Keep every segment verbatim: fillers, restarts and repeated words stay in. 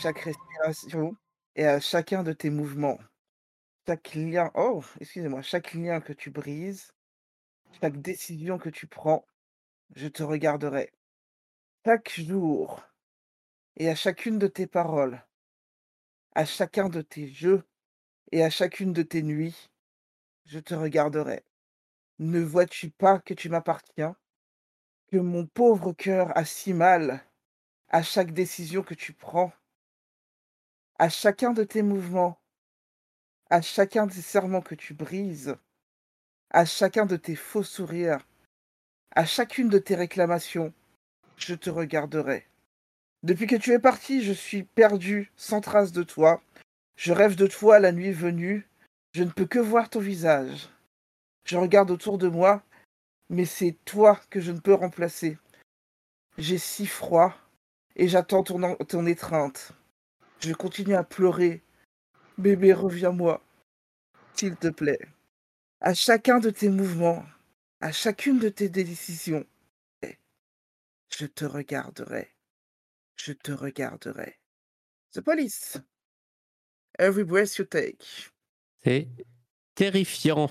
chaque respiration et à chacun de tes mouvements. Chaque lien oh, excusez-moi, chaque lien que tu brises, chaque décision que tu prends, je te regarderai. Chaque jour et à chacune de tes paroles, à chacun de tes jeux et à chacune de tes nuits, je te regarderai. Ne vois-tu pas que tu m'appartiens, que mon pauvre cœur a si mal à chaque décision que tu prends, à chacun de tes mouvements, à chacun des serments que tu brises, à chacun de tes faux sourires, à chacune de tes réclamations, je te regarderai. Depuis que tu es parti, je suis perdu, sans trace de toi. Je rêve de toi la nuit venue. Je ne peux que voir ton visage. Je regarde autour de moi, mais c'est toi que je ne peux remplacer. J'ai si froid et j'attends ton, en- ton étreinte. Je continue à pleurer. Bébé, reviens-moi, s'il te plaît. À chacun de tes mouvements, à chacune de tes décisions, je te regarderai. Je te regarderai. The Police. Every breath you take. C'est terrifiant.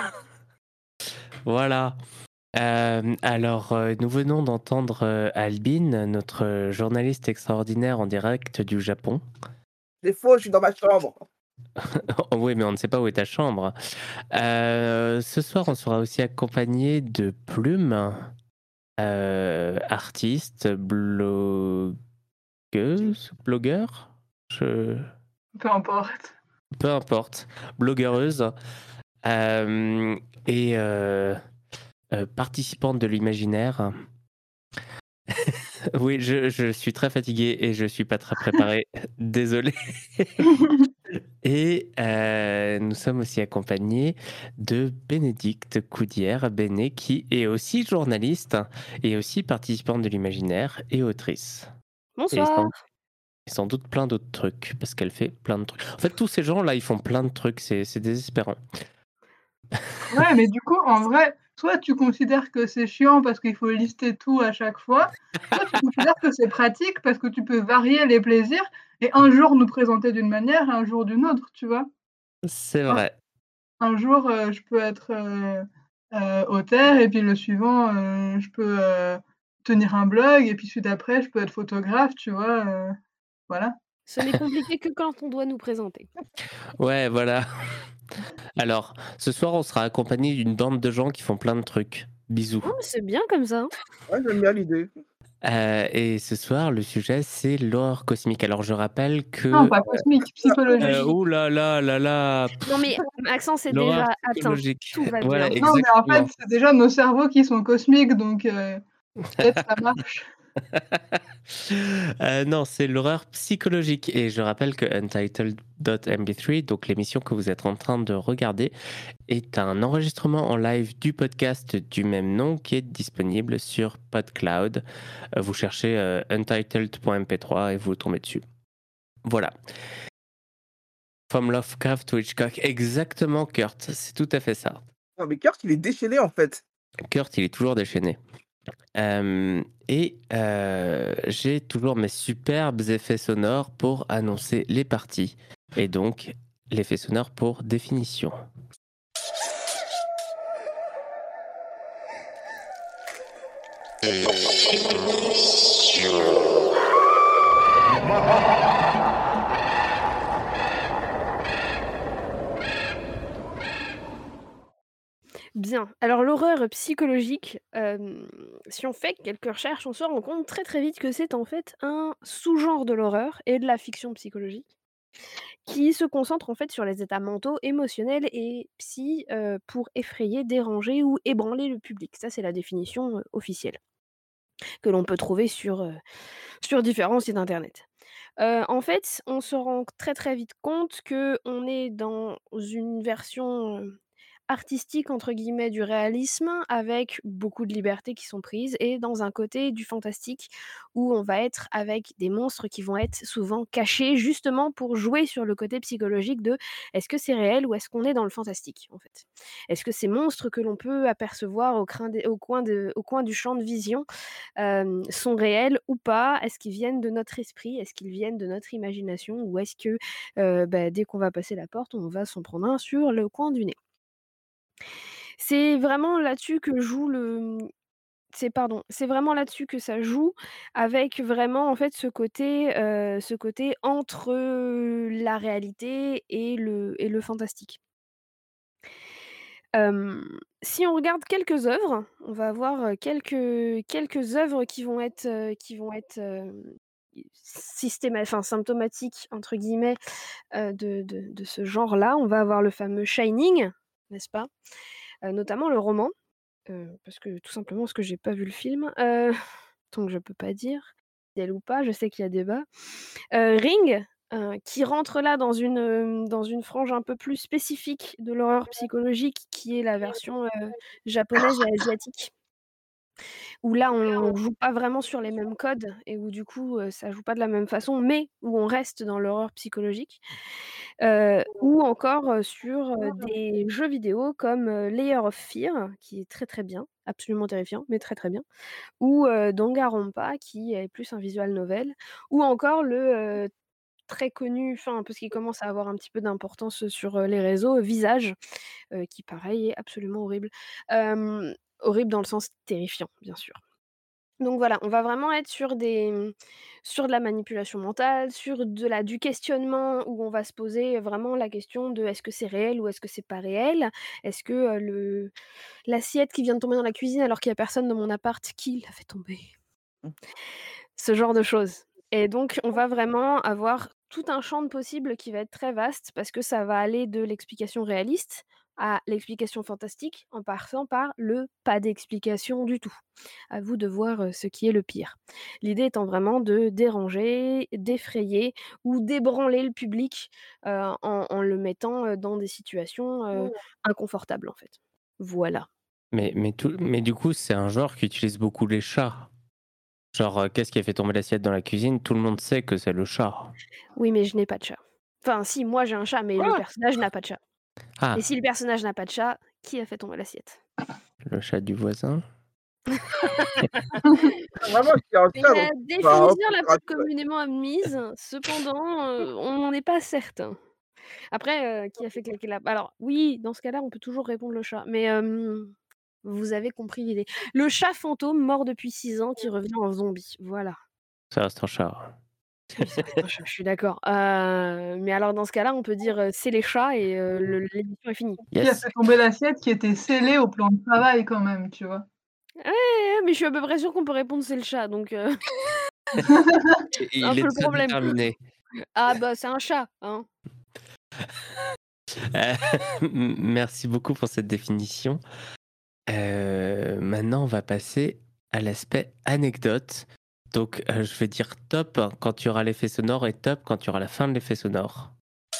Voilà. Euh, alors, euh, nous venons d'entendre euh, Albin, notre euh, journaliste extraordinaire en direct du Japon. C'est faux, je suis dans ma chambre. Oh oui, mais on ne sait pas où est ta chambre. Euh, ce soir, on sera aussi accompagné de Plume, euh, artiste, blogueuse, blogueur, je... Peu importe. peu importe, blogueureuse, euh, et euh, euh, participante de l'imaginaire. Oui, je, je suis très fatigué et je suis pas très préparé. Désolé. Et euh, nous sommes aussi accompagnés de Bénédicte Coudière, Béné, qui est aussi journaliste et aussi participante de l'imaginaire et autrice. Et Bonsoir. sans, et sans doute plein d'autres trucs, parce qu'elle fait plein de trucs. En fait, tous ces gens-là, ils font plein de trucs, c'est c'est désespérant. Ouais, mais du coup, en vrai, soit tu considères que c'est chiant parce qu'il faut lister tout à chaque fois, soit tu considères que c'est pratique parce que tu peux varier les plaisirs et un jour nous présenter d'une manière et un jour d'une autre, tu vois? C'est Un vrai. un jour, heu, je peux être, heu heu, auteure et puis le suivant, heu, je peux, heu, tenir un blog et puis celui d'après, je peux être photographe, tu vois? Heu, voilà. Ce n'est compliqué que quand on doit nous présenter. Ouais, voilà. Alors, ce soir, on sera accompagné d'une bande de gens qui font plein de trucs. Bisous. Oh, mais c'est bien comme ça. Ouais, j'aime bien l'idée. Euh, et ce soir, le sujet, c'est l'horreur cosmique. Alors, je rappelle Non, que... pas cosmique, Euh, psychologique. ouh là là là là, Non mais Maxence est l'horreur déjà atteint. psychologique. Tout va Voilà, bien. Non, mais en fait, exactement. c'est déjà nos cerveaux qui sont cosmiques, donc heu, peut-être ça marche. Euh, non, c'est l'horreur psychologique. Et je rappelle que Untitled M P trois, donc l'émission que vous êtes en train de regarder, est un enregistrement en live du podcast du même nom qui est disponible sur PodCloud. Euh, Vous cherchez euh, untitled point m p trois et vous tombez dessus. Voilà. From Lovecraft to Hitchcock. Exactement, Kurt. C'est tout à fait ça. Non, mais Kurt, il est déchaîné en fait. Kurt, il est toujours déchaîné. Euh, et euh, j'ai toujours mes superbes effets sonores pour annoncer les parties. Et donc, l'effet sonore pour définition. Bien. Alors l'horreur psychologique, hem, si on fait quelques recherches, on se rend compte très, très vite que c'est en fait un sous-genre de l'horreur et de la fiction psychologique qui se concentre en fait sur les états mentaux, émotionnels et psy, heu, pour effrayer, déranger ou ébranler le public. Ça, c'est la définition, heu, officielle que l'on peut trouver sur, heu, sur différents sites internet. Heu, en fait, on se rend très, très vite compte qu'on est dans une version, heu, «artistique» entre guillemets du réalisme, avec beaucoup de libertés qui sont prises et dans un côté du fantastique où on va être avec des monstres qui vont être souvent cachés justement pour jouer sur le côté psychologique de: est-ce que c'est réel ou est-ce qu'on est dans le fantastique, en fait? Est-ce que ces monstres que l'on peut apercevoir au crin des au coin de au coin du champ de vision, hem, sont réels ou pas? Est-ce qu'ils viennent de notre esprit? Est-ce qu'ils viennent de notre imagination? Ou est-ce que, heu, bah, dès qu'on va passer la porte, on va s'en prendre un sur le coin du nez? C'est vraiment là-dessus que joue le, mmh, c'est pardon, c'est vraiment là-dessus que ça joue avec vraiment, en fait, ce côté, heu, ce côté entre, heu, la réalité et le et le fantastique. Hem, si on regarde quelques œuvres, on va avoir, heu, quelques quelques œuvres qui vont être, heu, qui vont être, hem, i systéma enfin «symptomatiques» entre guillemets, heu, de de de ce genre-là. On va avoir le fameux Shining, n'est-ce pas? Heu, notamment le roman, heu, parce que tout simplement parce que j'ai pas vu le film, heu, donc je peux pas dire, fidèle ou pas, je sais qu'il y a débat. Heu, Ring, heu, qui rentre là dans une, hem, dans une frange un peu plus spécifique de l'horreur psychologique qui est la version, heu, japonaise et asiatique. Où là, on joue pas vraiment sur les mêmes codes et où du coup, heu, ça joue pas de la même façon, mais où on reste dans l'horreur psychologique. Heu, ou encore, heu, sur, heu, des jeux vidéo comme, heu, Layer of Fear, qui est très, très bien, absolument terrifiant, mais très, très bien. Ou, heu, Danganronpa qui est plus un visual novel. Ou encore le, heu, très connu, enfin parce qu'il commence à avoir un petit peu d'importance, sur, heu, les réseaux, Visage, heu, qui pareil est absolument horrible. Hem, horrible dans le sens terrifiant, bien sûr. Donc voilà, on va vraiment être sur des, mmh, sur de la manipulation mentale, sur de la du questionnement où on va se poser vraiment la question de: «Est-ce que c'est réel ou est-ce que c'est pas réel? Est-ce que, heu, le l'assiette qui vient de tomber dans la cuisine alors qu'il y a personne dans mon appart, qui l'a fait tomber?» Mmh. Ce genre de choses. Et donc on va vraiment avoir tout un champ de possibles qui va être très vaste parce que ça va aller de l'explication réaliste à l'explication fantastique en passant par le pas d'explication du tout. À vous de voir, heu, ce qui est le pire. L'idée étant vraiment de déranger, d'effrayer ou d'ébranler le public, heu, en en le mettant, heu, dans des situations, heu, inconfortables, en fait. Voilà. Mais mais tout mais du coup, c'est un genre qui utilise beaucoup les chats. Genre, heu, qu'est-ce qui a fait tomber l'assiette dans la cuisine? Tout le monde sait que c'est le chat. Oui, mais je n'ai pas de chat. Enfin si, moi j'ai un chat, mais le Quoi? personnage n'a pas de chat. Et Ah, si le personnage n'a pas de chat, qui a fait tomber l'assiette? le chat du voisin? Ah vraiment, s'il y a un C'est chat dans la bah, définition OK, la je te plus rassure. communément admise, cependant, heu, on n'en est pas certain. Après, heu, qui a fait claquer la alors oui, dans ce cas-là, on peut toujours répondre le chat, mais hem, vous avez compris l'idée. Le chat fantôme mort depuis six ans qui revient en zombie, voilà. Ça reste un chat. Oui, ça reste un chat, je suis d'accord. Heu, mais alors dans ce cas-là, on peut dire, heu, c'est les chats et heu, le l'émission est finie. Qui a Yes. fait tomber l'assiette qui était scellée au plan de travail quand même, tu vois? Ouais, ouais, mais je suis à peu près sûre qu'on peut répondre c'est le chat, donc heu, Et c'est un il peu est le très problème. déterminé. Ah bah, c'est un chat, hein. Heu, m merci beaucoup pour cette définition. Heu, maintenant, on va passer à l'aspect anecdote. Donc, heu, je vais dire top quand tu auras l'effet sonore et top quand tu auras la fin de l'effet sonore.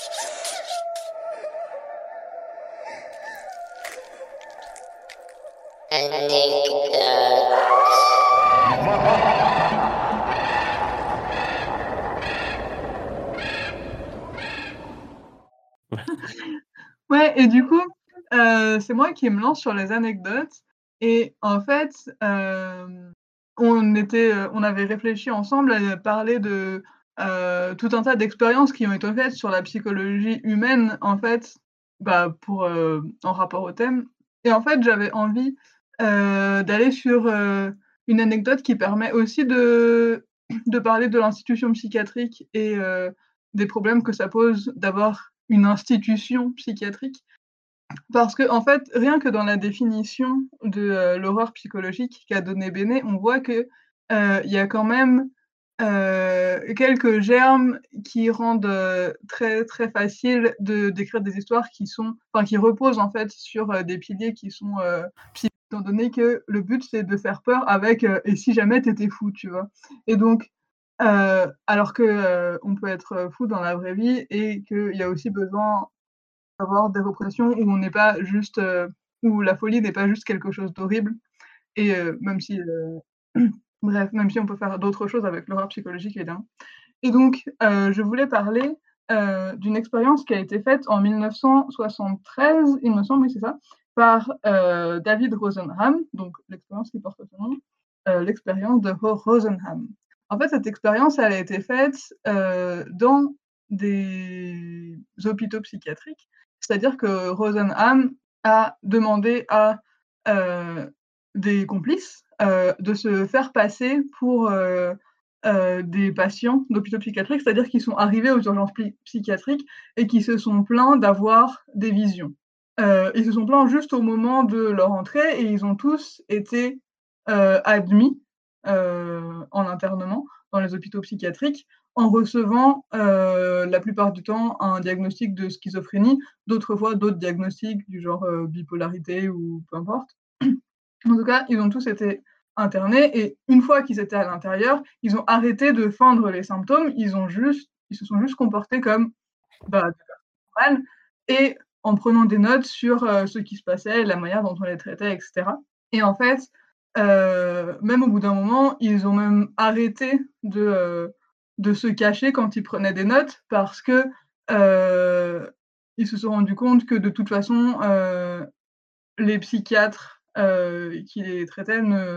Ouais et du coup, heu, c'est moi qui me lance sur les anecdotes et en fait, hem, on était, heu, on avait réfléchi ensemble à parler de, heu, tout un tas d'expériences qui ont été faites sur la psychologie humaine, en fait, bah, pour, heu, en rapport au thème et en fait, j'avais envie, heu, d'aller sur, heu, une anecdote qui permet aussi de de parler de l'institution psychiatrique et heu, des problèmes que ça pose d'avoir une institution psychiatrique. Parce qu'en fait, rien que dans la définition de, heu, l'horreur psychologique qu'a donné Béné, on voit que, heu, il y a quand même, heu, quelques germes qui rendent, heu, très, très facile de d'écrire des histoires qui sont enfin qui reposent en fait sur, heu, des piliers qui sont, heu, psy étant donné que le but c'est de faire peur avec, heu: «Et si jamais tu étais fou?» tu vois? Et donc, heu, alors que, heu, on peut être, fou dans la vraie vie et qu'il y a aussi besoin avoir des représentations où on n'est pas juste, heu, où la folie n'est pas juste quelque chose d'horrible et heu, même si, heu, bref, même si on peut faire d'autres choses avec l'horreur psychologique évidemment. Et donc, heu, je voulais parler, heu, d'une expérience qui a été faite en mille neuf cent soixante-treize, il me semble, oui c'est ça, par, heu, David Rosenham, donc l'expérience qui porte son nom, heu, l'expérience de Ho Rosenham. En fait, cette expérience, elle a été faite, heu, dans des hôpitaux psychiatriques. C'est-à-dire que Rosenham a demandé à, heu, des complices, heu, de se faire passer pour, heu heu, des patients d'hôpitaux psychiatriques, c'est-à-dire qu'ils sont arrivés aux urgences ply psychiatriques et qui se sont plaints d'avoir des visions. Heu, ils se sont plaints juste au moment de leur entrée et ils ont tous été, heu, admis, heu, en internement dans les hôpitaux psychiatriques en recevant, heu, la plupart du temps un diagnostic de schizophrénie, d'autres fois d'autres diagnostics du genre, heu, bipolarité ou peu importe. En tout cas, ils ont tous été internés et une fois qu'ils étaient à l'intérieur, ils ont arrêté de feindre les symptômes, ils ont juste ils se sont juste comportés comme, bah, des personnes normales et en prenant des notes sur, heu, ce qui se passait, la manière dont on les traitait et cetera. Et en fait, heu, même au bout d'un moment, ils ont même arrêté de, heu, de se cacher quand ils prenaient des notes parce que, heu, ils se sont rendus compte que de toute façon, heu, les psychiatres, heu, qui les traitaient ne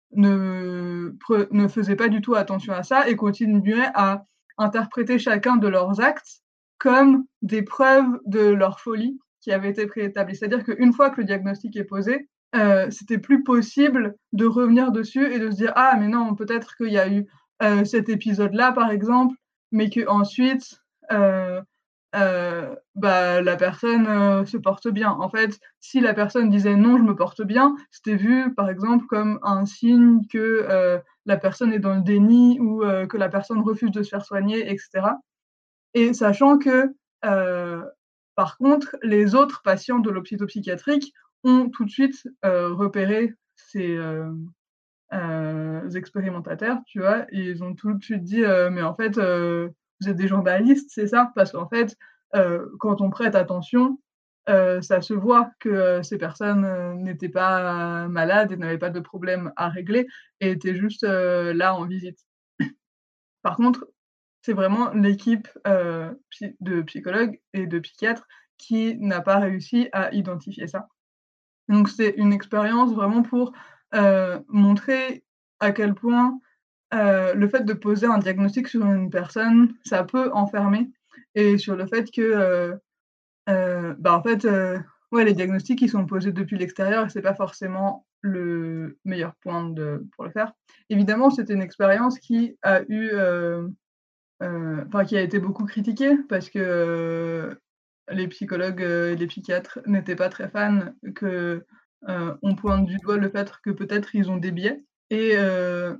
ne pre ne faisaient pas du tout attention à ça et continuaient à interpréter chacun de leurs actes comme des preuves de leur folie qui avaient été préétablies. C'est-à-dire qu'une fois que le diagnostic est posé, heu, c'était plus possible de revenir dessus et de se dire: «Ah mais non, peut-être qu'il y a eu, heu, cet épisode-là par exemple, mais qu'ensuite, heu heu, bah, la personne, heu, se porte bien». En fait, si la personne disait: «Non, je me porte bien», c'était vu par exemple comme un signe que, heu, la personne est dans le déni ou, heu, que la personne refuse de se faire soigner et cetera. Et sachant que, heu, par contre, les autres patients de l'hôpital psychiatrique ont tout de suite, heu, repéré ces, hem, heu, expérimentateurs, tu vois? Et ils ont tout de suite dit, heu: «Mais en fait, heu, vous êtes des journalistes, c'est ça?» parce qu'en fait, heu, quand on prête attention, heu, ça se voit que, heu, ces personnes, heu, n'étaient pas malades et n'avaient pas de problème à régler et étaient juste, heu, là en visite. Par contre, c'est vraiment l'équipe, heu, psy de psychologues et de psychiatres qui n'a pas réussi à identifier ça. Donc c'est une expérience vraiment pour, heu, montrer à quel point, heu, le fait de poser un diagnostic sur une personne, ça peut enfermer et sur le fait que, heu heu, bah, en fait, heu, ouais, les diagnostics, ils sont posés depuis l'extérieur et c'est pas forcément le meilleur point de pour le faire. Évidemment, c'était une expérience qui a eu, heu heu, enfin qui a été beaucoup critiquée parce que, heu, les psychologues, heu, et les psychiatres n'étaient pas très fans que, heu, on pointe du doigt le fait que peut-être ils ont des biais et heu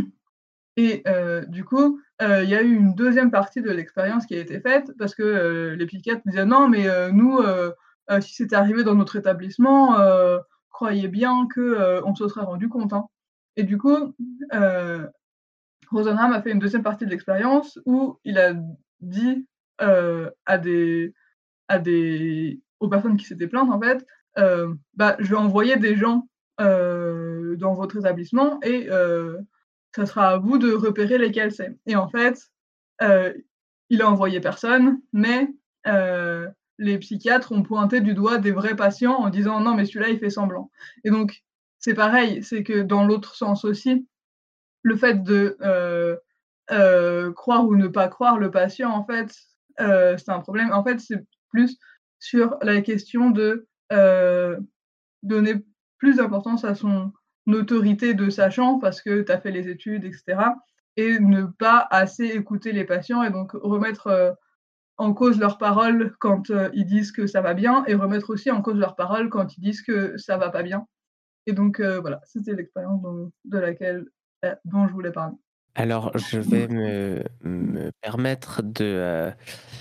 et heu, du coup, heu, il y a eu une deuxième partie de l'expérience qui a été faite parce que, heu, les psychiatres disaient: «Non mais heu, nous, heu heu, si c'était arrivé dans notre établissement, heu, croyez bien que, heu, on se serait rendu compte, hein». Et du coup, heu, Rosenham a fait une deuxième partie de l'expérience où il a dit, heu, à des à des aux personnes qui s'étaient plaintes en fait, heu: «Bah, je vais envoyer des gens, heu, dans votre établissement et heu, ça sera à vous de repérer lesquels c'est». Et en fait, heu, il a envoyé personne, mais heu, les psychiatres ont pointé du doigt des vrais patients en disant: «Non mais celui-là, il fait semblant». Et donc c'est pareil, c'est que dans l'autre sens aussi, le fait de, heu heu, croire ou ne pas croire le patient en fait, heu, c'est un problème. En fait, c'est plus sur la question de, heu, donner plus d'importance à son autorité de sachant parce que tu as fait les études et cetera et ne pas assez écouter les patients et donc remettre, heu, en cause leurs paroles quand, heu, ils disent que ça va bien et remettre aussi en cause leurs paroles quand ils disent que ça va pas bien. Et donc heu, voilà, c'était l'expérience dont de laquelle, heu, dont je voulais parler. Alors, je vais me, me permettre de, euh,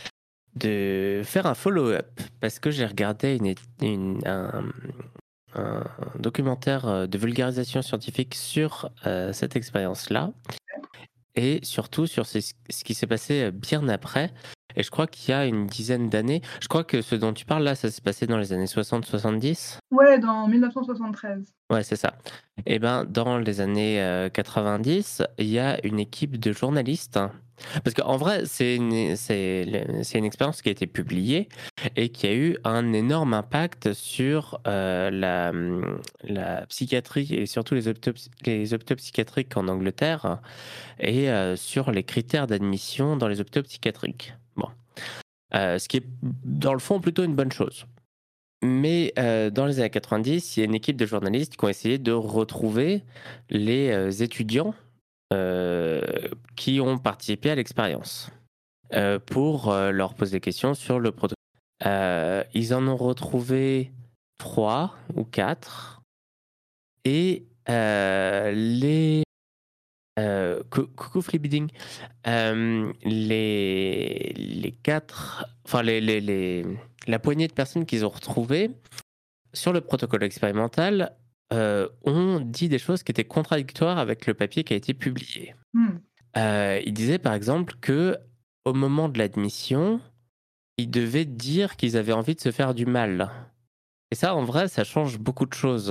de faire un follow-up parce que j'ai regardé une, une- un, un documentaire euh, de vulgarisation scientifique sur euh, cette expérience-là et surtout sur ce, ce qui s'est passé bien après. Et je crois qu'il y a une dizaine d'années, je crois que ce dont tu parles là, ça s'est passé dans les années soixante soixante-dix? Ouais, dans mille neuf cent soixante-treize. Ouais, c'est ça. Et ben, dans les années, heu, quatre-vingt-dix, il y a une équipe de journalistes, parce qu'en vrai, c'est une c'est le c'est une expérience qui a été publiée et qui a eu un énorme impact sur, heu, la, mmh, la psychiatrie et surtout les hôpitaux ps les hôpitaux psychiatriques en Angleterre et heu, sur les critères d'admission dans les hôpitaux psychiatriques. Bon, heu, ce qui est, dans le fond, plutôt une bonne chose. Mais heu, dans les années quatre-vingt-dix, il y a une équipe de journalistes qui ont essayé de retrouver les, heu, étudiants, heu, qui ont participé à l'expérience, heu, pour, heu, leur poser des questions sur le proto heu, ils en ont retrouvé trois ou quatre et heu, les heu, cou coucou Flibiding, hem, les les quatre, enfin les les les la poignée de personnes qu'ils ont retrouvées sur le protocole expérimental, heu, ont dit des choses qui étaient contradictoires avec le papier qui a été publié. Mmh. Heu, ils disaient par exemple que au moment de l'admission, ils devaient dire qu'ils avaient envie de se faire du mal et ça, en vrai, ça change beaucoup de choses.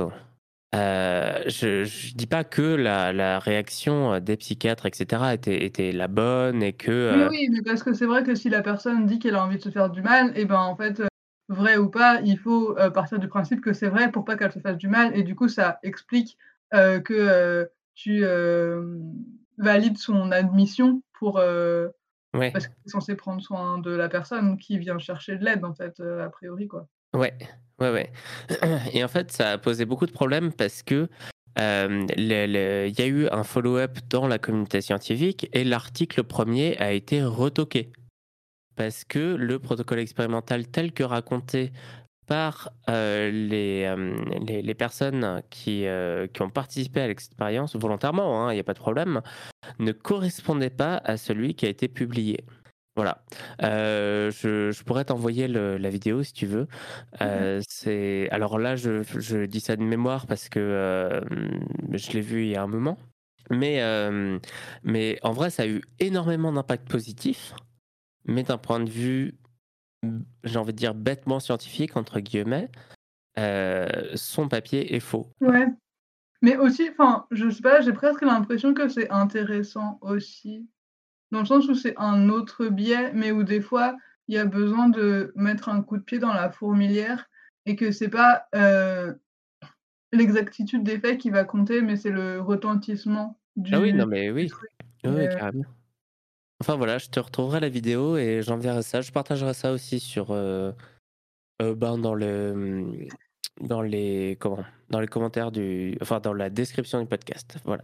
Heu, je je dis pas que la la réaction, heu, des psychiatres et cetera était était la bonne et que, Oui, heu oui, mais parce que c'est vrai que si la personne dit qu'elle a envie de se faire du mal et ben, en fait, heu, vrai ou pas, il faut, heu, partir du principe que c'est vrai pour pas qu'elle se fasse du mal et du coup ça explique, heu, que, heu, tu, hem, valides son admission pour, heu, ouais, parce que tu es censé prendre soin de la personne qui vient chercher de l'aide en fait, heu, a priori quoi. ouais, ouais, ouais et en fait, ça a posé beaucoup de problèmes parce que, hem, le le il y a eu un follow-up dans la communauté scientifique et l'article premier a été retoqué. Parce que le protocole expérimental tel que raconté par, heu, les, hem, les les personnes qui, heu, qui ont participé à l'expérience volontairement, hein, il y a pas de problème, ne correspondait pas à celui qui a été publié. Voilà. Heu, je je pourrais t'envoyer le la vidéo si tu veux. OK. Heu, c'est alors là, je je dis ça de mémoire parce que, hem, je l'ai vu il y a un moment. Mais, hem, mais en vrai, ça a eu énormément d'impact positif, mais d'un point de vue, mmh, j'ai envie de dire «bêtement scientifique» entre guillemets, heu, son papier est faux. Voilà. Ouais, mais aussi enfin, je sais pas, j'ai presque l'impression que c'est intéressant aussi. Dans le sens où c'est un autre biais, mais où des fois, il y a besoin de mettre un coup de pied dans la fourmilière et que c'est pas, heu, l'exactitude des faits qui va compter, mais c'est le retentissement Ah oui, du non mais du oui. truc Oui, et oui, heu carrément. Enfin voilà, je te retrouverai la vidéo et j'enverrai ça. Je partagerai ça aussi sur, heu heu, ben, dans le, mmh, dans les comment? Dans les commentaires du enfin dans la description du podcast. Voilà.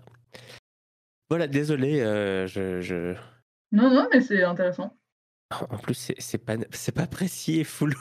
Voilà, désolé, heu, je je non, non, mais c'est intéressant. en plus c'est c'est pas c'est pas précis et flou.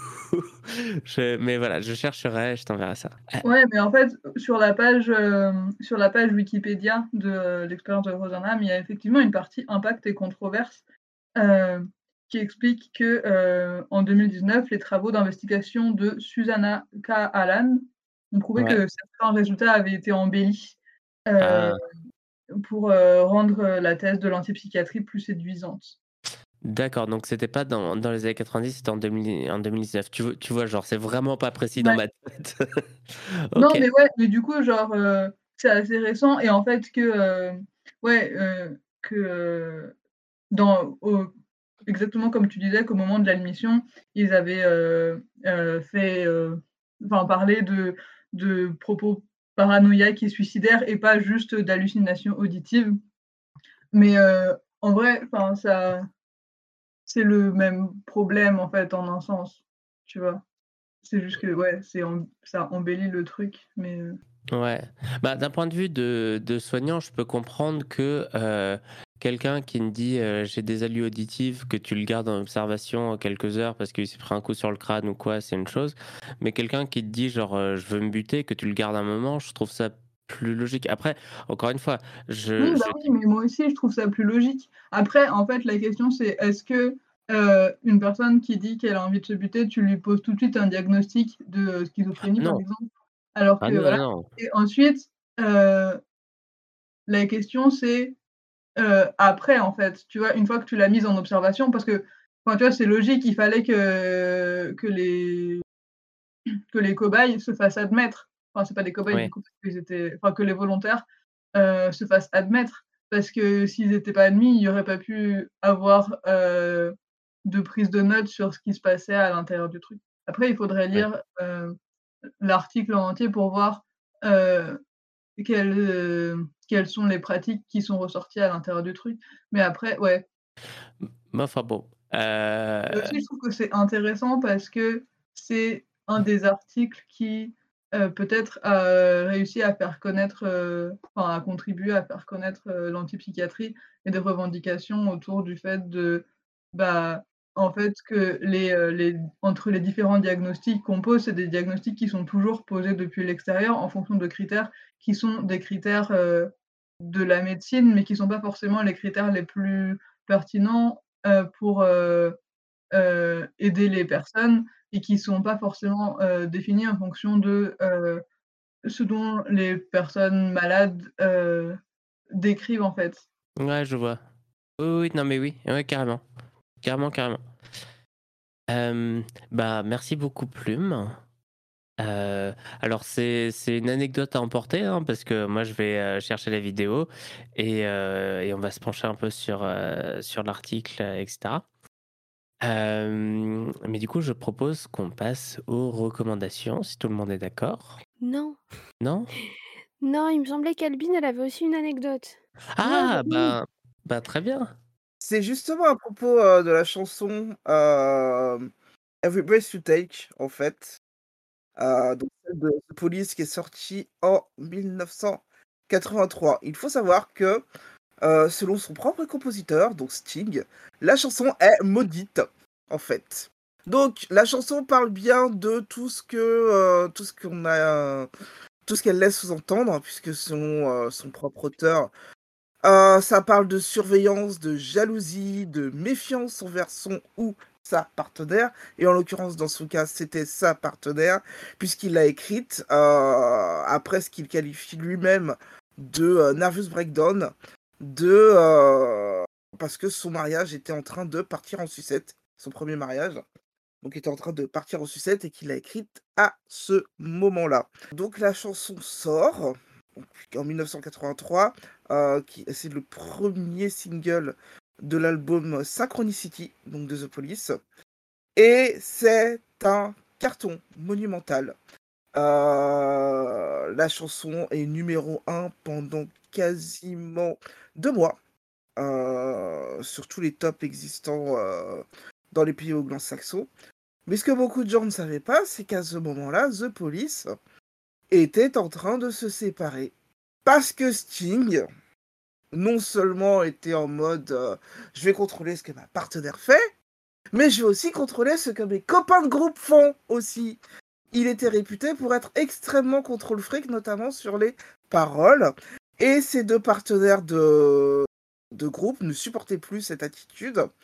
Je mais voilà, je chercherai, je t'enverrai ça. Ah, Ouais, mais en fait, sur la page, hem, sur la page Wikipédia de, heu, l'expérience de Rosenham, il y a effectivement une partie impact et controverse, heu, qui explique que, heu, en deux mille dix-neuf, les travaux d'investigation de Susanna K. Allan ont prouvé ouais. que certains résultats avaient été embellis, heu, Ah, pour, heu, rendre, heu, la thèse de l'antipsychiatrie plus séduisante. d'accord, donc c'était pas dans dans les années quatre-vingt-dix, c'était en deux mille en deux mille dix-neuf. Tu vois tu vois, genre, c'est vraiment pas précis dans Ouais. ma tête. Non, OK. mais ouais, mais du coup, genre, heu, c'est assez récent et en fait que, heu, ouais, heu, que, heu, dans au exactement comme tu disais qu'au moment de l'admission, ils avaient, heu heu, fait, heu, enfin parlé de de propos paranoïaques et suicidaires et pas juste d'hallucinations auditives. Mais, heu, en vrai, enfin ça c'est le même problème en fait en un sens, tu vois? C'est juste que ouais, c'est em ça embellit le truc, mais, heu Ouais. Bah, d'un point de vue de de soignant, je peux comprendre que, heu, quelqu'un qui me dit, heu: «J'ai des hallucinations auditives», que tu le gardes en observation quelques heures parce qu'il s'est pris un coup sur le crâne ou quoi, c'est une chose. Mais quelqu'un qui te dit genre, heu: «Je veux me buter», que tu le gardes un moment, je trouve ça plus logique. Après, encore une fois, oui, je bah, je oui, dis mais moi aussi je trouve ça plus logique. Après, en fait, la question c'est est-ce que, heu, une personne qui dit qu'elle a envie de se buter, tu lui poses tout de suite un diagnostic de, heu, schizophrénie, par non, exemple? Alors ah que non, voilà non, non. et ensuite, heu, la question c'est, heu, après, en fait, tu vois? Une fois que tu l'as mise en observation parce que Enfin, tu vois, c'est logique, il fallait que que les que les cobayes se fassent admettre. Enfin, c'est pas des cobayes du Ouais. coup, parce qu'ils étaient enfin, que les volontaires, heu, se fassent admettre. Parce que s'ils étaient pas admis, il y aurait pas pu avoir, heu, de prise de notes sur ce qui se passait à l'intérieur du truc. Après, il faudrait Ouais. lire, heu, l'article en entier pour voir, heu, quelles, heu, quelles sont les pratiques qui sont ressorties à l'intérieur du truc. Mais après, ouais. M mais enfin bon, Et heu aussi, je trouve que c'est intéressant parce que c'est un des articles qui, heu, peut-être a réussi à faire connaître, heu, enfin, a contribué à faire connaître, heu, l'antipsychiatrie et des revendications autour du fait de, bah, en fait, que les, heu, les entre les différents diagnostics qu'on pose, c'est des diagnostics qui sont toujours posés depuis l'extérieur en fonction de critères qui sont des critères, heu, de la médecine, mais qui sont pas forcément les critères les plus pertinents, heu, pour, heu heu, aider les personnes et qui sont pas forcément, heu, définis en fonction de, heu, ce dont les personnes malades, heu, décrivent, en fait. Ouais, je vois. Oui, oui, non, mais oui, ouais, carrément. Carrément, carrément. Hem, bah, merci beaucoup Plume. Heu, alors c'est c'est une anecdote à emporter, hein, parce que moi je vais, heu, chercher la vidéo et heu et on va se pencher un peu sur, heu, sur l'article, heu et cetera. Hem, mais du coup, je propose qu'on passe aux recommandations, si tout le monde est d'accord? Non. Non? Non, il me semblait qu'Albine, elle avait aussi une anecdote. Ouais, bah, Ah! oui. Ben ben, très bien. C'est justement à propos, heu, de la chanson, hem, Every Breath You Take, en fait, heu, donc celle de The Police qui est sortie en mille neuf cent quatre-vingt-trois. Il faut savoir que, heu, selon son propre compositeur, donc Sting, la chanson est maudite, en fait. Donc la chanson parle bien de tout ce que, heu, tout ce qu'on a tout ce qu'elle laisse sous-entendre, puisque selon, heu, son propre auteur, heu, ça parle de surveillance, de jalousie, de méfiance envers son ou sa partenaire et en l'occurrence, dans son cas, c'était sa partenaire puisqu'il l'a écrite, heu, après ce qu'il qualifie lui-même de, heu, nervous breakdown, de, heu parce que son mariage était en train de partir en sucette, son premier mariage, donc était en train de partir en sucette et qu'il l'a écrite à ce moment-là. Donc la chanson sort, donc en mille neuf cent quatre-vingt-trois, heu, qui c'est le premier single de l'album Synchronicity, donc de The Police et c'est un carton monumental. Heu, la chanson est numéro un pendant quasiment deux mois, heu, sur tous les tops existants, heu, dans les pays anglo-saxons. Mais ce que beaucoup de gens ne savaient pas, c'est qu'à ce moment-là, The Police était en train de se séparer. Parce que Sting, non seulement était en mode, heu: «Je vais contrôler ce que ma partenaire fait, mais je vais aussi contrôler ce que mes copains de groupe font aussi». Il était réputé pour être extrêmement contrôle freak, notamment sur les paroles et ses deux partenaires de de groupe ne supportaient plus cette attitude. Heu,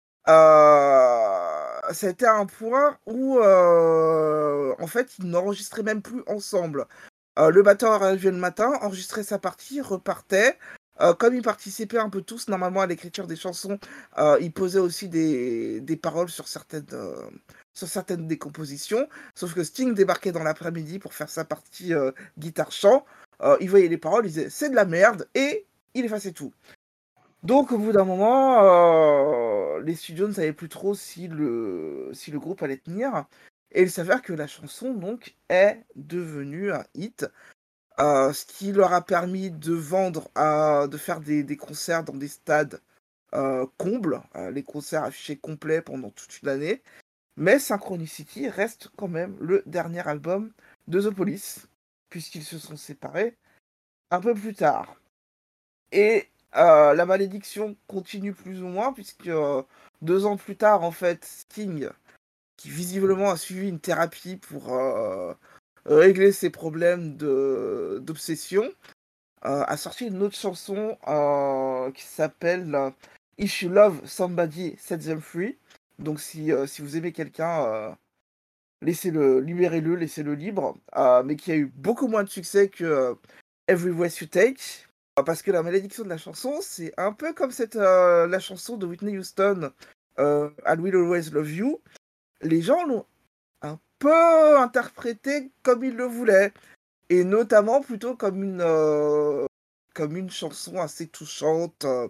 ça a été à un point où, heu, en fait, ils n'enregistraient même plus ensemble. Heu, le batteur arrivait le matin, enregistrait sa partie, repartait. Heu, comme ils participaient un peu tous normalement à l'écriture des chansons, heu, ils posaient aussi des des paroles sur certaines, heu, sur certaines des compositions. Sauf que Sting débarquait dans l'après-midi pour faire sa partie, heu, guitare-chant. Heu, il voyait les paroles, il disait: «C'est de la merde» et il effaçait tout. Donc au bout d'un moment, heu, les studios ne savaient plus trop si le si le groupe allait tenir et il s'avère que la chanson donc est devenue un hit, heu, ce qui leur a permis de vendre, heu, de faire des des concerts dans des stades, heu, combles, heu, les concerts affichés complets pendant toute une année. Mais Synchronicity reste quand même le dernier album de The Police, puisqu'ils se sont séparés un peu plus tard. Et heu, la malédiction continue plus ou moins puisque, heu, deux ans plus tard, en fait, Sting, qui visiblement a suivi une thérapie pour, heu, régler ses problèmes de d'obsession, heu, a sorti une autre chanson, heu, qui s'appelle, heu, If You Love Somebody, Set Them Free. Donc si, heu, si vous aimez quelqu'un, heu, laissez-le libérez-le, laissez-le libre, heu, mais qui a eu beaucoup moins de succès que, heu, Every Breath You Take. Parce que la malédiction de la chanson, c'est un peu comme cette, heu, la chanson de Whitney Houston heu, I Will Always Love You, les gens l'ont un peu interprété comme ils le voulaient et notamment plutôt comme une, heu, comme une chanson assez touchante, heu,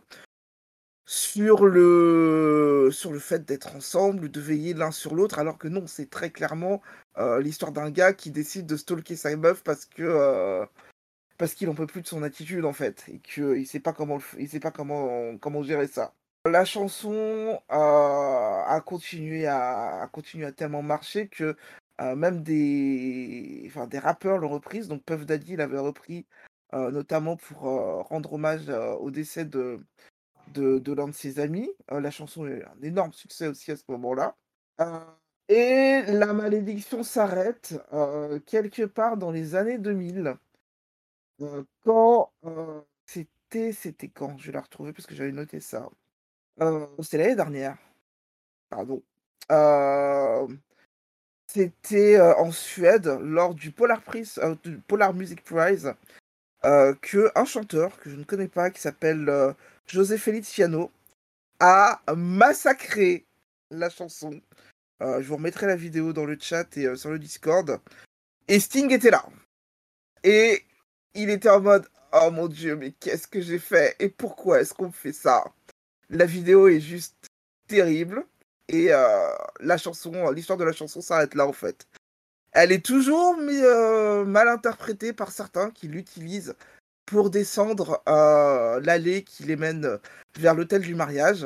sur le sur le fait d'être ensemble, de veiller l'un sur l'autre, alors que non, c'est très clairement, heu, l'histoire d'un gars qui décide de stalker sa meuf parce que, heu, parce qu'il en peut plus de son attitude, en fait et qu'il sait pas comment le f il sait pas comment comment gérer ça. La chanson, heu, a continué à a continué à tellement marcher que, heu, même des enfin des rappeurs l'ont reprise. Donc Puff Daddy l'avait repris, heu, notamment pour, heu, rendre hommage, heu, au décès de de de l'un de ses amis. Heu, la chanson a eu un énorme succès aussi à ce moment-là. Heu et la malédiction s'arrête, heu, quelque part dans les années deux mille, heu, quand, heu, c'était c'était quand? Je vais la retrouver parce que j'avais noté ça. Heu, c'était l'année dernière, pardon. Hem, c'était, heu, en Suède lors du Polar Prize, heu, du Polar Music Prize, heu, qu'un chanteur que je ne connais pas qui s'appelle, heu, José Feliciano a massacré la chanson. Heu, je vous remettrai la vidéo dans le chat et heu, sur le Discord et Sting était là et il était en mode: «Oh mon Dieu, mais qu'est-ce que j'ai fait et pourquoi est-ce qu'on me fait ça?» La vidéo est juste terrible et heu, la chanson l'histoire de la chanson s'arrête là, en fait. Elle est toujours mais heu, mal interprétée par certains qui l'utilisent pour descendre, heu, l'allée qui les mène vers l'autel du mariage.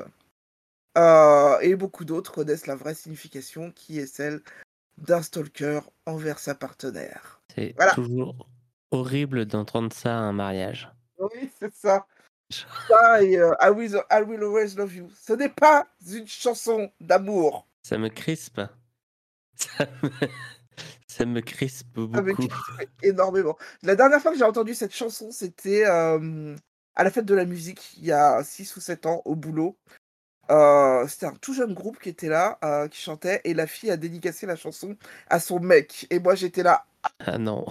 Heu et beaucoup d'autres connaissent la vraie signification qui est celle d'un stalker envers sa partenaire. C'est Voilà. toujours horrible d'entendre ça à un mariage. Oui, c'est ça. Ça et heu, I will I will always love you. Ce n'est pas une chanson d'amour. Ça me crispe. Ça me ça me crispe Ça me beaucoup. crispe énormément. La dernière fois que j'ai entendu cette chanson, c'était, hem, à la fête de la musique, il y a six ou sept ans, au boulot. Heu, c'était un tout jeune groupe qui était là, heu, qui chantait et la fille a dédicacé la chanson à son mec et moi j'étais là: Ah non.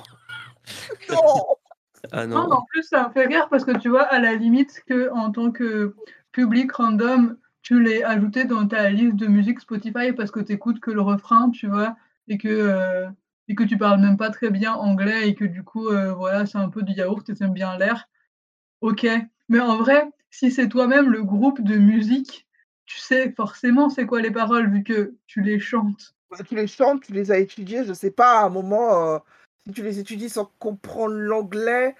«Non!» Ah Non, mais non. en plus, ça me fait rire parce que tu vois, à la limite qu'en tant que public random, tu l'aies ajouté dans ta liste de musique Spotify parce que tu écoutes que le refrain, tu vois? Et que, heu et que tu parles même pas très bien anglais et que du coup, heu, voilà, c'est un peu du yaourt et tu aimes bien l'air. OK. Mais en vrai, si c'est toi-même le groupe de musique, tu sais forcément c'est quoi les paroles vu que tu les chantes. Bah, tu les chantes, tu les as étudiés, je sais pas, à un moment, heu, si tu les étudies sans comprendre l'anglais,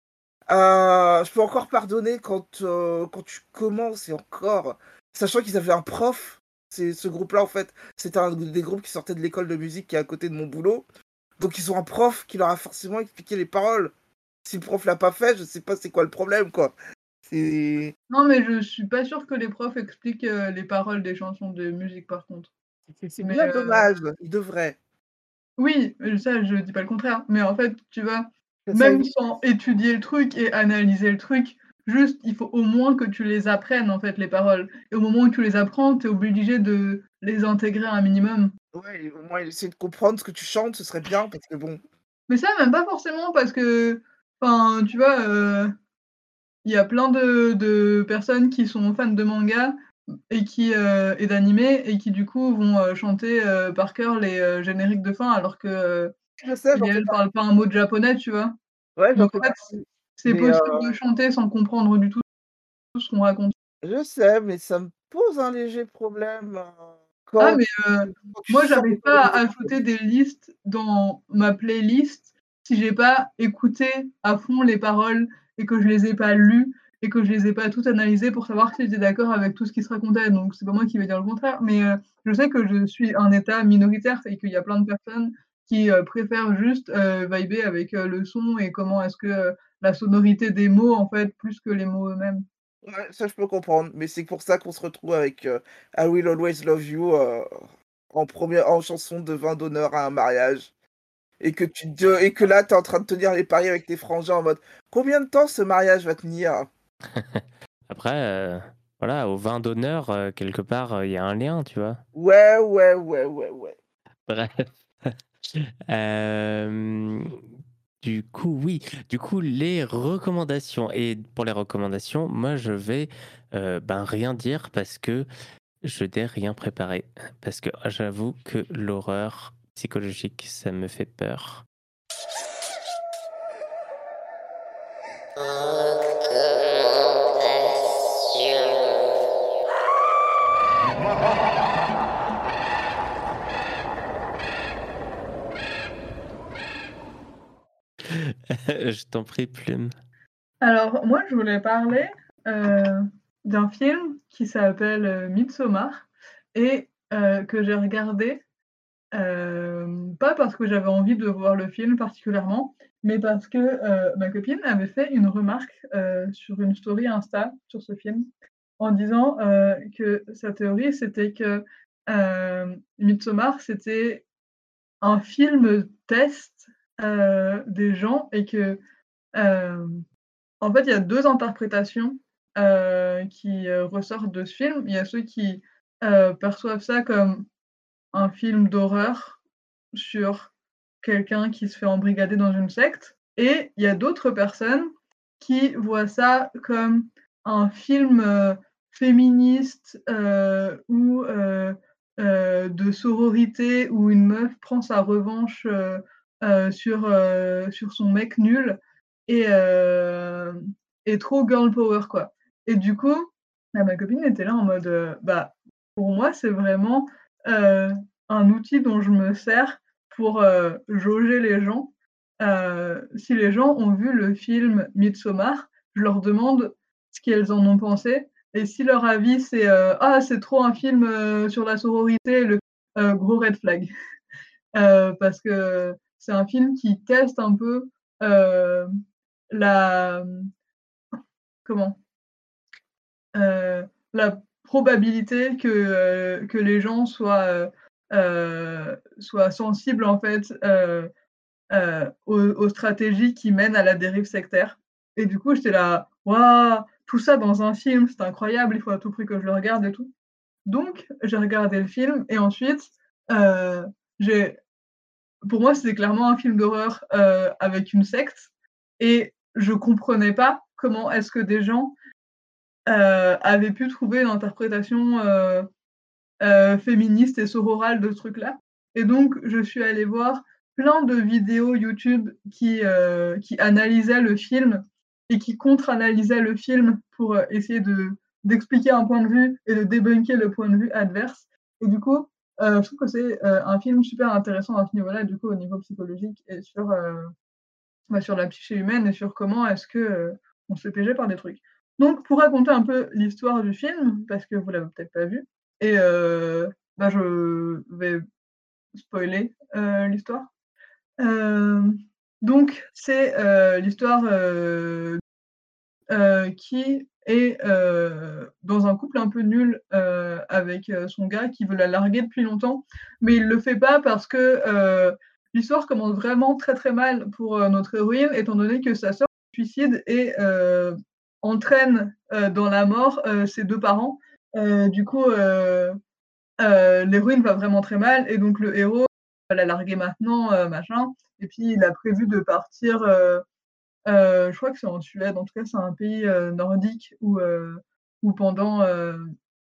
heu, je peux encore pardonner quand, heu, quand tu commences et encore, sachant qu'ils avaient un prof, c'est ce groupe-là, en fait, c'était un des groupes qui sortait de l'école de musique qui est à côté de mon boulot, donc ils ont un prof qui leur a forcément expliqué les paroles. Si le prof l'a pas fait, je sais pas c'est quoi le problème, quoi. C'est Non, mais je suis pas sûre que les profs expliquent, heu, les paroles des chansons de musique par contre. c'est c'est Mais, bien heu dommage, ils devraient. oui, heu, ça je dis pas le contraire, mais en fait, tu vois, Ça même évite sans étudier le truc et analyser le truc, juste il faut au moins que tu les apprennes en fait les paroles et au moment où tu les apprends, tu es obligé de les intégrer un minimum. ouais, au moins essayer de comprendre ce que tu chantes, ce serait bien parce que bon. Mais ça, même pas forcément parce que, enfin, tu vois, heu, il y a plein de de personnes qui sont fans de manga et qui, heu et d'animés et qui du coup vont, heu, chanter, heu, par cœur les, heu, génériques de fin alors que, heu, Je sais, ils j'en et fais elles parlent pas un mot de japonais, tu vois? Ouais, j'en Donc fais en fait, partie. c'est Mais, heu, possible de chanter sans comprendre du tout ce qu'on raconte. je sais, mais ça me pose un léger problème, heu, Ah quand mais tu heu, quand tu moi sors j'arrive de pas à ajouter des listes dans ma playlist si j'ai pas écouté à fond les paroles et que je les ai pas lues et que je les ai pas toutes analysées pour savoir si j'étais d'accord avec tout ce qui se racontait. Donc c'est pas moi qui vais dire le contraire, mais heu, je sais que je suis un état minoritaire et qu'il y a plein de personnes qui, heu, préfèrent juste, heu, vibrer avec, heu, le son et comment est-ce que, heu, la sonorité des mots en fait, plus que les mots eux-mêmes. Ouais, ça je peux comprendre, mais c'est pour ça qu'on se retrouve avec, heu, I Will Always Love You, heu, en première en chanson de vin d'honneur à un mariage et que tu te et que là, tu es en train de tenir les paris avec tes frangins en mode: «Combien de temps ce mariage va tenir?» Après, heu, voilà, au vin d'honneur, heu, quelque part, heu, il y a un lien, tu vois? Ouais, ouais, ouais, ouais, ouais. Bref. Hem, du coup, oui, du coup, les recommandations et pour les recommandations, moi, je vais, heu, ben, rien dire parce que Je n'ai rien préparé parce que j'avoue que l'horreur psychologique, ça me fait peur. Je t'en prie, Plume. Alors, moi, je voulais parler euh, d'un film qui s'appelle euh, Midsommar et euh, que j'ai regardé, euh, pas parce que j'avais envie de voir le film particulièrement, mais parce que euh, ma copine avait fait une remarque euh, sur une story Insta sur ce film en disant euh, que sa théorie, c'était que euh, Midsommar, c'était un film test euh, des gens et que euh, en fait, il y a deux interprétations, heu, qui, heu, ressortent de ce film. Il y a ceux qui, heu, perçoivent ça comme un film d'horreur sur quelqu'un qui se fait embrigader dans une secte et il y a d'autres personnes qui voient ça comme un film, heu, féministe, heu, ou heu heu, de sororité où une meuf prend sa revanche, heu heu, sur, heu, sur son mec nul et hem et trop girl power, quoi. Et du coup, bah, ma copine était là en mode, heu, bah, pour moi, c'est vraiment, heu, un outil dont je me sers pour, heu, jauger les gens. Heu, si les gens ont vu le film Midsommar, je leur demande ce qu'elles en ont pensé et si leur avis c'est, heu: «Ah, c'est trop un film, heu, sur la sororité», le heu, gros red flag. Heu, parce que c'est un film qui teste un peu, heu, la, mmh, comment? Heu, la probabilité que, heu, que les gens soient, heu heu, soient sensibles en fait, heu heu, aux aux stratégies qui mènent à la dérive sectaire et du coup, j'étais là: «Waouh! Tout ça dans un film, c'est incroyable, il faut à tout prix que je le regarde et tout». Donc j'ai regardé le film et ensuite, heu, j'ai pour moi, c'était clairement un film d'horreur, heu, avec une secte et je comprenais pas comment est-ce que des gens, heu, avaient pu trouver une interprétation, heu heu, féministe et sororale de ce truc-là et donc je suis allée voir plein de vidéos YouTube qui, heu, qui analysaient le film et qui contre-analysaient le film pour, heu, essayer de d'expliquer un point de vue et de débunker le point de vue adverse et du coup, heu, je trouve que c'est, heu, un film super intéressant à ce niveau-là, du coup, au niveau psychologique et sur, heu, bah, sur la psyché humaine et sur comment est-ce que, heu, on se fait piéger par des trucs. Donc pour raconter un peu l'histoire du film, parce que vous l'avez peut-être pas vu et heu, bah, je vais spoiler, heu, l'histoire. Hem, donc c'est, heu, l'histoire, heu heu, qui est, heu, dans un couple un peu nul, heu, avec, heu, son gars qui veut la larguer depuis longtemps, mais il le fait pas parce que, heu, l'histoire commence vraiment très, très mal pour, heu, notre héroïne étant donné que sa sœur se suicide et heu, entraîne, heu, dans la mort, heu, ses deux parents. Heu, du coup, heu heu, l'héroïne va vraiment très mal et donc le héros va la larguer maintenant, heu, machin et puis il a prévu de partir, heu Heu, je crois que c'est en Suède, en tout cas, c'est un pays, heu, nordique où, heu, où pendant, heu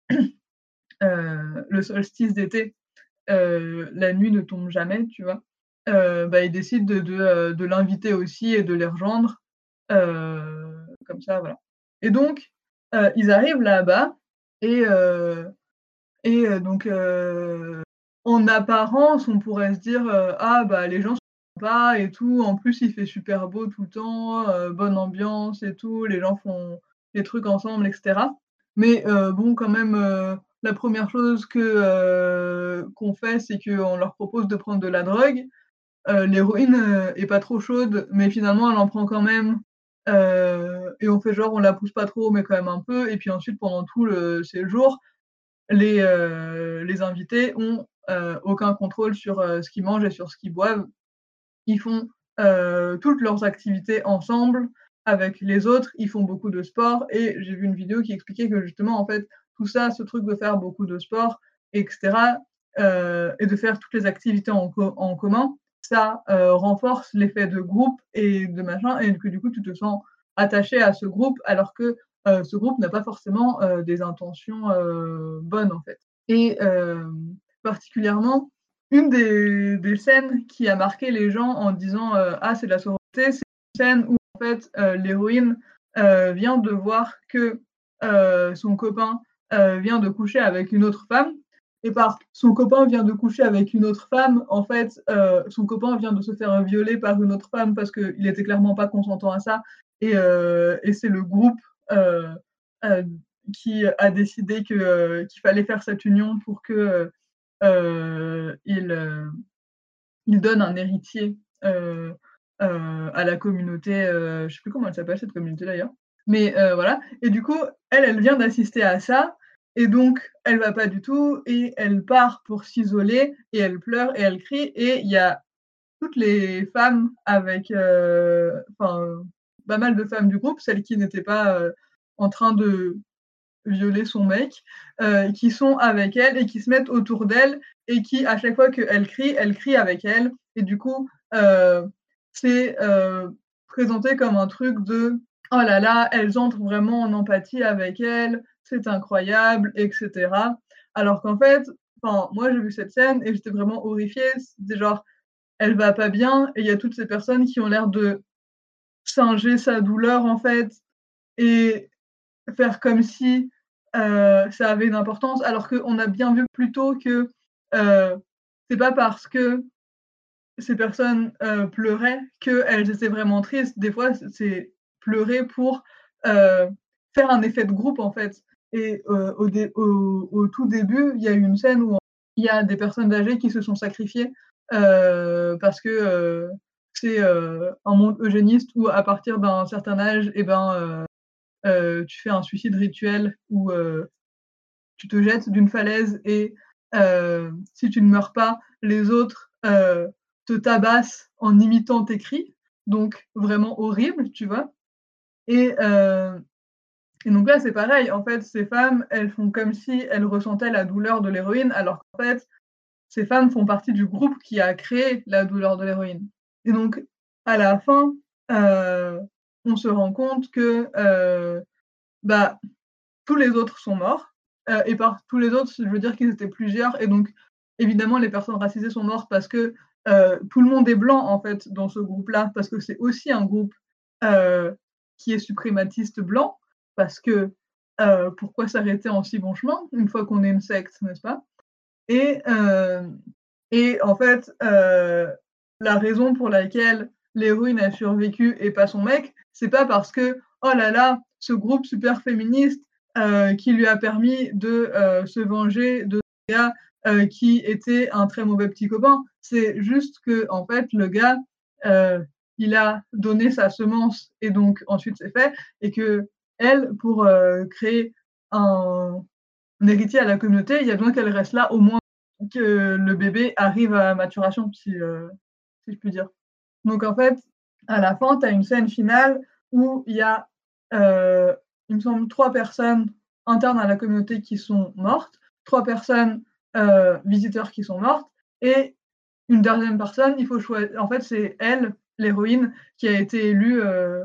heu, le solstice d'été, heu, la nuit ne tombe jamais, tu vois? Heu, bah, ils décident de de, heu, de l'inviter aussi et de les rejoindre, heu, comme ça, voilà. Et donc, heu, ils arrivent là-bas et heu et heu, donc, heu, en apparence, on pourrait se dire, heu: «Ah bah, les gens sont sympas et tout, en plus il fait super beau tout le temps, heu, bonne ambiance et tout, les gens font des trucs ensemble et cetera». Mais, heu, bon quand même, heu, la première chose que, heu, qu'on fait, c'est qu'on leur propose de prendre de la drogue. Heu, l'héroïne, heu, est pas trop chaude, mais finalement elle en prend quand même, heu et on fait genre on la pousse pas trop, mais quand même un peu et puis ensuite pendant tout le séjour, les, heu, les invités ont, heu, aucun contrôle sur, heu, ce qu'ils mangent et sur ce qu'ils boivent. Ils font, heu, toutes leurs activités ensemble avec les autres, ils font beaucoup de sport et j'ai vu une vidéo qui expliquait que justement, en fait, tout ça, ce truc de faire beaucoup de sport et cetera, heu et de faire toutes les activités en co en commun, ça, heu, renforce l'effet de groupe et de machin et que du coup, tu te sens attaché à ce groupe alors que, heu, ce groupe n'a pas forcément, heu, des intentions, heu, bonnes, en fait. Et euh, particulièrement, une des, des scènes qui a marqué les gens en disant euh, ah, c'est de la sororité, c'est une scène où en fait euh, l'héroïne euh, vient de voir que euh, son copain euh, vient de coucher avec une autre femme. Et par son copain vient de coucher avec une autre femme, en fait, euh, son copain vient de se faire violer par une autre femme parce qu'il était clairement pas consentant à ça. Et, euh, et c'est le groupe euh, euh, qui a décidé que, euh, qu'il fallait faire cette union pour que euh, il, euh, il donne un héritier euh, euh, à la communauté. Euh, je sais plus comment elle s'appelle cette communauté d'ailleurs. Mais euh, voilà. Et du coup, elle, elle vient d'assister à ça. Et donc, elle va pas du tout. Et elle part pour s'isoler. Et elle pleure et elle crie. Et il y a toutes les femmes avec, euh, enfin, pas mal de femmes du groupe, celles qui n'étaient pas euh, en train de violer son mec, euh, qui sont avec elle et qui se mettent autour d'elle et qui, à chaque fois qu'elle crie, elle crie avec elle. Et du coup, euh, c'est euh, présenté comme un truc de oh là là, elles entrent vraiment en empathie avec elle, c'est incroyable, et cetera. Alors qu'en fait, enfin, moi j'ai vu cette scène et j'étais vraiment horrifiée. C'était genre, elle va pas bien et il y a toutes ces personnes qui ont l'air de singer sa douleur en fait et faire comme si euh, ça avait une importance, alors qu'on a bien vu plus tôt que euh, c'est pas parce que ces personnes euh, pleuraient qu'elles étaient vraiment tristes. Des fois, c'est pleurer pour euh, faire un effet de groupe, en fait. Et euh, au, dé- au, au, tout début, il y a eu une scène où il y a des personnes âgées qui se sont sacrifiées euh, parce que euh, c'est euh, un monde eugéniste où, à partir d'un certain âge, eh ben, euh, euh, tu fais un suicide rituel où euh, tu te jettes d'une falaise et euh, si tu ne meurs pas, les autres euh, te tabassent en imitant tes cris. Donc vraiment horrible, tu vois. Et, euh, et donc là, c'est pareil. En fait, ces femmes, elles font comme si elles ressentaient la douleur de l'héroïne, alors qu'en fait, ces femmes font partie du groupe qui a créé la douleur de l'héroïne. Et donc, à la fin, euh, on se rend compte que euh, bah, tous les autres sont morts. Euh, et par tous les autres, je veux dire qu'ils étaient plusieurs. Et donc, évidemment, les personnes racisées sont mortes parce que euh, tout le monde est blanc, en fait, dans ce groupe-là, parce que c'est aussi un groupe euh, qui est suprématiste blanc, parce que euh, pourquoi s'arrêter en si bon chemin, une fois qu'on est une secte, n'est-ce pas? Et, euh, et en fait, euh, la raison pour laquelle l'héroïne a survécu et pas son mec, c'est pas parce que, oh là là, ce groupe super féministe euh, qui lui a permis de euh, se venger de ce gars euh, qui était un très mauvais petit copain. C'est juste que, en fait, le gars, euh, il a donné sa semence et donc ensuite c'est fait, et que elle, pour euh, créer un, un héritier à la communauté, il y a besoin qu'elle reste là au moins que le bébé arrive à maturation, si, euh, si je puis dire. Donc en fait, à la fin, tu as une scène finale où il y a, euh, il me semble, trois personnes internes à la communauté qui sont mortes, trois personnes euh, visiteurs qui sont mortes, et une deuxième personne, il faut choisir. En fait, c'est elle, l'héroïne, qui a été élue euh,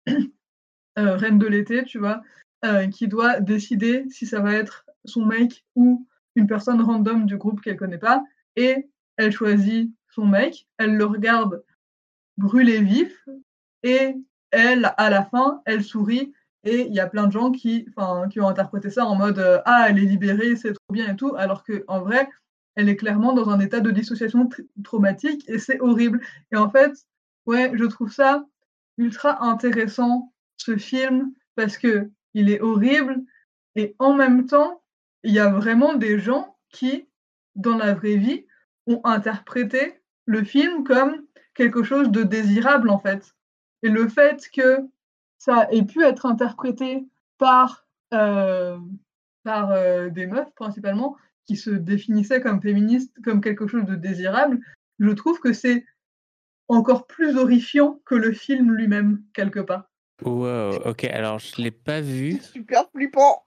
euh, reine de l'été, tu vois, euh, qui doit décider si ça va être son mec ou une personne random du groupe qu'elle connaît pas. Et elle choisit son mec, elle le regarde brûler vif, et elle, à la fin, elle sourit. Et il y a plein de gens qui, qui ont interprété ça en mode euh, ah, elle est libérée, c'est trop bien et tout, alors qu'en vrai, elle est clairement dans un état de dissociation tra- traumatique et c'est horrible. Et en fait, ouais, je trouve ça ultra intéressant, ce film, parce que il est horrible et en même temps, il y a vraiment des gens qui, dans la vraie vie, ont interprété le film comme quelque chose de désirable, en fait. Et le fait que ça ait pu être interprété par, euh, par euh, des meufs, principalement, qui se définissaient comme féministes, comme quelque chose de désirable, je trouve que c'est encore plus horrifiant que le film lui-même, quelque part. Wow, ok, alors je l'ai pas vu. C'est super flippant.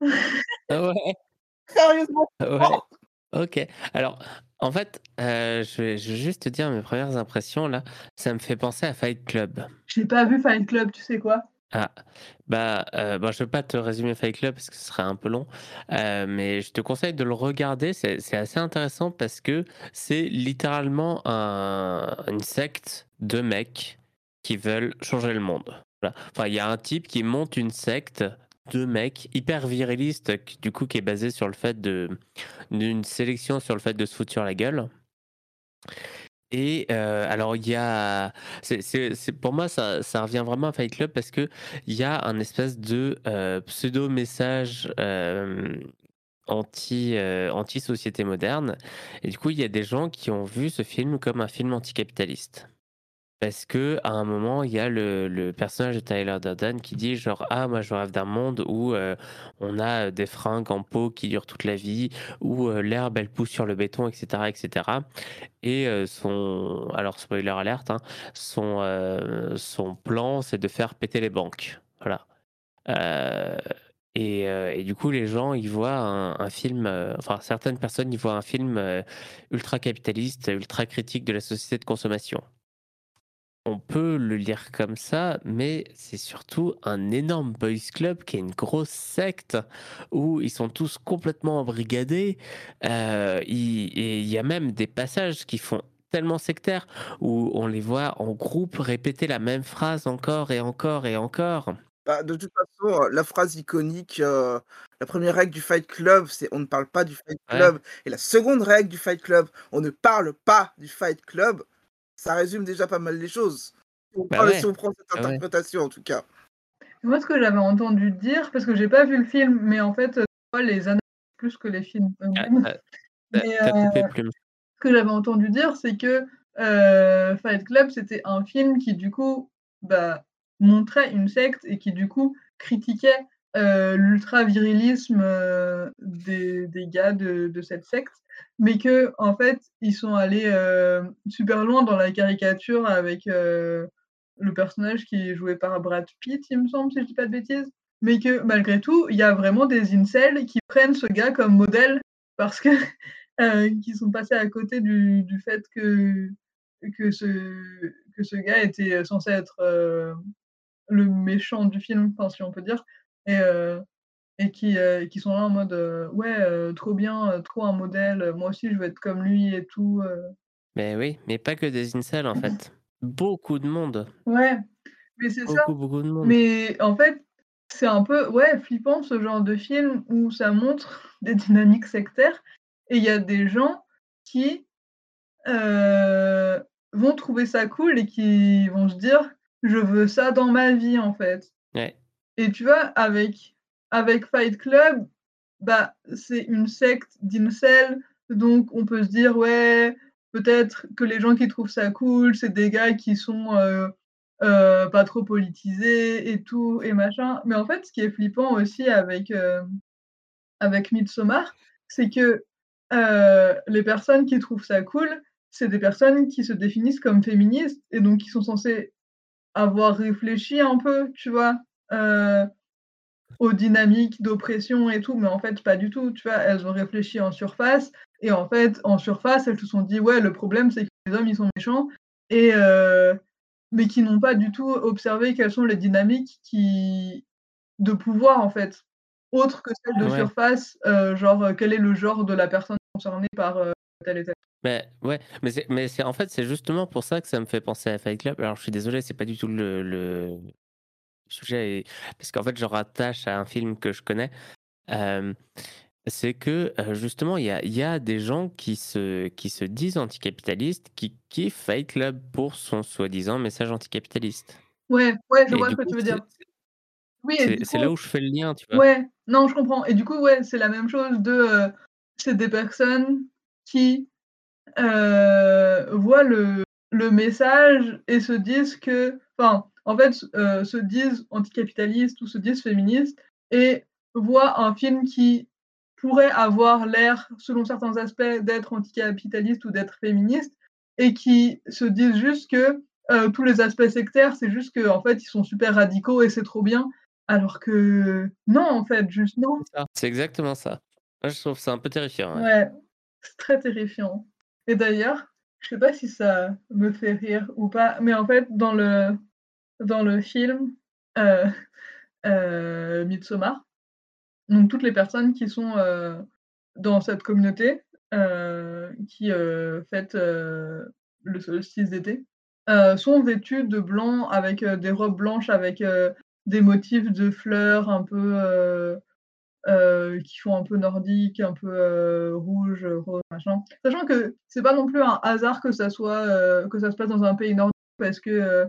Ah ouais, Sérieusement. ouais. Ok, alors en fait, euh, je, vais, je vais juste te dire mes premières impressions là. Ça me fait penser à Fight Club. J'ai pas vu Fight Club, tu sais quoi? Ah, bah, heu, bah, je vais pas te résumer Fight Club parce que ce serait un peu long, heu, mais je te conseille de le regarder. C'est c'est assez intéressant parce que c'est littéralement un une secte de mecs qui veulent changer le monde. Voilà. Enfin, il y a un type qui monte une secte de mecs hyper virilistes qui du coup, qui est basée sur le fait de d'une sélection sur le fait de se foutre sur la gueule. Et heu, alors il y a c'est c'est c'est pour moi ça ça revient vraiment à Fight Club parce que il y a un espèce de, heu, pseudo message, hem, anti, heu, anti-société moderne et du coup, il y a des gens qui ont vu ce film comme un film anticapitaliste. Parce qu'à un moment, il y a le le personnage de Tyler Durden qui dit genre: «Ah moi je rêve d'un monde où, heu, on a, des fringues en peau qui durent toute la vie, où, heu, l'herbe elle pousse sur le béton et cetera et cetera» et heu, son alors spoiler alert, hein, son, heu, son plan c'est de faire péter les banques. Voilà, heu et heu et du coup les gens ils voient un un film, heu, enfin certaines personnes ils voient un film, heu, ultra capitaliste, ultra critique de la société de consommation. On peut le lire comme ça, mais c'est surtout un énorme boys club qui est une grosse secte où ils sont tous complètement embrigadés. Heu, i et il y a même des passages qui font tellement sectaires où on les voit en groupe répéter la même phrase encore et encore et encore. Bah, de toute façon, heu, la phrase iconique, heu, la première règle du Fight Club, c'est: «On ne parle pas du Fight Ouais, Club» et la seconde règle du Fight Club: «On ne parle pas du Fight Club». Ça résume déjà pas mal les choses. Si on bah prend si ouais, on prend cette bah ouais. interprétation en tout cas. Moi, ce que j'avais entendu dire, parce que j'ai pas vu le film, mais en fait, heu, moi les analyses plus que les films Ah, eux-mêmes, tu mais as heu, coupé Plume. ce que j'avais entendu dire, c'est que, heu, Fight Club, c'était un film qui du coup, bah, montrait une secte et qui du coup critiquait, heu, l'ultra-virilisme, heu, des des gars de de cette secte, mais qu'en fait, ils sont allés, heu, super loin dans la caricature avec, heu, le personnage qui est joué par Brad Pitt, il me semble, si je dis pas de bêtises, mais que malgré tout, il y a vraiment des incels qui prennent ce gars comme modèle parce que Heu, qui sont passés à côté du du fait que que ce que ce gars était censé être, heu, le méchant du film, enfin, si on peut dire et heu et qui, heu, qui sont là en mode, heu: «Ouais, heu, trop bien, heu, trop un modèle, heu, moi aussi je veux être comme lui et tout», heu. Mais oui, mais pas que des incels en fait. Beaucoup de monde, Ouais, mais c'est ça. beaucoup, beaucoup de monde. Mais en fait, c'est un peu, ouais, flippant ce genre de film où ça montre des dynamiques sectaires et il y a des gens qui Heu, vont trouver ça cool et qui vont se dire: «Je veux ça dans ma vie», en fait. Ouais. Et tu vois, avec avec Fight Club, bah, c'est une secte d'incels, donc on peut se dire: «Ouais, peut-être que les gens qui trouvent ça cool, c'est des gars qui sont, heu heu, pas trop politisés et tout et machin». Mais en fait, ce qui est flippant aussi avec, hem, avec Midsommar, c'est que, heu, les personnes qui trouvent ça cool, c'est des personnes qui se définissent comme féministes et donc qui sont censées avoir réfléchi un peu, tu vois? Heu, aux dynamiques d'oppression et tout, mais en fait pas du tout, tu vois? Elles ont réfléchi en surface et en fait, en surface, elles se sont dit: «Ouais, le problème, c'est que les hommes, ils sont méchants» et heu, mais qui n'ont pas du tout observé quelles sont les dynamiques qui de pouvoir, en fait, autre que celle de Ouais. surface, heu, genre, heu, quel est le genre de la personne concernée par, heu, tel et tel. Mais ouais, mais c'est mais c'est en fait, c'est justement pour ça que ça me fait penser à Fight Club. Alors je suis désolé, c'est pas du tout le le sujet et parce qu'en fait, je rattache à un film que je connais. Hem, c'est que, heu, justement, il y a il y a des gens qui se qui se disent anticapitalistes, qui kiffent Fight Club pour son soi-disant message anticapitaliste Ouais, ouais, je et vois du ce que coup, tu veux dire. c'est Oui et c'est du c'est là coup où je fais le lien, tu vois? ouais, non, je comprends et du coup, ouais, c'est la même chose de, heu, c'est des personnes qui, heu, voient le le message et se disent que enfin, en fait, s heu, se disent anticapitalistes ou se disent féministes et voient un film qui pourrait avoir l'air, selon certains aspects, d'être anticapitaliste ou d'être féministe et qui se disent juste que, heu, tous les aspects sectaires, c'est juste qu'en fait, ils sont super radicaux et c'est trop bien. Alors que non, en fait, juste non. C'est ça. C'est exactement ça. Moi, je trouve ça un peu terrifiant, ouais. Ouais, c'est très terrifiant et d'ailleurs, je sais pas si ça me fait rire ou pas, mais en fait, dans le dans le film, heu heu, Midsommar. Donc toutes les personnes qui sont, heu, dans cette communauté, heu, qui, heu, fête, heu, le solstice d'été, heu, sont vêtues de blanc avec, heu, des robes blanches avec, heu, des motifs de fleurs un peu, heu heu, qui font un peu nordique, un peu, heu, rouge, rose, machin. Sachant que c'est pas non plus un hasard que ça soit, heu, que ça se passe dans un pays nordique parce que, heu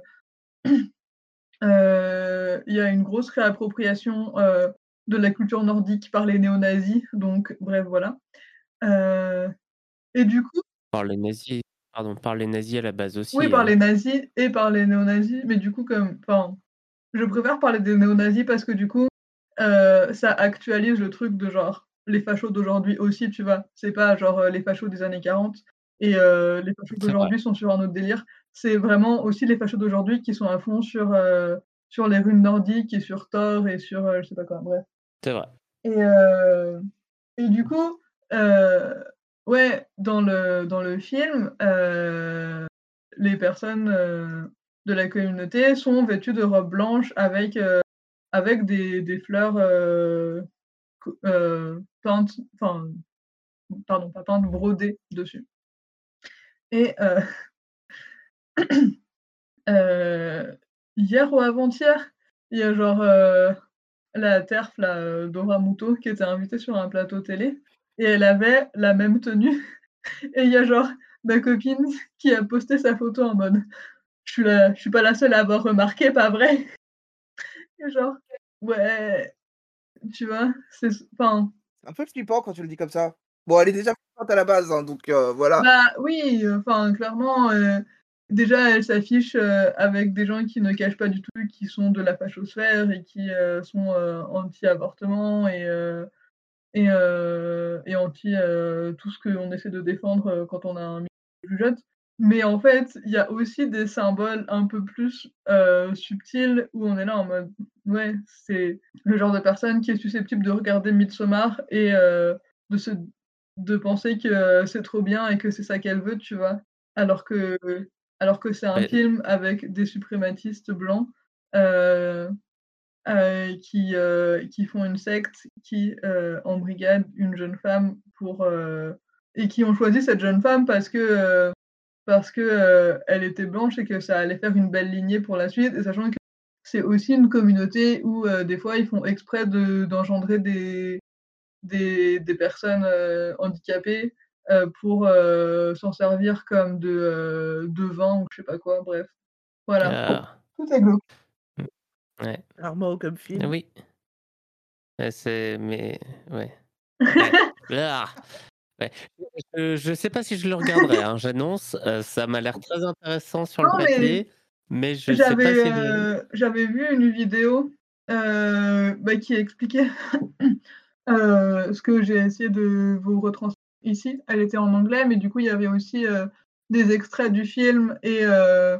heu, il y a une grosse réappropriation, heu, de la culture nordique par les néo-nazis, donc bref, voilà. Heu et du coup Par les nazis pardon, par les nazis à la base oui, aussi, par hein. les nazis et par les néo-nazis, mais du coup comme enfin, je préfère parler des néo-nazis parce que du coup, heu, ça actualise le truc de genre les fachos d'aujourd'hui aussi, tu vois? C'est pas genre, heu, les fachos des années quarante et heu, les fachos C'est vrai. d'aujourd'hui sont sur un autre délire. C'est vraiment aussi les fachos d'aujourd'hui qui sont à fond sur, heu, sur les runes nordiques et sur Thor et sur, heu, je sais pas quoi, bref. C'est vrai. Et heu et du coup, heu, ouais, dans le dans le film, heu, les personnes, heu, de la communauté sont vêtues de robes blanches avec, heu, avec des des fleurs, heu, co heu, peintes, enfin, pardon, pas peintes, brodées dessus. Et heu heu, hier ou avant-hier, il y a genre, heu, la TERF là, heu, Dora Muto qui était invitée sur un plateau télé et elle avait la même tenue. Et il y a genre ma copine qui a posté sa photo en mode: «Je suis la je suis pas la seule à avoir remarqué, pas vrai?» Et genre, ouais, tu vois? C'est s enfin, C'est un peu flippant quand tu le dis comme ça. Bon, elle est déjà flippante à la base, hein, donc heu, voilà. bah, oui, heu, enfin clairement, heu, déjà elle s'affiche, heu, avec des gens qui ne cachent pas du tout qui sont de la fachosphère et qui, heu, sont, heu, anti-avortement et heu et heu et anti, heu, tout ce qu'on essaie de défendre, heu, quand on a un milieu jeune. Mais en fait, il y a aussi des symboles un peu plus, heu, subtils où on est là en mode: «Ouais, c'est le genre de personne qui est susceptible de regarder Midsommar et heu, de se de penser que c'est trop bien et que c'est ça qu'elle veut», tu vois? Alors que alors que c'est un Ouais, film avec des suprématistes blancs, heu heu, qui, heu, qui font une secte, qui, heu, embrigadent une jeune femme pour, heu et qui ont choisi cette jeune femme parce que, heu, parce que, heu, elle était blanche et que ça allait faire une belle lignée pour la suite et sachant que c'est aussi une communauté où, heu, des fois, ils font exprès de d'engendrer des des des personnes, heu, handicapées, heu, pour, heu, s'en servir comme de, heu, de vin ou je sais pas quoi, bref. Voilà. ah, Tout est glauque. mmh, ouais, Armand comme film. oui, ouais, c'est mais ouais, ouais, ah, ouais. Je je sais pas si je le regarderai, hein, j'annonce, heu, ça m'a l'air très intéressant sur le Non, mais papier, mais je sais pas j'avais, si le heu, j'avais vu une vidéo, heu, bah, qui expliquait, heu, ce que j'ai essayé de vous retranscrire ici. Elle était en anglais, mais du coup, il y avait aussi, heu, des extraits du film et heu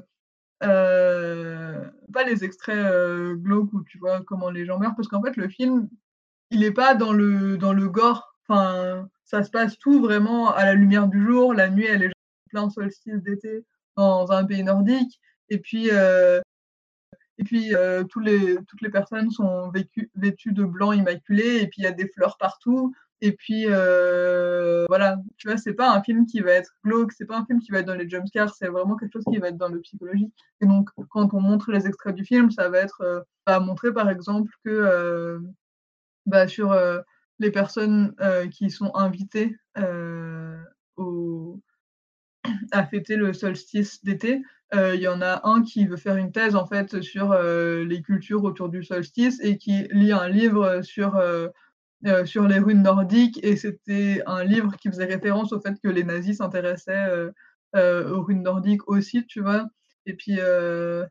heu, pas les extraits, heu, glauques où tu vois comment les gens meurent, parce qu'en fait, le film, il est pas dans le dans le gore. Enfin, ça se passe tout vraiment à la lumière du jour. La nuit, elle est plein solstice d'été dans un pays nordique et puis, heu et puis, heu, tous les toutes les personnes sont vécues vêtues de blanc immaculé et puis il y a des fleurs partout et puis, heu, voilà, tu vois? C'est pas un film qui va être glauque, c'est pas un film qui va être dans les jump scares, c'est vraiment quelque chose qui va être dans le psychologique et donc quand on montre les extraits du film, ça va être, heu, bah, montrer par exemple que, heu, bah, sur, heu, les personnes, heu, qui sont invitées, heu, au à fêter le solstice d'été. Heu, il y en a un qui veut faire une thèse en fait sur, heu, les cultures autour du solstice et qui lit un livre, sur, heu heu, sur les runes nordiques et c'était un livre qui faisait référence au fait que les nazis s'intéressaient, heu heu, aux runes nordiques aussi, tu vois? Et puis, heu,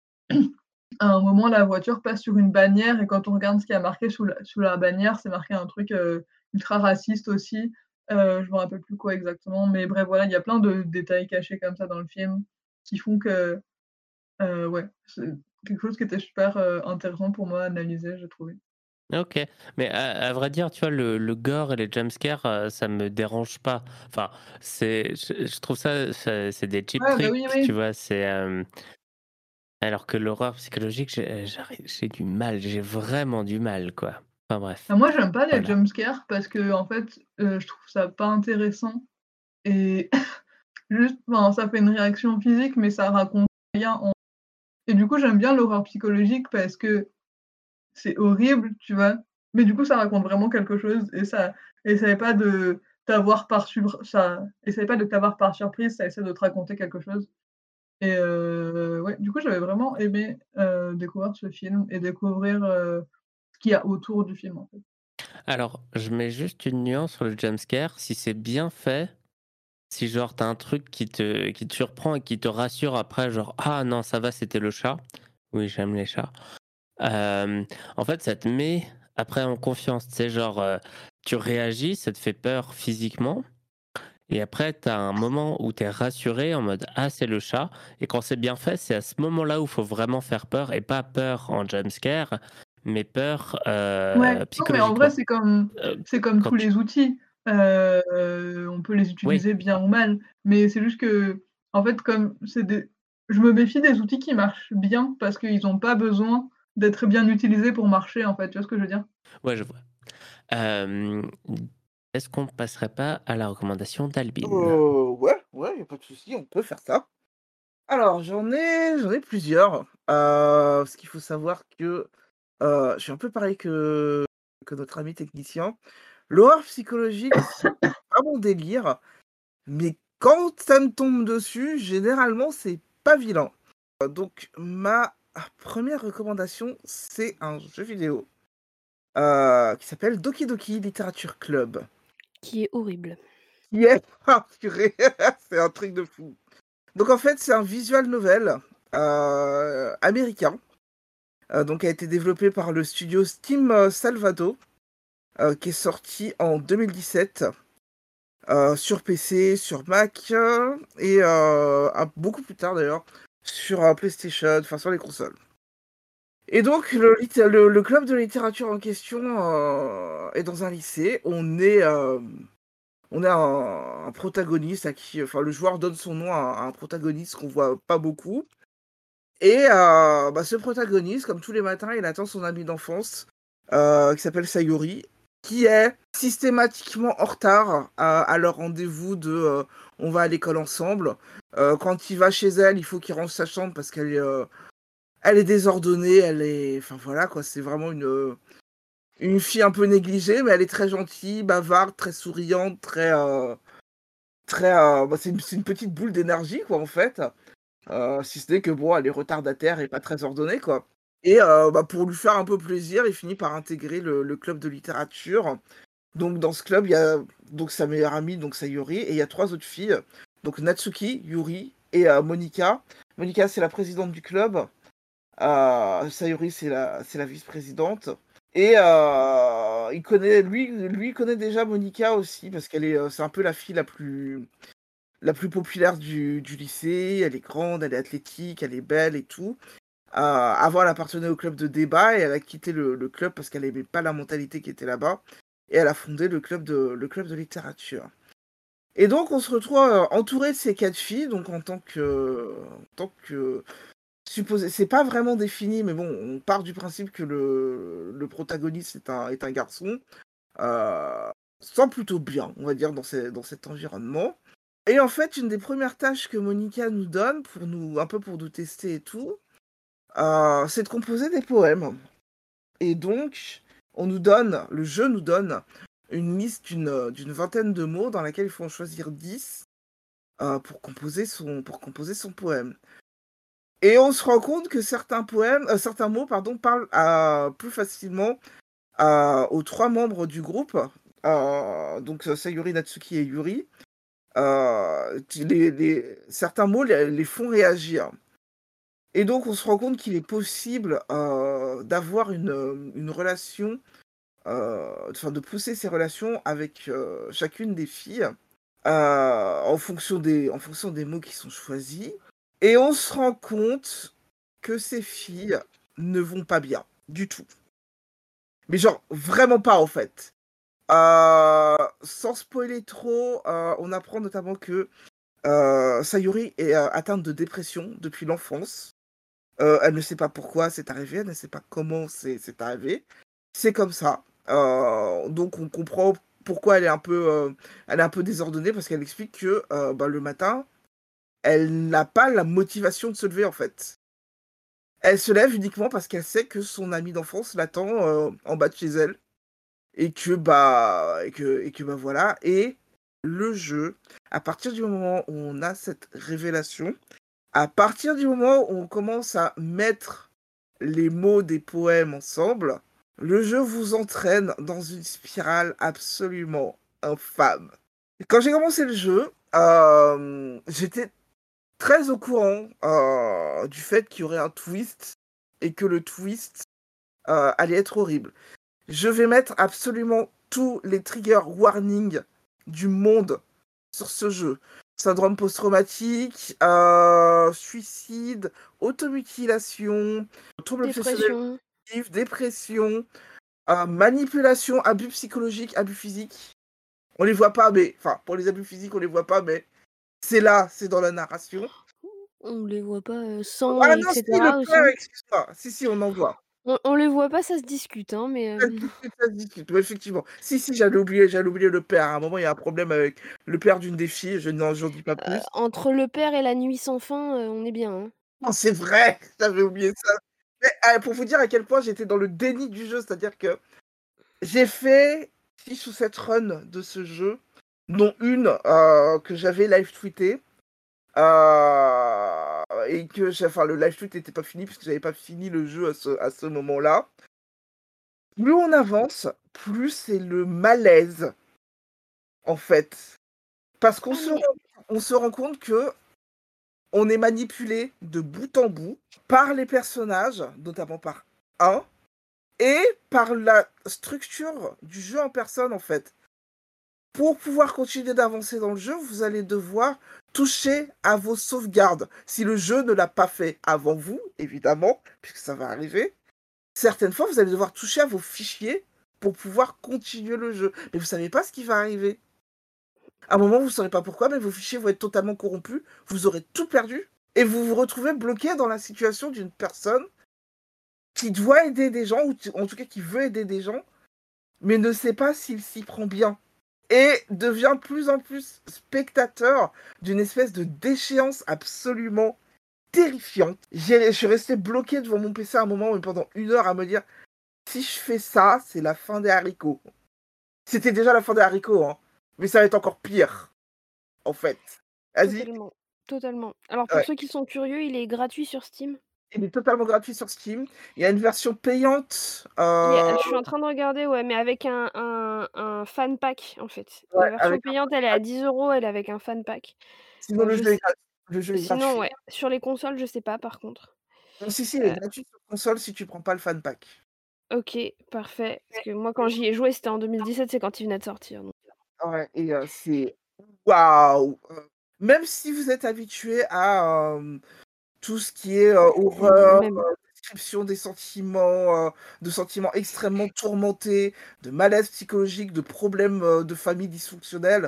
à un moment, la voiture passe sur une bannière et quand on regarde ce qui a marqué sous la sous la bannière, c'est marqué un truc, heu, ultra raciste aussi. Heu, je me rappelle plus quoi exactement, mais bref, voilà, il y a plein de détails cachés comme ça dans le film qui font que, heu, ouais, c'est quelque chose qui était super, heu, intéressant pour moi à analyser, j'ai trouvé. OK, mais à à vrai dire, tu vois, le le gore et les jumpscares, heu, ça me dérange pas. Enfin, c'est je je trouve ça, c'est c'est des cheap Ouais, bah, oui, tricks, tu oui. vois? C'est, hem, Alors que l'horreur psychologique, j'ai j'arrive j'ai du mal, j'ai vraiment du mal, quoi. Enfin bref, Bah, moi, j'aime pas les voilà. jumpscares parce que en fait, heu, je trouve ça pas intéressant et juste, enfin, ça fait une réaction physique, mais ça raconte rien en et du coup, j'aime bien l'horreur psychologique parce que c'est horrible, tu vois? Mais du coup, ça raconte vraiment quelque chose et ça essaie pas de t'avoir par sur ça essaie pas de t'avoir par surprise, ça essaie de te raconter quelque chose et heu, ouais, du coup, j'avais vraiment aimé, heu, découvrir ce film et découvrir, heu, ce qu'il y a autour du film, en fait. Alors, je mets juste une nuance sur le jumpscare, si c'est bien fait, si genre tu as un truc qui te qui te surprend et qui te rassure après genre: «Ah non, ça va, c'était le chat». Oui, j'aime les chats. Hem, en fait, ça te met après en confiance, tu sais, genre, heu, tu réagis, ça te fait peur physiquement et après tu as un moment où tu es rassuré en mode: «Ah, c'est le chat» et quand c'est bien fait, c'est à ce moment-là où il faut vraiment faire peur et pas peur en jumpscare, mais peur, Ouais, heu, non, mais en vrai, psychologiquement. c'est comme Heu, c'est comme quand tous tu les outils, heu, on peut les oui, utiliser bien ou mal, mais c'est juste qu'en fait, comme c'est des je me méfie des outils qui marchent bien parce qu'ils ont pas besoin d'être bien utilisés pour marcher, en fait, tu vois ce que je veux dire? ouais, je vois. Hem, est-ce qu'on passerait pas à la recommandation d'Albin? Heu, ouais, ouais, y a pas de souci, on peut faire ça. Alors j'en ai j'en ai plusieurs, heu, parce qu'il faut savoir que, heu, je suis un peu pareil que que notre ami technicien. L'horreur psychologique, c'est pas mon délire, mais quand ça me tombe dessus, généralement, c'est pas vilain. Heu, donc ma première recommandation, c'est un jeu vidéo, heu, qui s'appelle Doki Doki Literature Club, Qui est horrible. qui est ah purée, c'est un truc de fou. Donc en fait, c'est un visual novel, heu, américain, heu, donc qui a été développé par le studio Steam, heu, Salvado, heu, qui est sorti en deux mille dix-sept, heu, sur P C, sur Mac, heu et heu, ah, beaucoup plus tard d'ailleurs, sur, heu, PlayStation, enfin sur les consoles. Et donc le lit le le club de littérature en question, heu, est dans un lycée. On est, hem, on a un un protagoniste à qui enfin le joueur donne son nom à à un protagoniste qu'on voit pas beaucoup et heu, bah, ce protagoniste, comme tous les matins, il attend son ami d'enfance, heu, qui s'appelle Sayori, qui est systématiquement en retard à à leur rendez-vous de, heu, on va à l'école ensemble. Heu, quand il va chez elle, il faut qu'il range sa chambre parce qu'elle est, heu, elle est désordonnée, elle est enfin voilà quoi, c'est vraiment une, heu, une fille un peu négligée, mais elle est très gentille, bavarde, très souriante, très, heu, très, heu, bah, c'est une c'est une petite boule d'énergie quoi, en fait. Heu, si ce n'est que bon, elle est retardataire et pas très ordonnée, quoi. Et heu, bah, pour lui faire un peu plaisir, il finit par intégrer le le club de littérature. Donc dans ce club, il y a donc sa meilleure amie, donc Sayori, et il y a trois autres filles, donc Natsuki, Yuri et heu, Monika. Monika, c'est la présidente du club, heu, Sayori, c'est la c'est la vice-présidente et heu, il connaît lui lui, il connaît déjà Monika aussi parce qu'elle est, heu, c'est un peu la fille la plus la plus populaire du du lycée. Elle est grande, elle est athlétique, elle est belle et tout. Heu, avant, elle appartenait au club de débat et elle a quitté le le club parce qu'elle aimait pas la mentalité qui était là-bas et elle a fondé le club de le club de littérature. Et donc on se retrouve, heu, entouré de ces quatre filles, donc en tant que en tant que supposé c'est pas vraiment défini, mais bon, on part du principe que le le protagoniste est un est un garçon, heu, se sent plutôt bien, on va dire, dans ces dans cet environnement. Et en fait, une des premières tâches que Monica nous donne pour nous un peu pour nous tester et tout, heu, c'est de composer des poèmes. Et donc, on nous donne le jeu nous donne une liste d'une, heu, d'une vingtaine de mots dans laquelle il faut en choisir dix, heu, pour composer son pour composer son poème. Et on se rend compte que certains poèmes, heu, certains mots pardon, parlent à plus facilement à aux trois membres du groupe, heu, donc heu, Sayuri, Natsuki et Yuri. Heu, tu les les certains mots les les font réagir et donc on se rend compte qu'il est possible, heu, d'avoir une, hem, une relation, heu, enfin de pousser ces relations avec, heu, chacune des filles, heu, en fonction des en fonction des mots qui sont choisis et on se rend compte que ces filles ne vont pas bien, du tout. Mais genre vraiment pas en fait. Heu, sans spoiler trop, heu, on apprend notamment que Heu, Sayuri est, heu, atteinte de dépression depuis l'enfance Heu, elle ne sait pas pourquoi c'est arrivé, elle ne sait pas comment c'est c'est arrivé. C'est comme ça. Heu, donc on comprend pourquoi elle est un peu, heu, elle est un peu désordonnée parce qu'elle explique que, heu, bah, le matin, elle n'a pas la motivation de se lever, en fait. Elle se lève uniquement parce qu'elle sait que son amie d'enfance l'attend, heu, en bas de chez elle et que, bah et que et que, bah, voilà et le jeu, à partir du moment où on a cette révélation, à partir du moment où on commence à mettre les mots des poèmes ensemble, le jeu vous entraîne dans une spirale absolument infâme. Et quand j'ai commencé le jeu, hem, j'étais très au courant, heu, du fait qu'il y aurait un twist et que le twist, heu, allait être horrible. Je vais mettre absolument tous les trigger warnings du monde sur ce jeu. Syndrome post-traumatique, heu, suicide, automutilation, troubles obsessionnels Dépression. compulsifs, dépression, heu, manipulation, abus psychologiques, abus physiques. On les voit pas, mais enfin, pour les abus physiques, on les voit pas, mais c'est là, c'est dans la narration. On les voit pas, heu, sang Ah et non, si, le cetera père, aussi? excuse-moi. Si, si, on en voit. On on les voit pas, ça se discute, hein, mais Ça se hem, discute, ça se discute. Ouais, effectivement. Si, si, j'avais oublié j'avais oublié le père. À un moment, il y a un problème avec le père d'une des filles, je n'en j'en dis pas heu, plus. entre le père et la nuit sans fin, heu, on est bien, hein. Non, c'est vrai! J'avais oublié ça. Mais, ah, pour vous dire à quel point j'étais dans le déni du jeu, c'est-à-dire que j'ai fait six ou sept runs de ce jeu, dont une, heu, que j'avais live tweetée, heu et que j'ai enfin, le live tweet n'était pas fini puisque j'avais pas fini le jeu à ce à ce moment-là. Plus on avance, plus c'est le malaise, en fait. Parce qu'on Ah se rend mais on se rend compte que on est manipulé de bout en bout par les personnages, notamment par un, et par la structure du jeu en personne, en fait. Pour pouvoir continuer d'avancer dans le jeu, vous allez devoir toucher à vos sauvegardes. Si le jeu ne l'a pas fait avant vous, évidemment, puisque ça va arriver, certaines fois, vous allez devoir toucher à vos fichiers pour pouvoir continuer le jeu. Mais vous savez pas ce qui va arriver. À un moment, vous ne saurez pas pourquoi, mais vos fichiers vont être totalement corrompus, vous aurez tout perdu, et vous vous retrouvez bloqué dans la situation d'une personne qui doit aider des gens, ou t- en tout cas qui veut aider des gens, mais ne sait pas s'il s'y prend bien. Et devient plus en plus spectateur d'une espèce de déchéance absolument terrifiante. J'ai- Je suis resté bloqué devant mon P C à un moment, mais pendant une heure, à me dire, si je fais ça, c'est la fin des haricots. C'était déjà la fin des haricots, hein. Mais ça va être encore pire, en fait. Vas-y. totalement, totalement. Alors pour Ouais. ceux qui sont curieux, il est gratuit sur Steam. Il est totalement gratuit sur Steam. Il y a une version payante, Il y a heu, je suis en train de regarder, ouais, mais avec un un un fan pack, en fait. ouais, La version avec un payante, elle est à dix euros, elle est avec un fan pack. sinon Heu, le je jeu est sais gratuit. Le jeu est sinon, gratuit. ouais, sur les consoles, je sais pas par contre. Non, si, si, il est Heu, gratuit sur console si tu prends pas le fan pack. OK, parfait. Parce que moi, quand j'y ai joué, c'était en deux mille dix-sept, c'est quand il venait de sortir, donc Ouais et heu, c'est waouh! Heu, même si vous êtes habitué à, hem, tout ce qui est, heu, horreur, même heu, description des sentiments, heu, de sentiments extrêmement tourmentés, de malaise psychologique, de problèmes, heu, de famille dysfonctionnelle,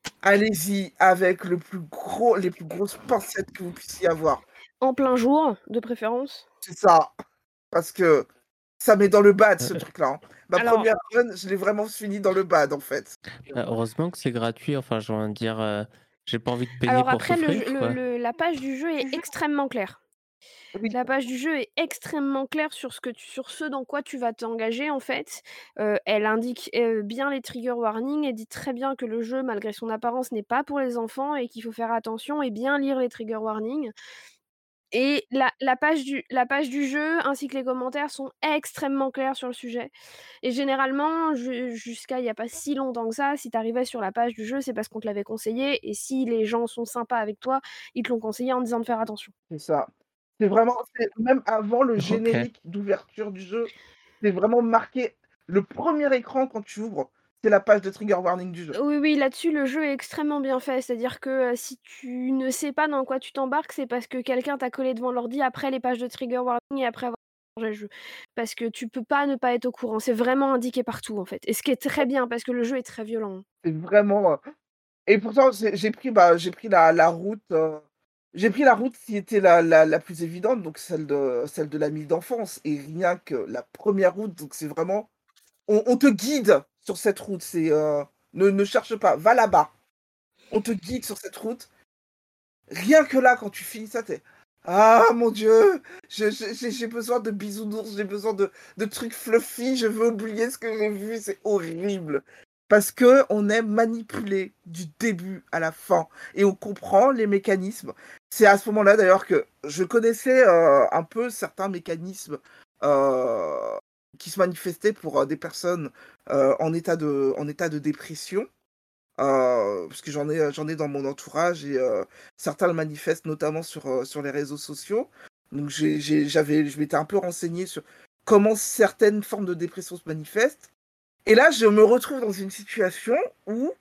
allez-y avec le plus gros les plus grosses pincettes que vous puissiez avoir. en plein jour, de préférence. C'est ça, parce que ça met dans le bad ce Heu, truc-là, hein. Ma Alors première run, je l'ai vraiment fini dans le bad, en fait. bah, heureusement que c'est gratuit, enfin, j'ai envie de dire, heu, j'ai pas envie de payer alors pour après le jeu souffrir, le quoi. le la page du jeu est extrêmement claire. Oui, La page du jeu est extrêmement claire sur ce que tu sur ce dans quoi tu vas t'engager, en fait. Heu, elle indique, heu, bien les trigger warnings, elle dit très bien que le jeu, malgré son apparence, n'est pas pour les enfants et qu'il faut faire attention et bien lire les trigger warnings. Et la la page du la page du jeu ainsi que les commentaires sont extrêmement clairs sur le sujet et généralement, ju jusqu'à il y a pas si longtemps que ça, si tu arrivais sur la page du jeu, c'est parce qu'on te l'avait conseillé et si les gens sont sympas avec toi, ils te l'ont conseillé en disant de faire attention. c'est ça. C'est vraiment c'est même avant le OK. générique d'ouverture du jeu, c'est vraiment marqué. Le premier écran quand tu ouvres, c'est la page de trigger warning du jeu. Oui, oui, là-dessus, le jeu est extrêmement bien fait. C'est-à-dire que, heu, si tu ne sais pas dans quoi tu t'embarques, c'est parce que quelqu'un t'a collé devant l'ordi après les pages de trigger warning et après avoir changé le jeu. Parce que tu peux pas ne pas être au courant. C'est vraiment indiqué partout, en fait et ce qui est très bien parce que le jeu est très violent, hein. C'est vraiment, heu et pourtant j'ai j'ai pris, bah, j'ai pris la la route, heu J'ai pris la route qui était la la la plus évidente, donc celle de celle de l'ami d'enfance et rien que la première route, donc c'est vraiment on on te guide sur cette route, c'est, heu, ne ne cherche pas, va là-bas. On te guide sur cette route. Rien que là, quand tu finis ça, tu es: «Ah mon Dieu, je je j'ai j'ai besoin de bisounours, j'ai besoin de de trucs fluffy, je veux oublier ce que j'ai vu», c'est horrible. Parce qu'on est manipulé du début à la fin et on comprend les mécanismes. C'est à ce moment-là d'ailleurs que je connaissais, heu, un peu certains mécanismes, heu, qui se manifestaient pour, heu, des personnes, heu, en état de en état de dépression. Heu, parce que j'en ai, heu, j'en ai dans mon entourage et heu, certains le manifestent notamment sur, heu, sur les réseaux sociaux. Donc j'ai j'ai j'avais je m'étais un peu renseigné sur comment certaines formes de dépression se manifestent et là, je me retrouve dans une situation où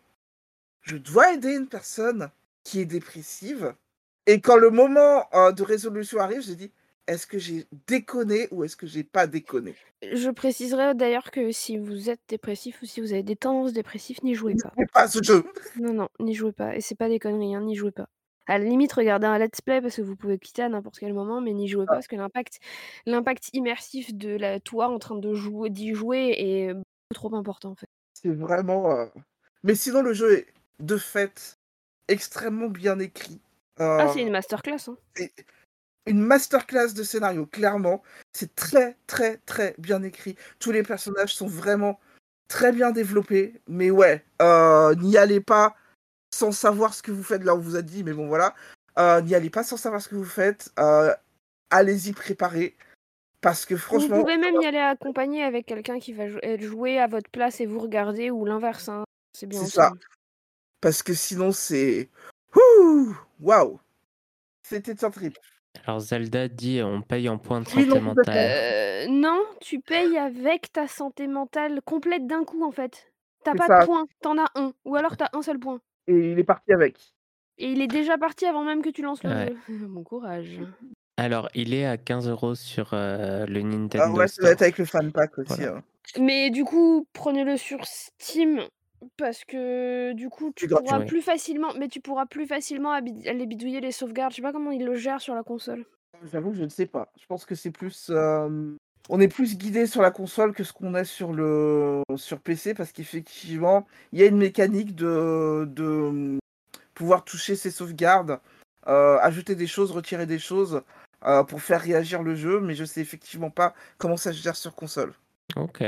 je dois aider une personne qui est dépressive et quand le moment, heu, de résolution arrive, je dis: «Est-ce que j'ai déconné ou est-ce que j'ai pas déconné?» Je préciserai d'ailleurs que si vous êtes dépressif ou si vous avez des tendances dépressives, n'y jouez Ne pas. jouez pas à ce jeu! Non, non, n'y jouez pas et c'est pas des conneries, hein, n'y jouez pas. À la limite, regardez un let's play parce que vous pouvez quitter à n'importe quel moment, mais n'y jouez pas Ah, parce que l'impact l'impact immersif de la toi en train de jouer d'y jouer est beaucoup trop important, en fait. c'est vraiment, heu mais sinon le jeu est de fait extrêmement bien écrit. Ah, c'est Heu, une masterclass, hein. c'est une masterclass de scénario, clairement. C'est très, très, très bien écrit. Tous les personnages sont vraiment très bien développés. Mais ouais, heu, n'y allez pas sans savoir ce que vous faites. Là, on vous a dit, mais bon voilà. Heu, n'y allez pas sans savoir ce que vous faites. Heu, allez-y préparés parce que Vous franchement, pouvez même y aller accompagné avec quelqu'un qui va jou heu, jouer à votre place et vous regarder ou l'inverse, hein. C'est bien c'est aussi, ça. hein. Parce que sinon c'est ouh! Waouh! C'était un trip. Alors Zelda dit on paye en points de Oui, santé non, complètement. mentale. Heu, non, tu payes avec ta santé mentale complète d'un coup, en fait. Tu as C'est pas de ça points, tu en as un ou alors tu as un seul point et il est parti avec. et il est déjà parti avant même que tu lances le Ouais. jeu. Bon courage. Alors, il est à quinze euros sur euh, le Ah Nintendo ouais, ça doit être Store. avec le fan pack aussi, Voilà. hein. Mais du coup, prenez-le sur Steam parce que du coup, C'est tu pourras gratuit. Oui. plus facilement mais tu pourras plus facilement abi aller bidouiller les sauvegardes. Je sais pas comment ils le gèrent sur la console. J'avoue que je ne sais pas. Je pense que c'est plus, hem, on est plus guidé sur la console que ce qu'on est sur le sur P C parce qu'effectivement, il y a une mécanique de de, mmh, pouvoir toucher ses sauvegardes, heu, ajouter des choses, retirer des choses, heu, pour faire réagir le jeu, mais je sais effectivement pas comment ça se gère sur console. Ok,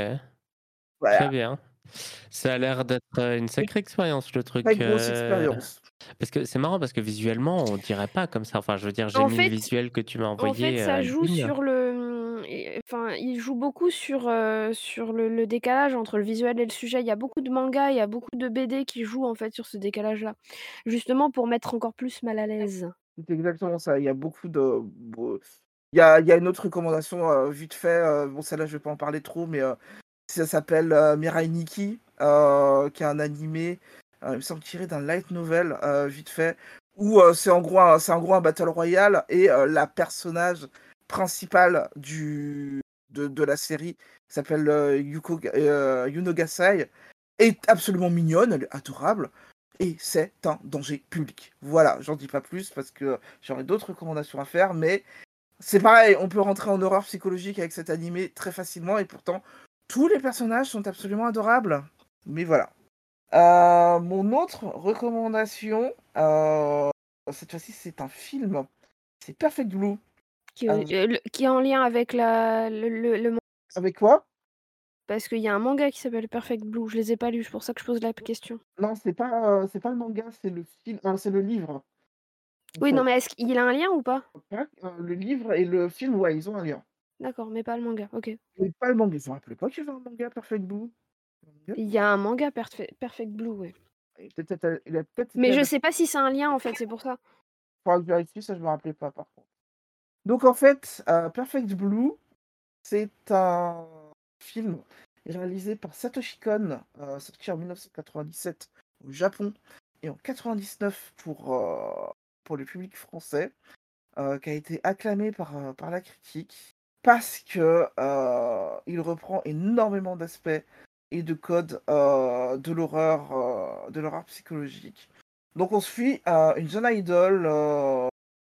très Voilà, bien. Ça a l'air d'être euh, une sacrée expérience, le très truc. grosse euh, expérience. Parce que c'est marrant, parce que visuellement, on dirait pas comme ça. Enfin, je veux dire, j'ai En mis le fait visuel que tu m'as En fait, envoyé, euh, ça joue Aline. sur le, mmh et enfin, il joue beaucoup sur, heu, sur le le décalage entre le visuel et le sujet. Il y a beaucoup de mangas, il y a beaucoup de B D qui jouent, en fait, sur ce décalage-là. Justement pour mettre encore plus mal à l'aise. C'est exactement ça. Il y a beaucoup de bo il y a il y a une autre recommandation, heu, vite fait, heu, bon celle-là je vais pas en parler trop, mais heu, ça s'appelle, heu, Mirai Nikki, heu, qui est un animé, heu, il me semble tiré d'un light novel, heu, vite fait, où, heu, c'est en gros un c'est en gros un battle royale et heu, la personnage principale du de de la série qui s'appelle, heu, Yuko Ga heu, Yuno Gasai, est absolument mignonne, elle est adorable et c'est un danger public. Voilà, j'en dis pas plus parce que j'aurais d'autres recommandations à faire, mais c'est pareil, on peut rentrer en horreur psychologique avec cet animé très facilement et pourtant tous les personnages sont absolument adorables. Mais voilà. Heu, mon autre recommandation, heu, cette fois-ci c'est un film, c'est Perfect Blue. Que, Heu, heu, le qui est en lien avec la le le le man avec quoi? parce qu'il y a un manga qui s'appelle Perfect Blue. Je les ai pas lus, c'est pour ça que je pose la question. Non, c'est pas, heu, c'est pas le manga, c'est le film, heu, c'est le livre, en Oui, non, fait. mais est-ce qu'il a un lien ou pas? Heu, le livre et le film, ouais, ils ont un lien. D'accord, mais pas le manga, OK. Mais pas le manga, je me rappelais pas qu'il y avait un manga Perfect Blue. Un manga? Il y a un manga Perfe Perfect Blue, ouais. Il est peut-être atta il a peut-être été Mais je adapté. sais pas si c'est un lien, en fait, c'est pour ça. Faudra que je vérifie, ça je me rappelais pas par contre. Donc en fait, heu, Perfect Blue, c'est un film réalisé par Satoshi Kon, heu, sorti en mille neuf cent quatre-vingt-dix-sept au Japon et en quatre-vingt-dix-neuf pour, heu, pour le public français, heu, qui a été acclamé par, heu, par la critique parce que, heu, il reprend énormément d'aspects et de codes, heu, de l'horreur, heu, de l'horreur psychologique. Donc on suit, heu, une jeune idol, heu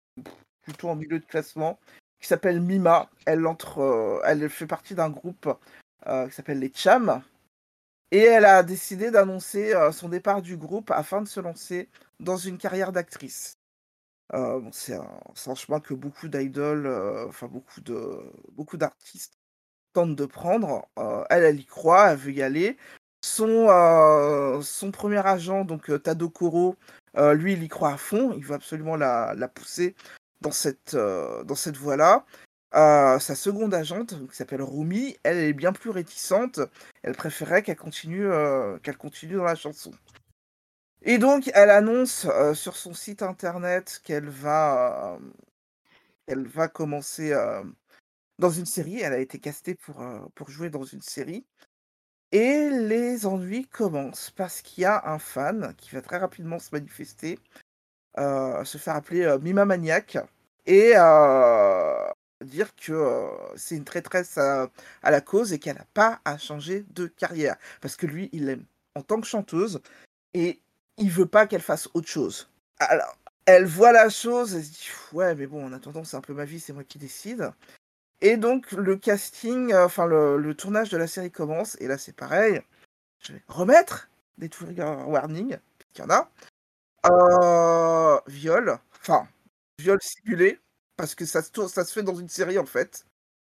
plutôt en milieu de classement, qui s'appelle Mima. Elle entre, heu, elle fait partie d'un groupe, heu, qui s'appelle les Cham et elle a décidé d'annoncer, heu, son départ du groupe afin de se lancer dans une carrière d'actrice. Heu, bon, c'est un c'est un chemin que beaucoup d'idoles, heu, enfin beaucoup de beaucoup d'artistes tentent de prendre. Heu, elle, elle y croit, elle veut y aller. Son, heu, son premier agent, donc heu, Tadokoro, heu, lui, il y croit à fond. Il veut absolument la la pousser dans cette, heu, dans cette voie-là. Heu, sa seconde agente, qui s'appelle Rumi, elle, elle est bien plus réticente. Elle préférait qu'elle continue, heu, qu'elle continue dans la chanson. Et donc elle annonce, heu, sur son site internet qu'elle va, hem, qu'elle va commencer, hem, dans une série. Elle a été castée pour, heu, pour jouer dans une série et les ennuis commencent parce qu'il y a un fan qui va très rapidement se manifester, heu, se faire appeler, heu, Mima Maniac et heu, dire que, heu, c'est une traîtresse à à la cause et qu'elle a pas à changer de carrière. Parce que lui, il l'aime en tant que chanteuse et il veut pas qu'elle fasse autre chose. Alors, elle voit la chose, elle se dit: «Ouais, mais bon, en attendant, c'est un peu ma vie, c'est moi qui décide» et donc le casting, heu, enfin le le tournage de la série commence et là, c'est pareil. Je vais remettre des trigger warnings, qu'il y en a. Heu, viol, enfin, viol simulé, parce que ça se tourne ça se fait dans une série, en fait.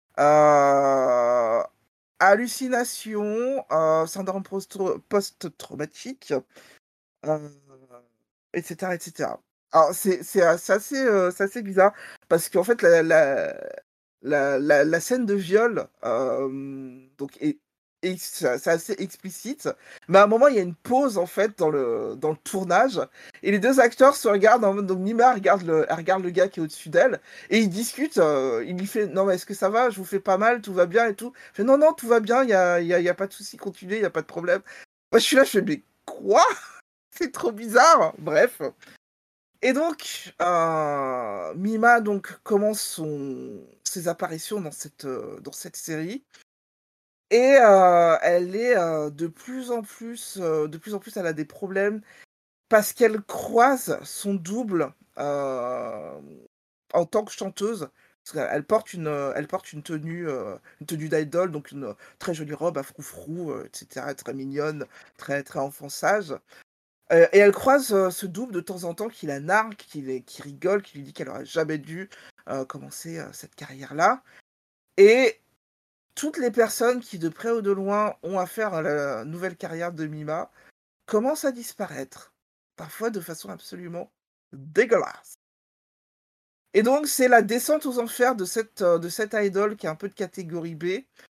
Heu, hallucinations, heu, syndrome postau post-traumatique, heu, et cetera, et cetera. Alors c'est c'est a c'est assez, heu, c'est assez bizarre parce qu'en fait la la la la la scène de viol, hem, donc est est c'est c'est assez explicite, mais à un moment, il y a une pause, en fait, dans le dans le tournage et les deux acteurs se regardent en mode donc Mima regarde le elle regarde le gars qui est au-dessus d'elle et ils discutent, heu, il lui fait: «Non mais est-ce que ça va? Je vous fais pas mal? Tout va bien et tout?» Elle fait: «Non, non, tout va bien, il y a il y a il y a pas de souci, continuez, il y a pas de problème». Moi, je suis là, je fais: «Mais quoi?» C'est trop bizarre! Bref et donc heu, Mima donc commence son ses apparitions dans cette, heu, dans cette série et heu, elle est, heu, de plus en plus, heu, de plus en plus elle a des problèmes parce qu'elle croise son double, hem, en tant que chanteuse. Parce qu'elle elle porte une, heu, elle porte une tenue, heu, une tenue d'idol, donc une, heu, très jolie robe à froufrou, heu, et cetera, très mignonne, très très enfant sage. Heu et elle croise, heu, ce double de temps en temps qui la nargue, qui les qui rigole, qui lui dit qu'elle aurait jamais dû, heu, commencer, heu, cette carrière-là et toutes les personnes qui, de près ou de loin, ont affaire à la nouvelle carrière de Mima commencent à disparaître, parfois de façon absolument dégueulasse. Et donc c'est la descente aux enfers de cette, heu, de cette idol qui est un peu de catégorie B,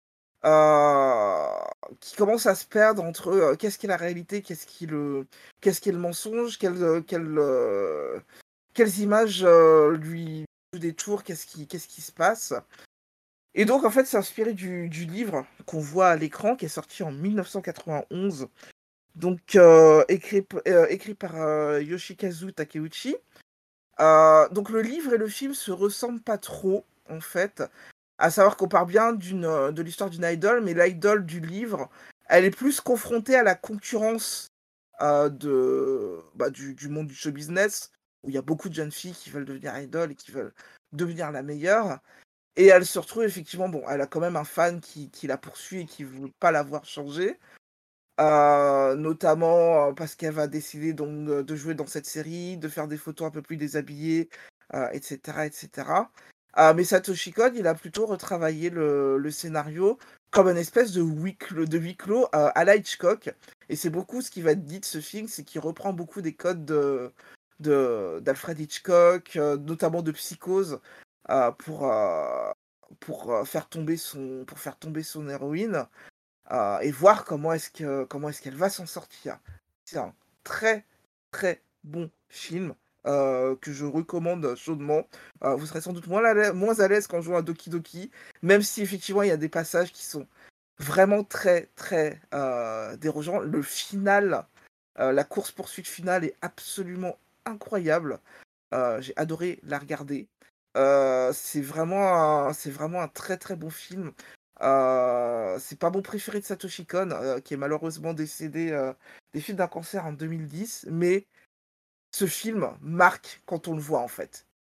heu, qui commence à se perdre entre, heu, qu'est-ce qui est la réalité, qu'est-ce qui le qu'est-ce qui est le mensonge, quelles, heu, quelles, heu, quelles images, heu, lui jouent des tours, qu'est-ce qui qu'est-ce qui se passe? Et donc en fait, c'est inspiré du du livre qu'on voit à l'écran, qui est sorti en mille neuf cent quatre-vingt-onze, donc heu, écrit p heu, écrit par, heu, Yoshikazu Takeuchi. Heu, donc le livre et le film se ressemblent pas trop, en fait. À savoir qu'on part bien d'une, heu, de l'histoire d'une idol, mais l'idol du livre, elle est plus confrontée à la concurrence, heu, de, bah, du du monde du show business, où il y a beaucoup de jeunes filles qui veulent devenir idol et qui veulent devenir la meilleure et elle se retrouve effectivement bon, elle a quand même un fan qui qui la poursuit et qui veut pas la voir changer, heu, notamment, heu, parce qu'elle va décider donc de de jouer dans cette série, de faire des photos un peu plus déshabillées, heu, et cetera, et cetera. Heu, mais Satoshi Kon, il a plutôt retravaillé le le scénario comme une espèce de huis clos de huis clos, heu, à la Hitchcock et c'est beaucoup ce qui va être dit de ce film, c'est qu'il reprend beaucoup des codes de de d'Alfred Hitchcock, heu, notamment de Psychose, heu, pour, heu, pour, heu, faire tomber son pour faire tomber son héroïne. Heu et voir comment est-ce que comment est-ce qu'elle va s'en sortir. C'est un très, très bon film, heu, que je recommande chaudement. Heu, vous serez sans doute moins à l'ai moins à l'aise qu'en jouant à Doki Doki, même si effectivement il y a des passages qui sont vraiment très, très, heu, dérangeants. Le final, heu, la course poursuite finale est absolument incroyable. Heu, j'ai adoré la regarder. Heu, c'est vraiment un c'est vraiment un très, très bon film. Heu, c'est pas mon préféré de Satoshi Kon, heu, qui est malheureusement décédé, heu, des suites d'un cancer en deux mille dix, mais ce film marque quand on le voit, en fait.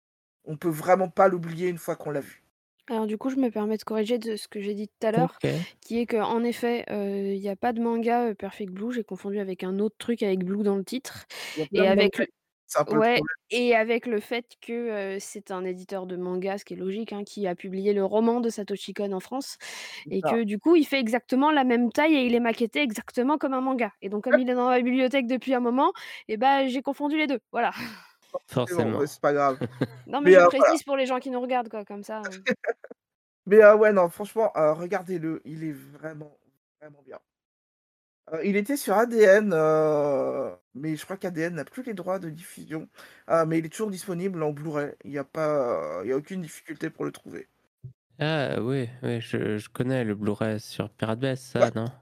on peut vraiment pas l'oublier une fois qu'on l'a vu. Alors du coup, je me permets de corriger de ce que j'ai dit tout à l'heure, OK. qui est qu'en effet, heu, il y a pas de manga, heu, Perfect Blue, j'ai confondu avec un autre truc avec Blue dans le titre Il y a plein et de mangas, avec l c'est un peu le ouais problème et aussi. avec le fait que, heu, c'est un éditeur de manga, ce qui est logique, hein, qui a publié le roman de Satoshi Kon en France C'est et ça. que du coup, il fait exactement la même taille et il est maquetté exactement comme un manga et donc comme il est dans ma bibliothèque depuis un moment et bah, j'ai confondu les deux, voilà. C'est bon, Forcément. ouais, c'est pas grave. Non mais Mais je heu, voilà. précise pour les gens qui nous regardent quoi, comme ça, heu Mais heu, ouais, non, franchement, heu, regardez-le, il est vraiment, vraiment bien. Heu, il était sur A D N, heu, mais je crois qu'A D N n'a plus les droits de diffusion, heu, mais il est toujours disponible en Blu-ray. Il y a pas, il y a aucune difficulté pour le trouver. Ah oui, oui, je je connais le Blu-ray sur Pirate Bay, c'est Ouais. ça, non?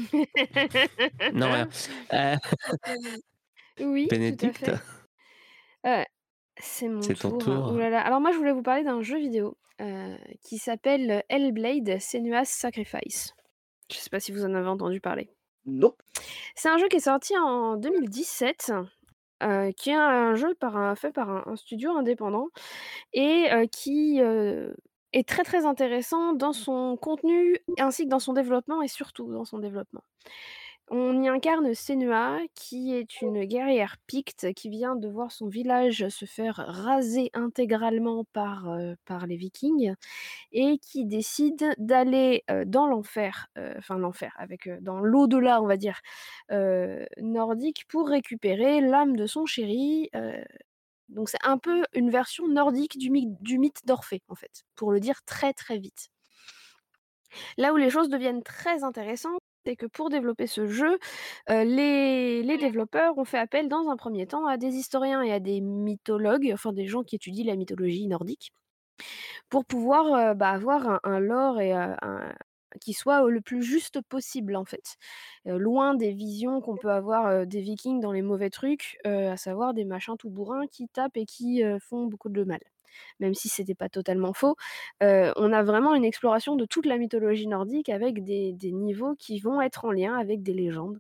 Non, rien. Heu, Hem, oui, tout à Bénédicte? fait. Heu, c'est mon C'est ton tour. Ouh tour. là là. Alors moi, je voulais vous parler d'un jeu vidéo, heu, qui s'appelle Hellblade: Senua's Sacrifice. Je sais pas si vous en avez entendu parler? Nope. C'est un jeu qui est sorti en deux mille dix-sept, heu, qui est un jeu par un fait par un un studio indépendant et heu, qui, heu, est très, très intéressant dans son contenu ainsi que dans son développement et surtout dans son développement. On y incarne Senua qui est une guerrière picte qui vient de voir son village se faire raser intégralement par, heu, par les Vikings et qui décide d'aller, heu, dans l'enfer, heu, enfin l'enfer avec, heu, dans l'au-delà on va dire, heu, nordique pour récupérer l'âme de son chéri, heu, donc c'est un peu une version nordique du mythe du mythe d'Orphée en fait, pour le dire très, très vite. Là où les choses deviennent très intéressantes, c'est que pour développer ce jeu, heu, les les développeurs ont fait appel dans un premier temps à des historiens et à des mythologues, enfin des gens qui étudient la mythologie nordique, pour pouvoir, heu, bah, avoir un un lore et heu, un qui soit, heu, le plus juste possible en fait. Heu, loin des visions qu'on peut avoir, heu, des Vikings dans les mauvais trucs, heu, à savoir des machins tout bourrins qui tapent et qui, heu, font beaucoup de mal. Même si c'était pas totalement faux, heu, on a vraiment une exploration de toute la mythologie nordique avec des des niveaux qui vont être en lien avec des légendes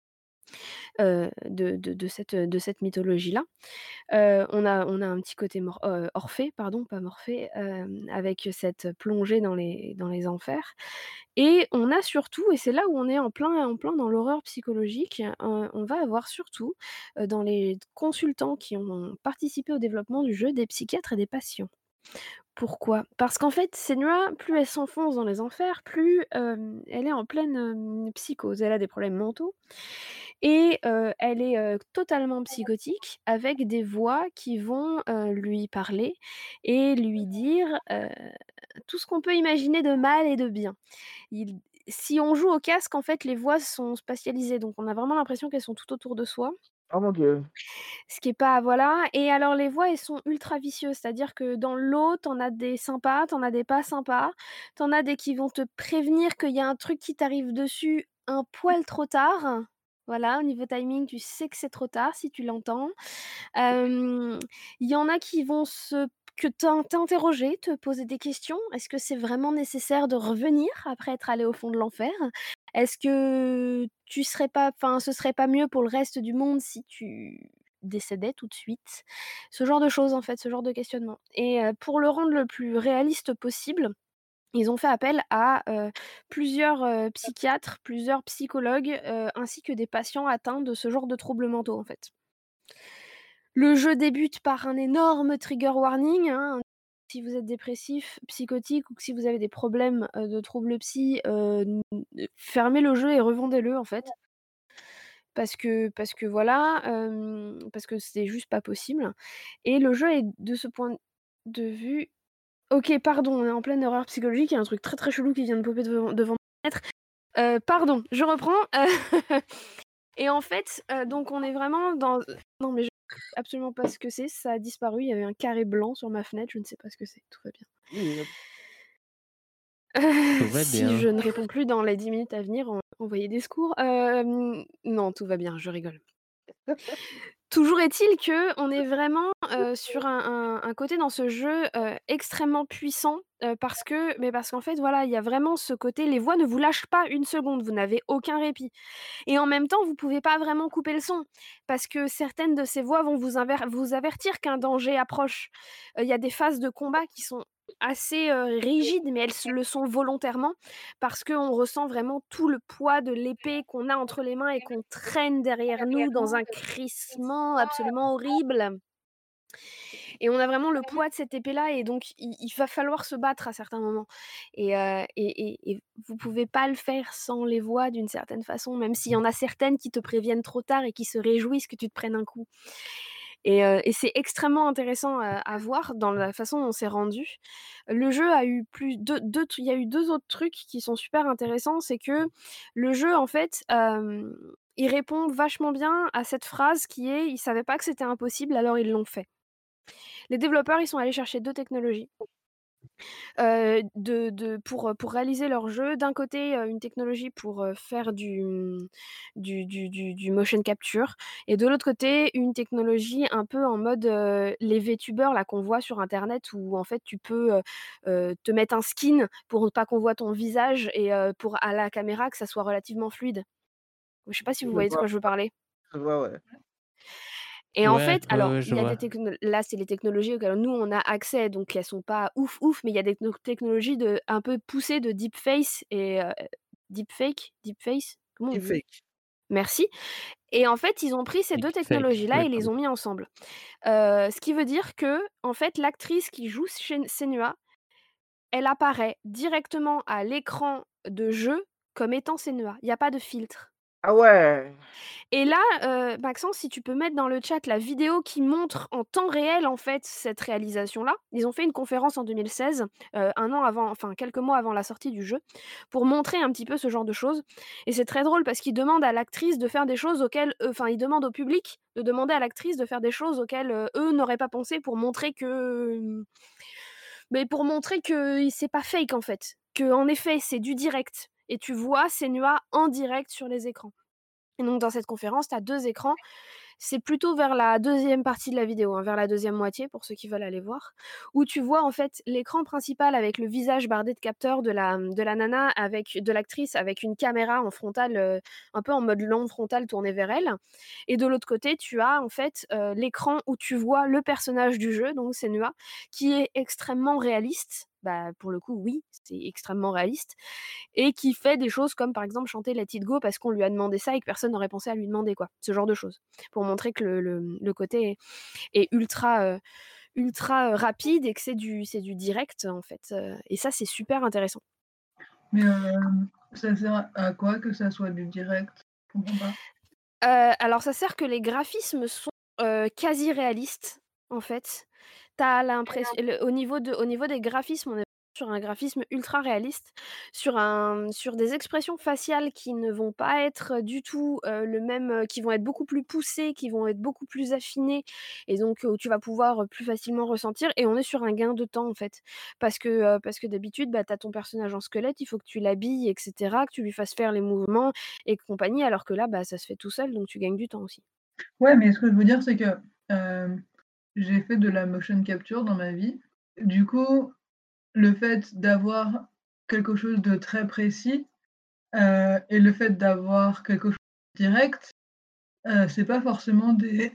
heu, de de de cette, heu, de cette mythologie-là. Heu, on a on a un petit côté mor heu, Orphée, pardon, pas Morphée, hem, avec cette plongée dans les dans les enfers et on a surtout, et c'est là où on est en plein en plein dans l'horreur psychologique, heu, on va avoir surtout, heu, dans les consultants qui ont participé au développement du jeu, des psychiatres et des patients. Pourquoi? Parce qu'en fait, Senua, plus elle s'enfonce dans les enfers, plus, hem, elle est en pleine, hem, psychose. Elle a des problèmes mentaux et heu, elle est, heu, totalement psychotique avec des voix qui vont, heu, lui parler et lui dire, heu, tout ce qu'on peut imaginer de mal et de bien. Il Si on joue au casque, en fait, les voix sont spatialisées, donc on a vraiment l'impression qu'elles sont tout autour de soi. Oh mon Dieu. Ce qui est pas voilà et alors les voix, elles sont ultra vicieuses, c'est-à-dire que dans l'eau, tu en as des sympas, tu en as des pas sympas, tu en as des qui vont te prévenir qu'il y a un truc qui t'arrive dessus un poil trop tard. Voilà, au niveau timing, tu sais que c'est trop tard si tu l'entends. Hem, il y en a qui vont se que t'in t'interroger, te poser des questions. Est-ce que c'est vraiment nécessaire de revenir après être allé au fond de l'enfer? Est-ce que tu serais pas enfin, ce serait pas mieux pour le reste du monde si tu décédais tout de suite? Ce genre de choses, en fait, ce genre de questionnement et heu, pour le rendre le plus réaliste possible, ils ont fait appel à, heu, plusieurs, heu, psychiatres, plusieurs psychologues, heu, ainsi que des patients atteints de ce genre de troubles mentaux, en fait. Le jeu débute par un énorme trigger warning, hein. Si vous êtes dépressif, psychotique ou que si vous avez des problèmes, heu, de troubles psy, heu, n n fermez le jeu et revendez-le, en fait. Parce que parce que voilà, hem, parce que c'est juste pas possible et le jeu est de ce point de vue OK, pardon, on est en pleine horreur psychologique, il y a un truc très, très chelou qui vient de popper devant devant ma fenêtre. Heu, pardon, je reprends, heu et en fait, heu, donc on est vraiment dans non mais je sais absolument pas ce que c'est, ça a disparu, il y avait un carré blanc sur ma fenêtre, je ne sais pas ce que c'est, tout va bien. Oui, Tout va Si bien. je ne réponds plus dans les dix minutes à venir, en envoyez des secours. Hem, non, tout va bien, je rigole. Toujours est-il qu'on est vraiment, heu, sur un un un côté dans ce jeu, heu, extrêmement puissant, heu, parce que mais parce qu'en fait, voilà, il y a vraiment ce côté les voix ne vous lâchent pas une seconde, vous n'avez aucun répit et en même temps, vous pouvez pas vraiment couper le son parce que certaines de ces voix vont vous inver vous avertir qu'un danger approche. Heu, il y a des phases de combat qui sont assez, heu, rigides, mais elles s le sont volontairement parce qu'on ressent vraiment tout le poids de l'épée qu'on a entre les mains et qu'on traîne derrière nous dans un crissement absolument horrible et on a vraiment le poids de cette épée-là et donc il il va falloir se battre à certains moments et heu et et et vous pouvez pas le faire sans les voix d'une certaine façon, même s'il y en a certaines qui te préviennent trop tard et qui se réjouissent que tu te prennes un coup et heu et c'est extrêmement intéressant à à voir dans la façon dont c'est rendu. Le jeu a eu plus deux deux il y a eu deux autres trucs qui sont super intéressants, c'est que le jeu, en fait, hem, il répond vachement bien à cette phrase qui est: «Ils savaient pas que c'était impossible, alors ils l'ont fait». Les développeurs, ils sont allés chercher deux technologies, heu, de de pour, heu, pour réaliser leur jeu. D'un côté, heu, une technologie pour, heu, faire du, mmh, du du du du motion capture et de l'autre côté, une technologie un peu en mode, heu, les VTubers là qu'on voit sur internet où en fait tu peux, heu heu, te mettre un skin pour pas qu'on voit ton visage et heu, pour à la caméra que ça soit relativement fluide. Je sais pas si vous Je voyez de vois, quoi je veux parler? je vois, ouais. Et en Ouais, fait, ouais, alors, ouais, il je y a des vois. techno là, c'est les technologies auxquelles nous, on a accès, donc elles sont pas ouf, ouf, mais il y a des tecno technologies de un peu poussées de deepface et heu, deepfake? Deepface? Comment on dit? Deepfake. Merci et en fait, ils ont pris ces deux Deepfake, technologies-là et les d'accord. ont mis ensemble. Heu, ce qui veut dire qu'en fait, l'actrice qui joue Shen Senua, elle apparaît directement à l'écran de jeu comme étant Senua. Il y a pas de filtre. Ah ouais! Et là, heu, Maxence, si tu peux mettre dans le chat la vidéo qui montre en temps réel, en fait, cette réalisation-là. Ils ont fait une conférence en deux mille seize, heu, un an avant enfin quelques mois avant la sortie du jeu, pour montrer un petit peu ce genre de choses et c'est très drôle parce qu'ils demandent à l'actrice de faire des choses auxquelles eux enfin, ils demandent au public de demander à l'actrice de faire des choses auxquelles, heu, eux n'auraient pas pensé pour montrer que, mmh, beh, pour montrer que i c'est pas fake, en fait. Qu'en effet, c'est du direct et tu vois Senua en direct sur les écrans. Et donc dans cette conférence, tu as deux écrans. C'est plutôt vers la deuxième partie de la vidéo, hein, vers la deuxième moitié pour ceux qui veulent aller voir, où tu vois en fait l'écran principal avec le visage bardé de capteurs de la, mmh, de la nana avec de l'actrice avec une caméra en frontale, heu, un peu en mode lampe frontale tournée vers elle et de l'autre côté, tu as en fait, heu, l'écran où tu vois le personnage du jeu, donc Senua, qui est extrêmement réaliste. Bah, pour le coup, oui, c'est extrêmement réaliste et qui fait des choses comme, par exemple, chanter Let It Go parce qu'on lui a demandé ça et que personne n'aurait pensé à lui demander, quoi. Ce genre de choses. Pour montrer que le le, mmh, le côté est est ultra, heu, ultra, heu, rapide et que c'est du c'est du direct, en fait, heu et ça, c'est super intéressant. Mais, hem, ça sert à quoi que ça soit du direct? Je comprends pas. Heu, alors ça sert que les graphismes sont, heu, quasi réalistes, en fait. Tu as l'impress le au niveau de au niveau des graphismes, on est sur un graphisme ultra réaliste, sur un sur des expressions faciales qui ne vont pas être du tout, heu, le même, heu, qui vont être beaucoup plus poussées, qui vont être beaucoup plus affinées et donc où tu vas pouvoir, heu, plus facilement ressentir et on est sur un gain de temps, en fait. Parce que, heu, parce que d'habitude, bah, tu as ton personnage en squelette, il faut que tu l'habilles et cetera, que tu lui fasses faire les mouvements et compagnie, alors que là, bah, ça se fait tout seul, donc tu gagnes du temps aussi. Ouais, mais ce que je veux dire, c'est que, hem, j'ai fait de la motion capture dans ma vie. Du coup, le fait d'avoir quelque chose de très précis, heu et le fait d'avoir quelque chose de direct, heu, c'est pas forcément des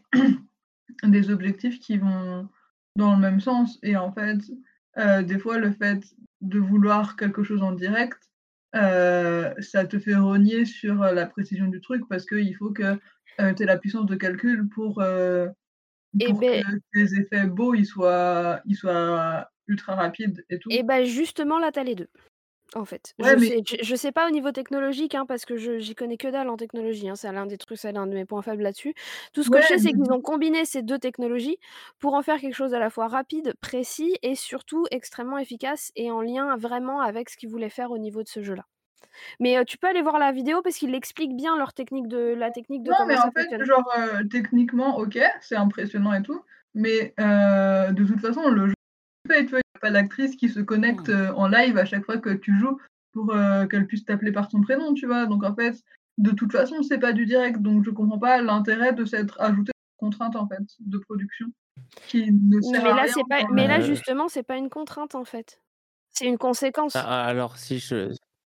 des objectifs qui vont dans le même sens et en fait, heu, des fois, le fait de vouloir quelque chose en direct, heu, ça te fait rogner sur, heu, la précision du truc parce qu'il faut que, heu, tu aies la puissance de calcul pour, heu, Et pour que beh tes effets beaux, ils soient ils soient ultra rapides et et tout. bah, justement, là, tu as les deux, en fait. Ouais, Je mais sais je je sais pas au niveau technologique, hein, parce que je j'y connais que dalle en technologie, hein, c'est l'un des trucs c'est l'un de mes points faibles là-dessus. Tout ce que je ouais, sais, c'est mais qu'ils du ont coup combiné ces deux technologies pour en faire quelque chose à la fois rapide, précis et surtout extrêmement efficace et en lien vraiment avec ce qu'ils voulaient faire au niveau de ce jeu-là. Mais, heu, tu peux aller voir la vidéo parce qu'ils l'expliquent bien leur technique de la technique de non, mais comment ça en fait, fonctionne. genre, heu, techniquement, OK, c'est impressionnant et tout, mais heu, de toute façon, le jeu est fait, tu vois? Il y a pas l'actrice qui se connecte, Mmh. heu, en live à chaque fois que tu joues pour, heu, qu'elle puisse t'appeler par ton prénom, tu vois? Donc en fait, de toute façon, c'est pas du direct, donc je comprends pas l'intérêt de s'être ajouté une contrainte, en fait, de production qui ne sert Mais à là, rien c'est pas dans mais là, le Heu, justement, c'est pas une contrainte, en fait. C'est une ah conséquence. ah, alors si je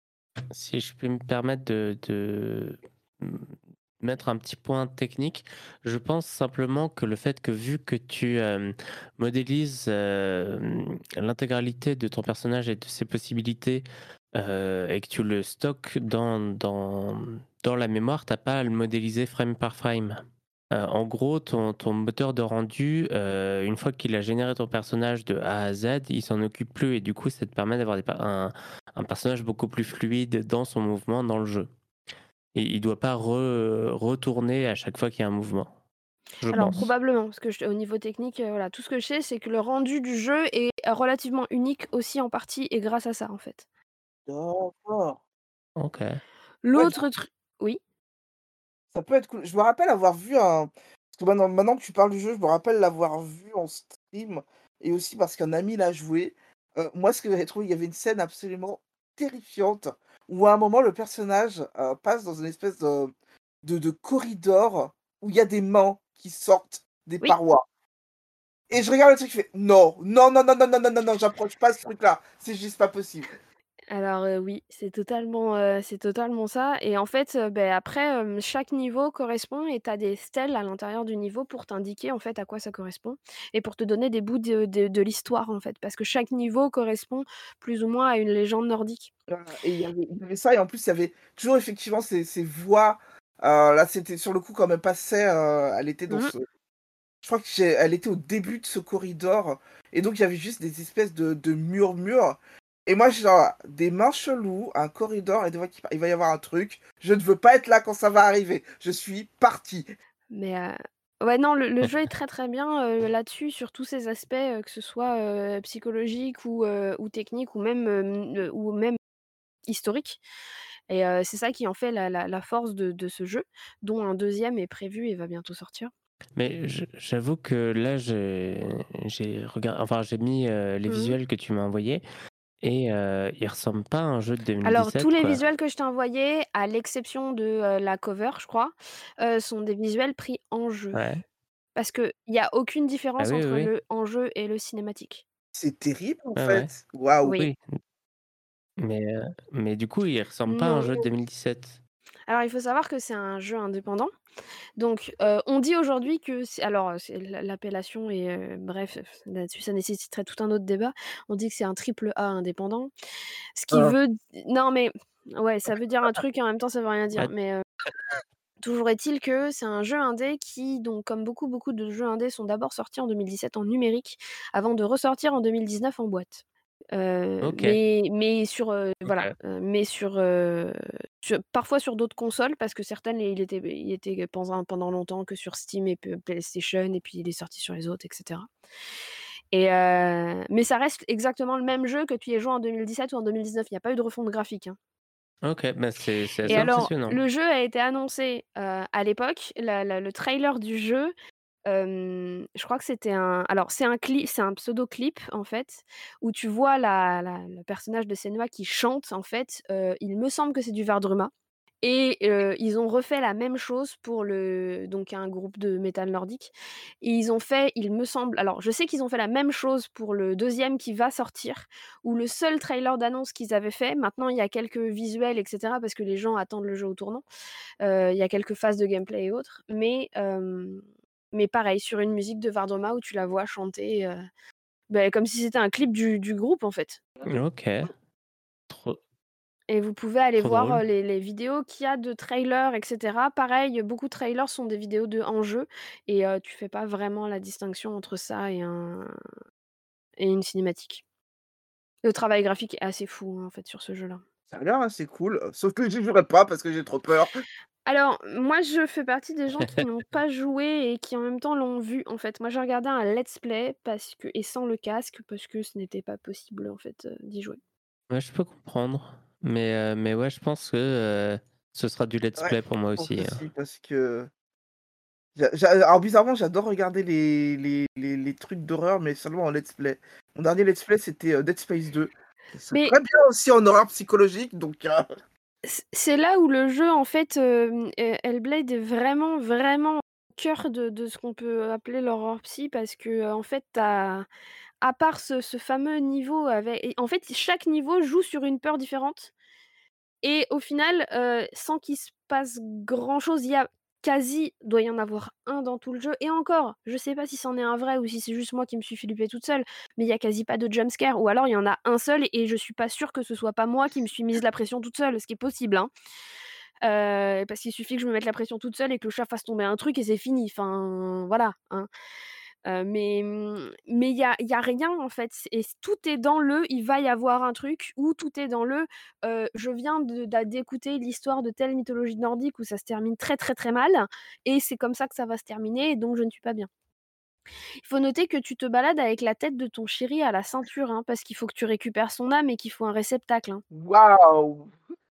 si je puis me permettre de de, mmh, mettre un petit point technique, je pense simplement que le fait que vu que tu, hem, modélises, hem, l'intégralité de ton personnage et de ses possibilités, heu, et que tu le stockes dans dans dans la mémoire, tu as pas à le modéliser frame par frame. Heu, en gros, ton ton moteur de rendu, heu, une fois qu'il a généré ton personnage de A à Z, il s'en occupe plus et du coup, ça te permet d'avoir des per un un personnage beaucoup plus fluide dans son mouvement dans le jeu et il doit pas re retourner à chaque fois qu'il y a un mouvement, je Alors pense. probablement, parce que je au niveau technique, heu, voilà, tout ce que je sais, c'est que le rendu du jeu est relativement unique aussi en partie et grâce à ça, en fait. D'accord. OK. Ouais, du L'autre coup, truc oui? ça peut être cool. Je me rappelle avoir vu un parce que maintenant maintenant que tu parles du jeu, je me rappelle l'avoir vu en stream et aussi parce qu'un ami l'a joué. Heu, moi, ce que j'avais trouvé, il y avait une scène absolument terrifiante où à un moment le personnage, heu, passe dans une espèce de de de corridor où il y a des mains qui sortent des Oui. parois et je regarde le truc, je fais: «Non, non, non, non, non, non, non, non, non, j'approche pas ce truc-là, c'est juste pas possible». Alors, heu, oui, c'est totalement, heu, c'est totalement ça et en fait, heu, beh, après, hem, chaque niveau correspond et tu as des stèles à l'intérieur du niveau pour t'indiquer, en fait, à quoi ça correspond et pour te donner des bouts de de de l'histoire, en fait. Parce que chaque niveau correspond plus ou moins à une légende nordique. Voilà et il y avait il y avait ça et en plus il y avait toujours effectivement ces ces voix, heu, là c'était sur le coup quand même passait, heu, elle était dans Mmh. ce je crois que j'ai elle était au début de ce corridor et donc il y avait juste des espèces de de murmures et moi j'étais genre: «Des mains cheloues, un corridor et des voix qui parlent, il va y avoir un truc, je ne veux pas être là quand ça va arriver, je suis parti». Mais, heu, ouais, non, le le jeu est très, très bien, heu, là-dessus, sur tous ces aspects, heu, que ce soit, heu, psychologique ou, heu, ou technique ou même, hem, heu, ou même historique et heu, c'est ça qui en fait la la la force de de ce jeu, dont un deuxième est prévu et va bientôt sortir. Mais je j'avoue que là, j'ai j'ai regard enfin, j'ai mis, heu, les Mmh. visuels que tu m'as envoyés et heu, ils ressemblent pas à un jeu de Alors tous deux mille dix-sept, les quoi. visuels que je t'ai envoyés, à l'exception de, heu, la cover, je crois, heu, sont des visuels pris en jeu. Ouais. Parce qu'il y a aucune Ah différence oui, oui, entre oui. le en jeu et le cinématique. C'est terrible en Ouais, ouais. fait. Waouh! Oui. Oui, mais heu, mais du coup, ils ressemblent pas à un Non. jeu de deux mille dix-sept. Alors il faut savoir que c'est un jeu indépendant. Donc, heu, on dit aujourd'hui que c'est alors, heu, c'est l'a l'appellation et heu, bref, heu, là-dessus ça nécessiterait tout un autre débat. On dit que c'est un triple A indépendant. Ce qui Heu, veut d non mais ouais, ça veut dire un truc et en même temps ça veut rien dire. Ouais, Mais, heu, toujours est-il que c'est un jeu indé qui donc comme beaucoup, beaucoup de jeux indés sont d'abord sortis en deux mille dix-sept en numérique avant de ressortir en deux mille dix-neuf en boîte. Heu, OK, mais mais sur, heu, voilà, OK. heu, mais sur, heu, sur parfois sur d'autres consoles parce que certaines il était il était pendant pendant longtemps que sur Steam et pe PlayStation et puis il est sorti sur les autres et cetera et heu, mais ça reste exactement le même jeu que tu y aies joué en deux mille dix-sept ou en deux mille dix-neuf. Il y a pas eu de refonte graphique, hein OK, bah, c'est c'est et assez alors impressionnant. le jeu a été annoncé, heu, à l'époque, la la le trailer du jeu. Hem, je crois que c'était un alors c'est un cli c'est un pseudo clip en fait, où tu vois la la le personnage de Senua qui chante en fait, heu, il me semble que c'est du Wardruma et heu, ils ont refait la même chose pour le donc un groupe de métal nordique et ils ont fait, il me semble alors je sais qu'ils ont fait la même chose pour le deuxième qui va sortir, où le seul trailer d'annonce qu'ils avaient fait maintenant il y a quelques visuels et cetera parce que les gens attendent le jeu au tournant. Heu, il y a quelques phases de gameplay et autres, mais hem, mais pareil, sur une musique de Vardoma où tu la vois chanter, heu, beh, comme si c'était un clip du du groupe, en fait OK, trop et vous pouvez aller trop voir, drôle. heu, les les vidéos qu'il y a de trailers et cetera. Pareil, beaucoup de trailers sont des vidéos de en jeu et heu, tu fais pas vraiment la distinction entre ça et un et une cinématique. Le travail graphique est assez fou, hein, en fait, sur ce jeu-là. Ça a l'air assez cool, heu, sauf que j'y jouerai pas parce que j'ai trop peur. Alors, moi, je fais partie des gens qui n'ont pas joué et qui, en même temps, l'ont vu, en fait. Moi, j'ai regardé un let's play parce que et sans le casque, parce que ce n'était pas possible, en fait, heu, d'y jouer. Ouais, je peux comprendre, mais heu, mais ouais, je pense que, heu, ce sera du let's Ouais, play pour moi je pense aussi, hein. aussi parce que j'a j'a alors bizarrement, j'adore regarder les les les les trucs d'horreur, mais seulement en let's play. Mon dernier let's play, c'était, heu, Dead Space deux. Ça serait Mais très bien aussi en horreur psychologique, donc heu C c'est là où le jeu en fait, hem, He Hellblade est vraiment, vraiment au cœur de de ce qu'on peut appeler l'horreur psy parce que, heu, en fait, tu as à part ce ce fameux niveau avec et en fait, chaque niveau joue sur une peur différente et au final, heu, sans qu'il se passe grand chose, il y a quasi doit y en avoir un dans tout le jeu et encore, je sais pas si c'en est un vrai ou si c'est juste moi qui me suis fait flipper toute seule, mais il y a quasi pas de jump scare ou alors il y en a un seul et je suis pas sûre que ce soit pas moi qui me suis mise la pression toute seule, ce qui est possible, hein. Heu, parce qu'il suffit que je me mette la pression toute seule et que le chat fasse tomber un truc et c'est fini, enfin voilà, hein. Heu, mais mmh, mais il y a il y a rien en fait et s tout est dans le: «Il va y avoir un truc» ou tout est dans le, heu: «Je viens de d'a d'écouter l'histoire de telle mythologie nordique où ça se termine très, très, très mal et c'est comme ça que ça va se terminer et donc je ne suis pas bien». Il faut noter que tu te balades avec la tête de ton chéri à la ceinture, hein, parce qu'il faut que tu récupères son âme et qu'il faut un réceptacle, hein. Waouh!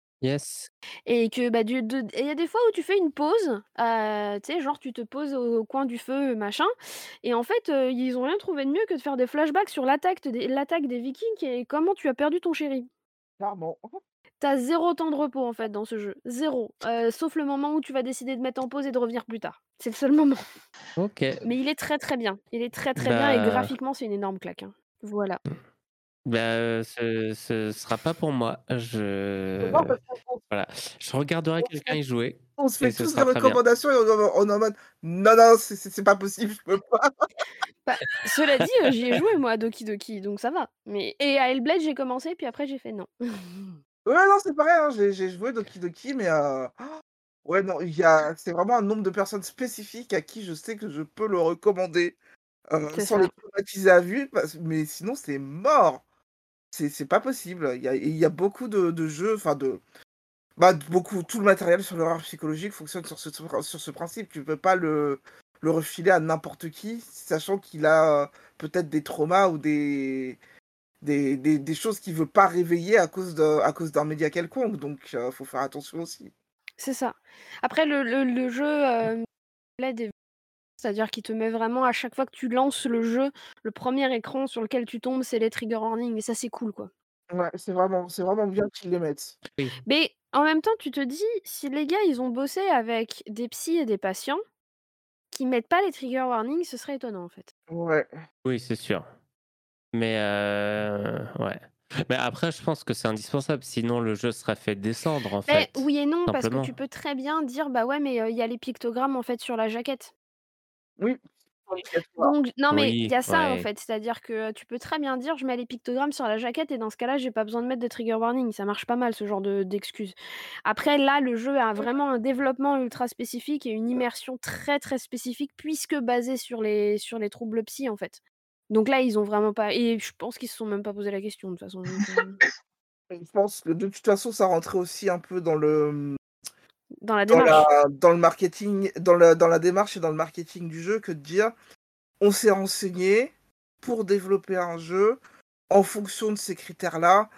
Yes. Et que, bah, du de et il y a des fois où tu fais une pause, heu, tu sais, genre tu te poses au coin du feu, machin et en fait, heu, ils ont rien trouvé de mieux que de faire des flashbacks sur l'attaque des l'attaque des Vikings et comment tu as perdu ton chéri. Clairement. Tu as zéro temps de repos, en fait, dans ce jeu, zéro, heu, sauf le moment où tu vas décider de mettre en pause et de revenir plus tard. C'est le seul moment. OK. Mais il est très, très bien. Il est très, très bien et Bah graphiquement, c'est une énorme claque, hein. Voilà. bah, heu, ce ce sera pas pour moi. Non, Je parce qu'on on voilà, je regarderai on se quelqu'un fait y jouer on se et fait ce tous des sera très bien. recommandations et on est en on est en mode: «Non, non, c'est c'est c'est pas possible, je peux pas». Bah, cela dit, heu, j'y ai joué moi à Doki Doki, donc ça va. Mais et à Hellblade, j'ai commencé puis après j'ai fait: «Non». Ouais, non, c'est pareil, hein, j'ai j'ai joué Doki Doki, mais heu, ouais, non, il y a c'est vraiment un nombre de personnes spécifiques à qui je sais que je peux le recommander, heu, C'est sans les ça. traumatiser à vue, parce mais sinon c'est mort! C'est c'est pas possible. Il y a il y a beaucoup de de jeux, enfin de bah, d beaucoup tout le matériel sur l'horreur psychologique fonctionne sur ce sur ce principe. Tu peux pas le le refiler à n'importe qui, sachant qu'il a, heu, peut-être des traumas ou des des des des choses qu'il veut pas réveiller à cause de à cause d'un média quelconque, donc heu, faut faire attention aussi. C'est ça. Après le le le jeu, hem, Hellblade est c'est-à-dire qu'il te met vraiment à chaque fois que tu lances le jeu, le premier écran sur lequel tu tombes, c'est les trigger warnings et ça, c'est cool, quoi. Ouais, c'est vraiment c'est vraiment bien qu'ils les mettent. Oui, Mais en même temps, tu te dis: «Si les gars, ils ont bossé avec des psys et des patients, qu'ils mettent pas les trigger warnings, ce serait étonnant, en fait». Ouais. oui, c'est sûr. Mais heu, ouais. Mais après, je pense que c'est indispensable, sinon le jeu serait fait descendre, en Beh, fait, oui et non, parce que simplement. tu peux très bien dire: «Bah, ouais, mais heu, il y a les pictogrammes, en fait, sur la jaquette». Oui, obligatoire. Donc non, mais il y Oui, a ça, en ouais. fait, c'est-à-dire que, heu, tu peux très bien dire: «Je mets les pictogrammes sur la jaquette et dans ce cas-là, j'ai pas besoin de mettre de trigger warning». Ça marche pas mal ce genre de d'excuse. Après là, le jeu a vraiment un développement ultra spécifique et une immersion très, très spécifique puisque basé sur les sur les troubles psy, en fait. Donc là, ils ont vraiment pas et je pense qu'ils se sont même pas posé la question de toute façon, donc heu, Et je pense que de toute façon, ça rentrait aussi un peu dans le, mmh, dans la dans la démarche. dans le marketing, dans la dans la démarche et dans le marketing du jeu que de dire: «On s'est renseigné pour développer un jeu en fonction de ces critères-là,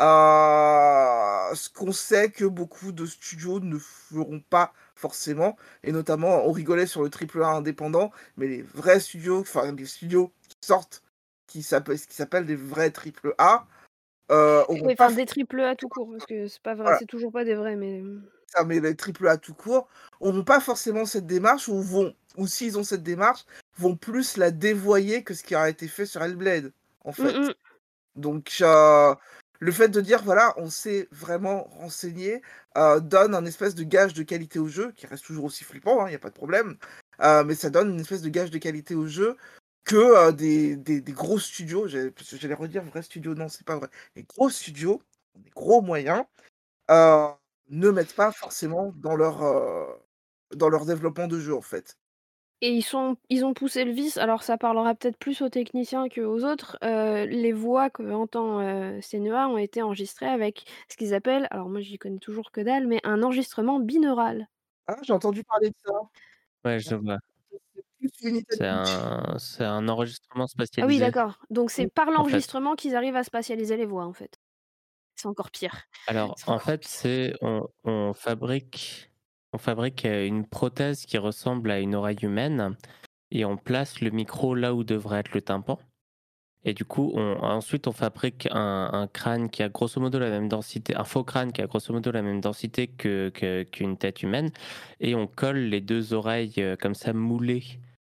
heu, ce qu'on sait que beaucoup de studios ne feront pas forcément», et notamment on rigolait sur le triple A indépendant, mais les vrais studios, enfin les studios qui sortent, qui s'appellent qui s'appellent des vrais triple A, heu, auront Oui, pas enfin des triple A tout court parce que c'est pas vrai, voilà, c'est toujours pas des vrais, mais mmh. ça, mais les triple A tout court, auront pas forcément cette démarche ou vont ou s'ils ont cette démarche, vont plus la dévoyer que ce qui a été fait sur Hellblade, en Mmh fait. mh. Donc heu, le fait de dire: «Voilà, on s'est vraiment renseigné», heu, donne un espèce de gage de qualité au jeu, qui reste toujours aussi flippant, hein, il y a pas de problème. Heu, mais ça donne une espèce de gage de qualité au jeu que, heu, des des des gros studios, j'allais parce que j'allais redire vrais studios, non, c'est pas vrai. Les gros studios, des gros moyens, heu, ne mettent pas forcément dans leur, heu, dans leur développement de jeu, en fait. Et ils sont ils ont poussé le vice, alors ça parlera peut-être plus aux techniciens qu'aux autres, heu, les voix qu'entend, heu, Senua ont été enregistrées avec ce qu'ils appellent, alors moi j'y connais toujours que dalle, mais un enregistrement binaural. Ah, j'ai entendu parler de ça. Ouais, je vois. C'est plus Unity. C'est un c'est un enregistrement Ah oui spatialisé, d'accord, donc c'est par en fait. l'enregistrement qu'ils arrivent à spatialiser les voix en fait. C'est encore pire, Alors, c'est en encore fait, pire. c'est on on fabrique on fabrique, heu, une prothèse qui ressemble à une oreille humaine et on place le micro là où devrait être le tympan Et du coup, on ensuite on fabrique un un crâne qui a grosso modo la même densité un faux crâne qui a grosso modo la même densité que que qu'une tête humaine et on colle les deux oreilles, heu, comme ça moulées,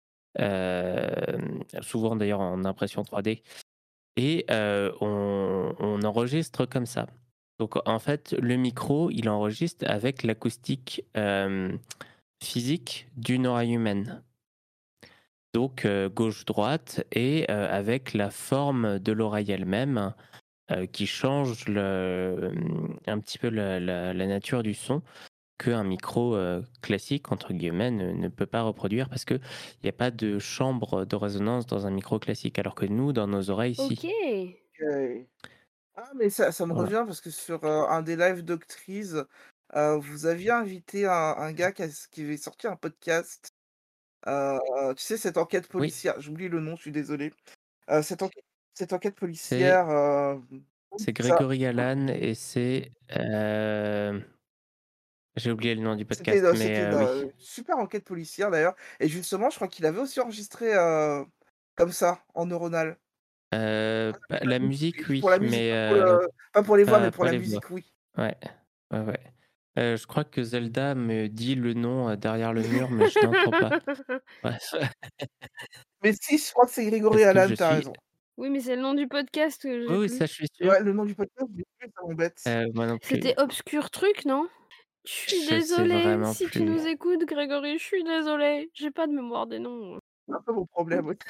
hem, souvent d'ailleurs en impression trois D et heu, on on enregistre comme ça. Donc en fait, le micro, il enregistre avec l'acoustique, hem, physique d'une oreille humaine. Donc heu, gauche-droite et heu, avec la forme de l'oreille elle-même, heu, qui change le, mmh, un petit peu la la la nature du son qu'un micro, heu, «classique» entre guillemets ne ne peut pas reproduire parce qu'il y a pas de chambre de résonance dans un micro classique alors que nous, dans nos oreilles, si. OK. OK. Ah mais ça ça me Voilà. revient parce que sur, heu, un des lives d'Octrize, heu, vous aviez invité un un gars qui a s qui avait sorti un podcast, heu, tu sais cette enquête Oui, policière, j'oublie le nom, je suis désolé. Heu, cette enquête cette enquête c'est policière, hem, c'est ça Grégory Allan et c'est, hem, j'ai oublié le nom du c'était, podcast heu, mais c'était une, heu, oui. heu, super enquête policière d'ailleurs et justement je crois qu'il avait aussi enregistré, heu, comme ça, en neuronal. Heu, bah, la musique, Pour oui, la musique, mais pas pour heu, le pas pour les voix, mais pas pour pas la les voix. musique, oui. Ouais, ouais, ouais. Heu, je crois que Zelda me dit le nom, heu, derrière le mur, mais je n'entends pas. Bref, Mais si, je crois que c'est Grégory parce que Allan, je tu as suis raison. Oui, mais c'est le nom du podcast que oui, j'ai oui, plus. ça, je suis sûr. Ouais, le nom du podcast, je l'ai plus, ça m'embête. Heu, moi non plus. C'était Obscur Truc, non? Je suis Je sais désolée, vraiment si tu plus. nous écoutes, Grégory, je suis désolée, j'ai pas de mémoire des noms. C'est un peu mon problème aussi.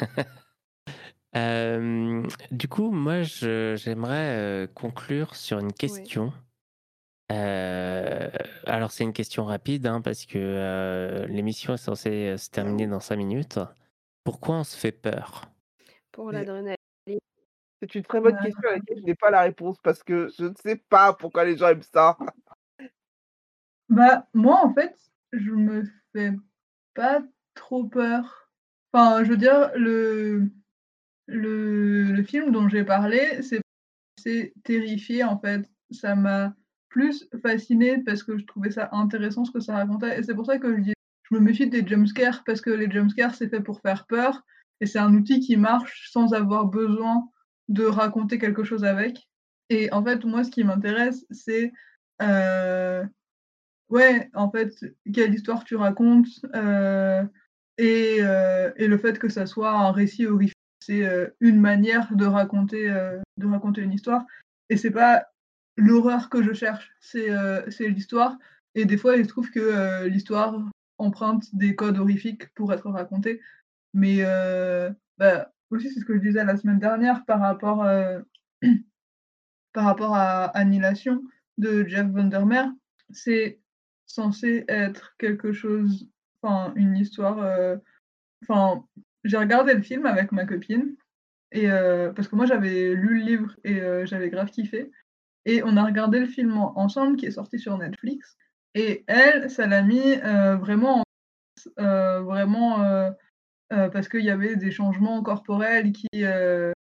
Hem, du coup, moi, je j'aimerais, heu, conclure sur une Ouais. question. Heu, alors c'est une question rapide, hein, parce que, heu, l'émission est censée, heu, se Ah terminer oui, dans cinq minutes. Pourquoi on se fait peur? Pour mais l'adrénaline. c'est une très bonne Ouais. question à laquelle je n'ai pas la réponse parce que je ne sais pas pourquoi les gens aiment ça. Bah, moi, en fait, je me fais pas trop peur. Enfin, je veux dire, le le le film dont j'ai parlé, c'est c'est terrifié, en fait. Ça m'a plus fascinée parce que je trouvais ça intéressant ce que ça racontait et c'est pour ça que je dis je me méfie des jumpscares parce que les jumpscares, c'est fait pour faire peur et c'est un outil qui marche sans avoir besoin de raconter quelque chose avec et en fait, moi, ce qui m'intéresse, c'est, heu ouais, en fait, quelle histoire tu racontes, heu et heu et le fait que ça soit un récit horrifique, c'est, heu, une manière de raconter, heu, de raconter une histoire et c'est pas l'horreur que je cherche, c'est, heu, c'est l'histoire et des fois, il se trouve que, heu, l'histoire emprunte des codes horrifiques pour être racontée mais heu, bah, aussi, c'est ce que je disais la semaine dernière par rapport, heu, par rapport à Annihilation de Jeff Vandermeer, c'est censé être quelque chose enfin une histoire, heu enfin, j'ai regardé le film avec ma copine et heu, parce que moi j'avais lu le livre et heu, j'avais grave kiffé et on a regardé le film en ensemble qui est sorti sur Netflix et elle, ça l'a mis, heu, vraiment en heu, vraiment, heu heu, parce qu'il y avait des changements corporels qui, heu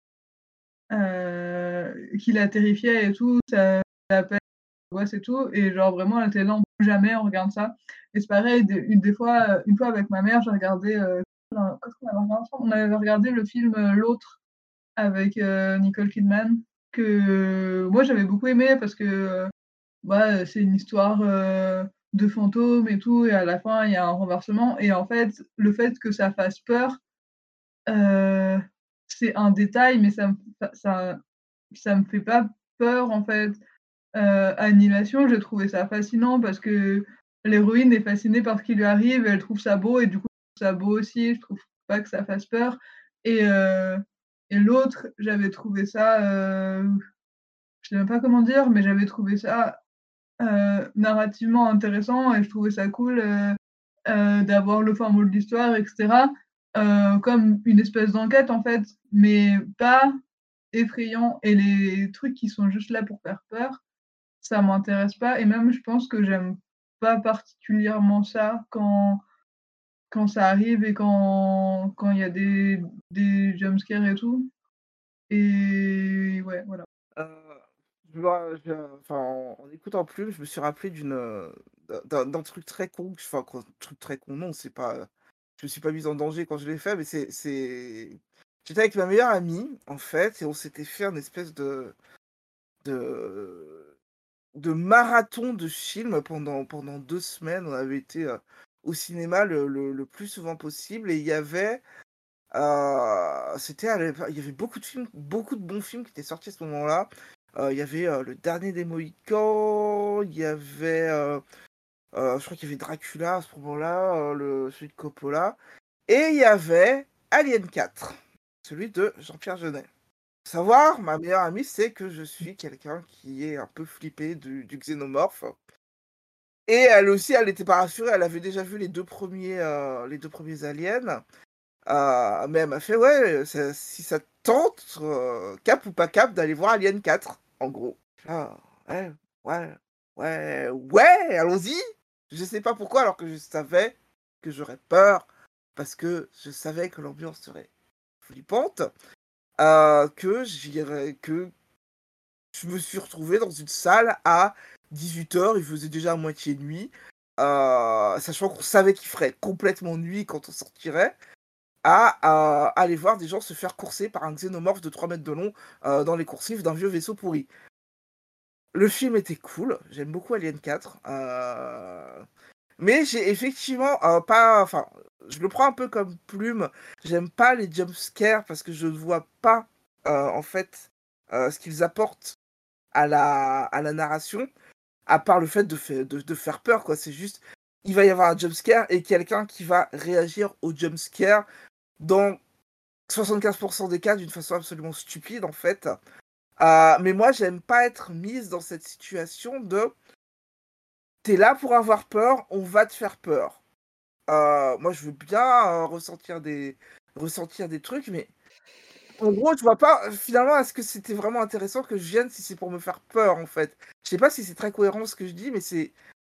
heu, qui la terrifiaient et tout, ça la peine, l'angoisse et tout et genre vraiment elle était là: «Jamais on regarde ça» et c'est pareil des une des fois, heu, une fois avec ma mère, j'ai regardé, heu, qu'est-ce qu'on avait regardé ensemble? On avait regardé le film, heu, L'Autre avec, heu, Nicole Kidman que moi j'avais beaucoup aimé parce que, heu, bah, heu, c'est une histoire, heu, de fantômes et tout et à la fin il y a un renversement et en fait, le fait que ça fasse peur, heu, c'est un détail mais ça me ça ça ça me fait pas peur en fait. Heu, Annihilation, j'ai trouvé ça fascinant parce que l'héroïne est fascinée par ce qui lui arrive, elle trouve ça beau et du coup, je trouve ça beau aussi, je trouve pas que ça fasse peur et heu et l'autre, j'avais trouvé ça, heu, je sais même pas comment dire, mais j'avais trouvé ça, heu, narrativement intéressant et je trouvais ça cool, heu heu, d'avoir le fin mot de l'histoire et cetera, heu, comme une espèce d'enquête en fait, mais pas effrayant et les trucs qui sont juste là pour faire peur, ça m'intéresse pas et même je pense que j'aime pas particulièrement ça quand quand ça arrive et quand quand il y a des des jumpscares et tout et ouais, voilà. Heu, je me je enfin, en en écoutant Plume, je me suis rappelé d'une, heu, d'un d'un d'un truc très con, enfin, quoi, truc très con, non, c'est pas, je me suis pas mise en danger quand je l'ai fait, mais c'est c'est J'étais avec ma meilleure amie, en fait, et on s'était fait un espèce de de de marathon de films pendant pendant deux semaines. On avait été, heu, au cinéma le le le plus souvent possible et il y avait, heu, c'était à l'épo il y avait beaucoup de films, beaucoup de bons films qui étaient sortis à ce moment-là. Heu, il y avait, heu, Le Dernier des Mohicans, il y avait, heu heu, je crois qu'il y avait Dracula à ce moment-là, heu, le celui de Coppola et il y avait Alien quatre, celui de Jean-Pierre Jeunet. Faut savoir, ma meilleure amie sait que je suis quelqu'un qui est un peu flippé du du xénomorphe et elle aussi, elle était pas rassurée, elle avait déjà vu les deux premiers, heu, les deux premiers Aliens, heu, mais elle m'a fait: «Ouais, ça si ça te tente, heu, cap ou pas cap d'aller voir Alien quatre», en gros. Ah, ouais, ouais, ouais, ouais, allons-y! Je sais pas pourquoi alors que je savais que j'aurais peur, parce que je savais que l'ambiance serait flippante, heu, que j'irais que je me suis retrouvé dans une salle à dix-huit heures, il faisait déjà à moitié nuit, heu, sachant qu'on savait qu'il ferait complètement nuit quand on sortirait, à, heu, aller voir des gens se faire courser par un xénomorphe de trois mètres de long, heu, dans les coursives d'un vieux vaisseau pourri. Le film était cool, j'aime beaucoup Alien quatre, heu, mais j'ai effectivement, heu, pas enfin, je le prends un peu comme plume, j'aime pas les jump scares parce que je ne vois pas, heu, en fait, heu, ce qu'ils apportent à la à la narration, à part le fait de fai de de faire peur, quoi. C'est juste, il va y avoir un jump scare et quelqu'un qui va réagir au jump scare dans soixante-quinze des cas d'une façon absolument stupide, en fait. Heu, mais moi, j'aime pas être mise dans cette situation de: «Tu es là pour avoir peur, on va te faire peur». Heu, moi, je veux bien, heu, ressentir des ressentir des trucs, mais en gros, je vois pas, finalement, est-ce que c'était vraiment intéressant que je vienne si c'est pour me faire peur, en fait? Je sais pas si c'est très cohérent ce que je dis, mais c'est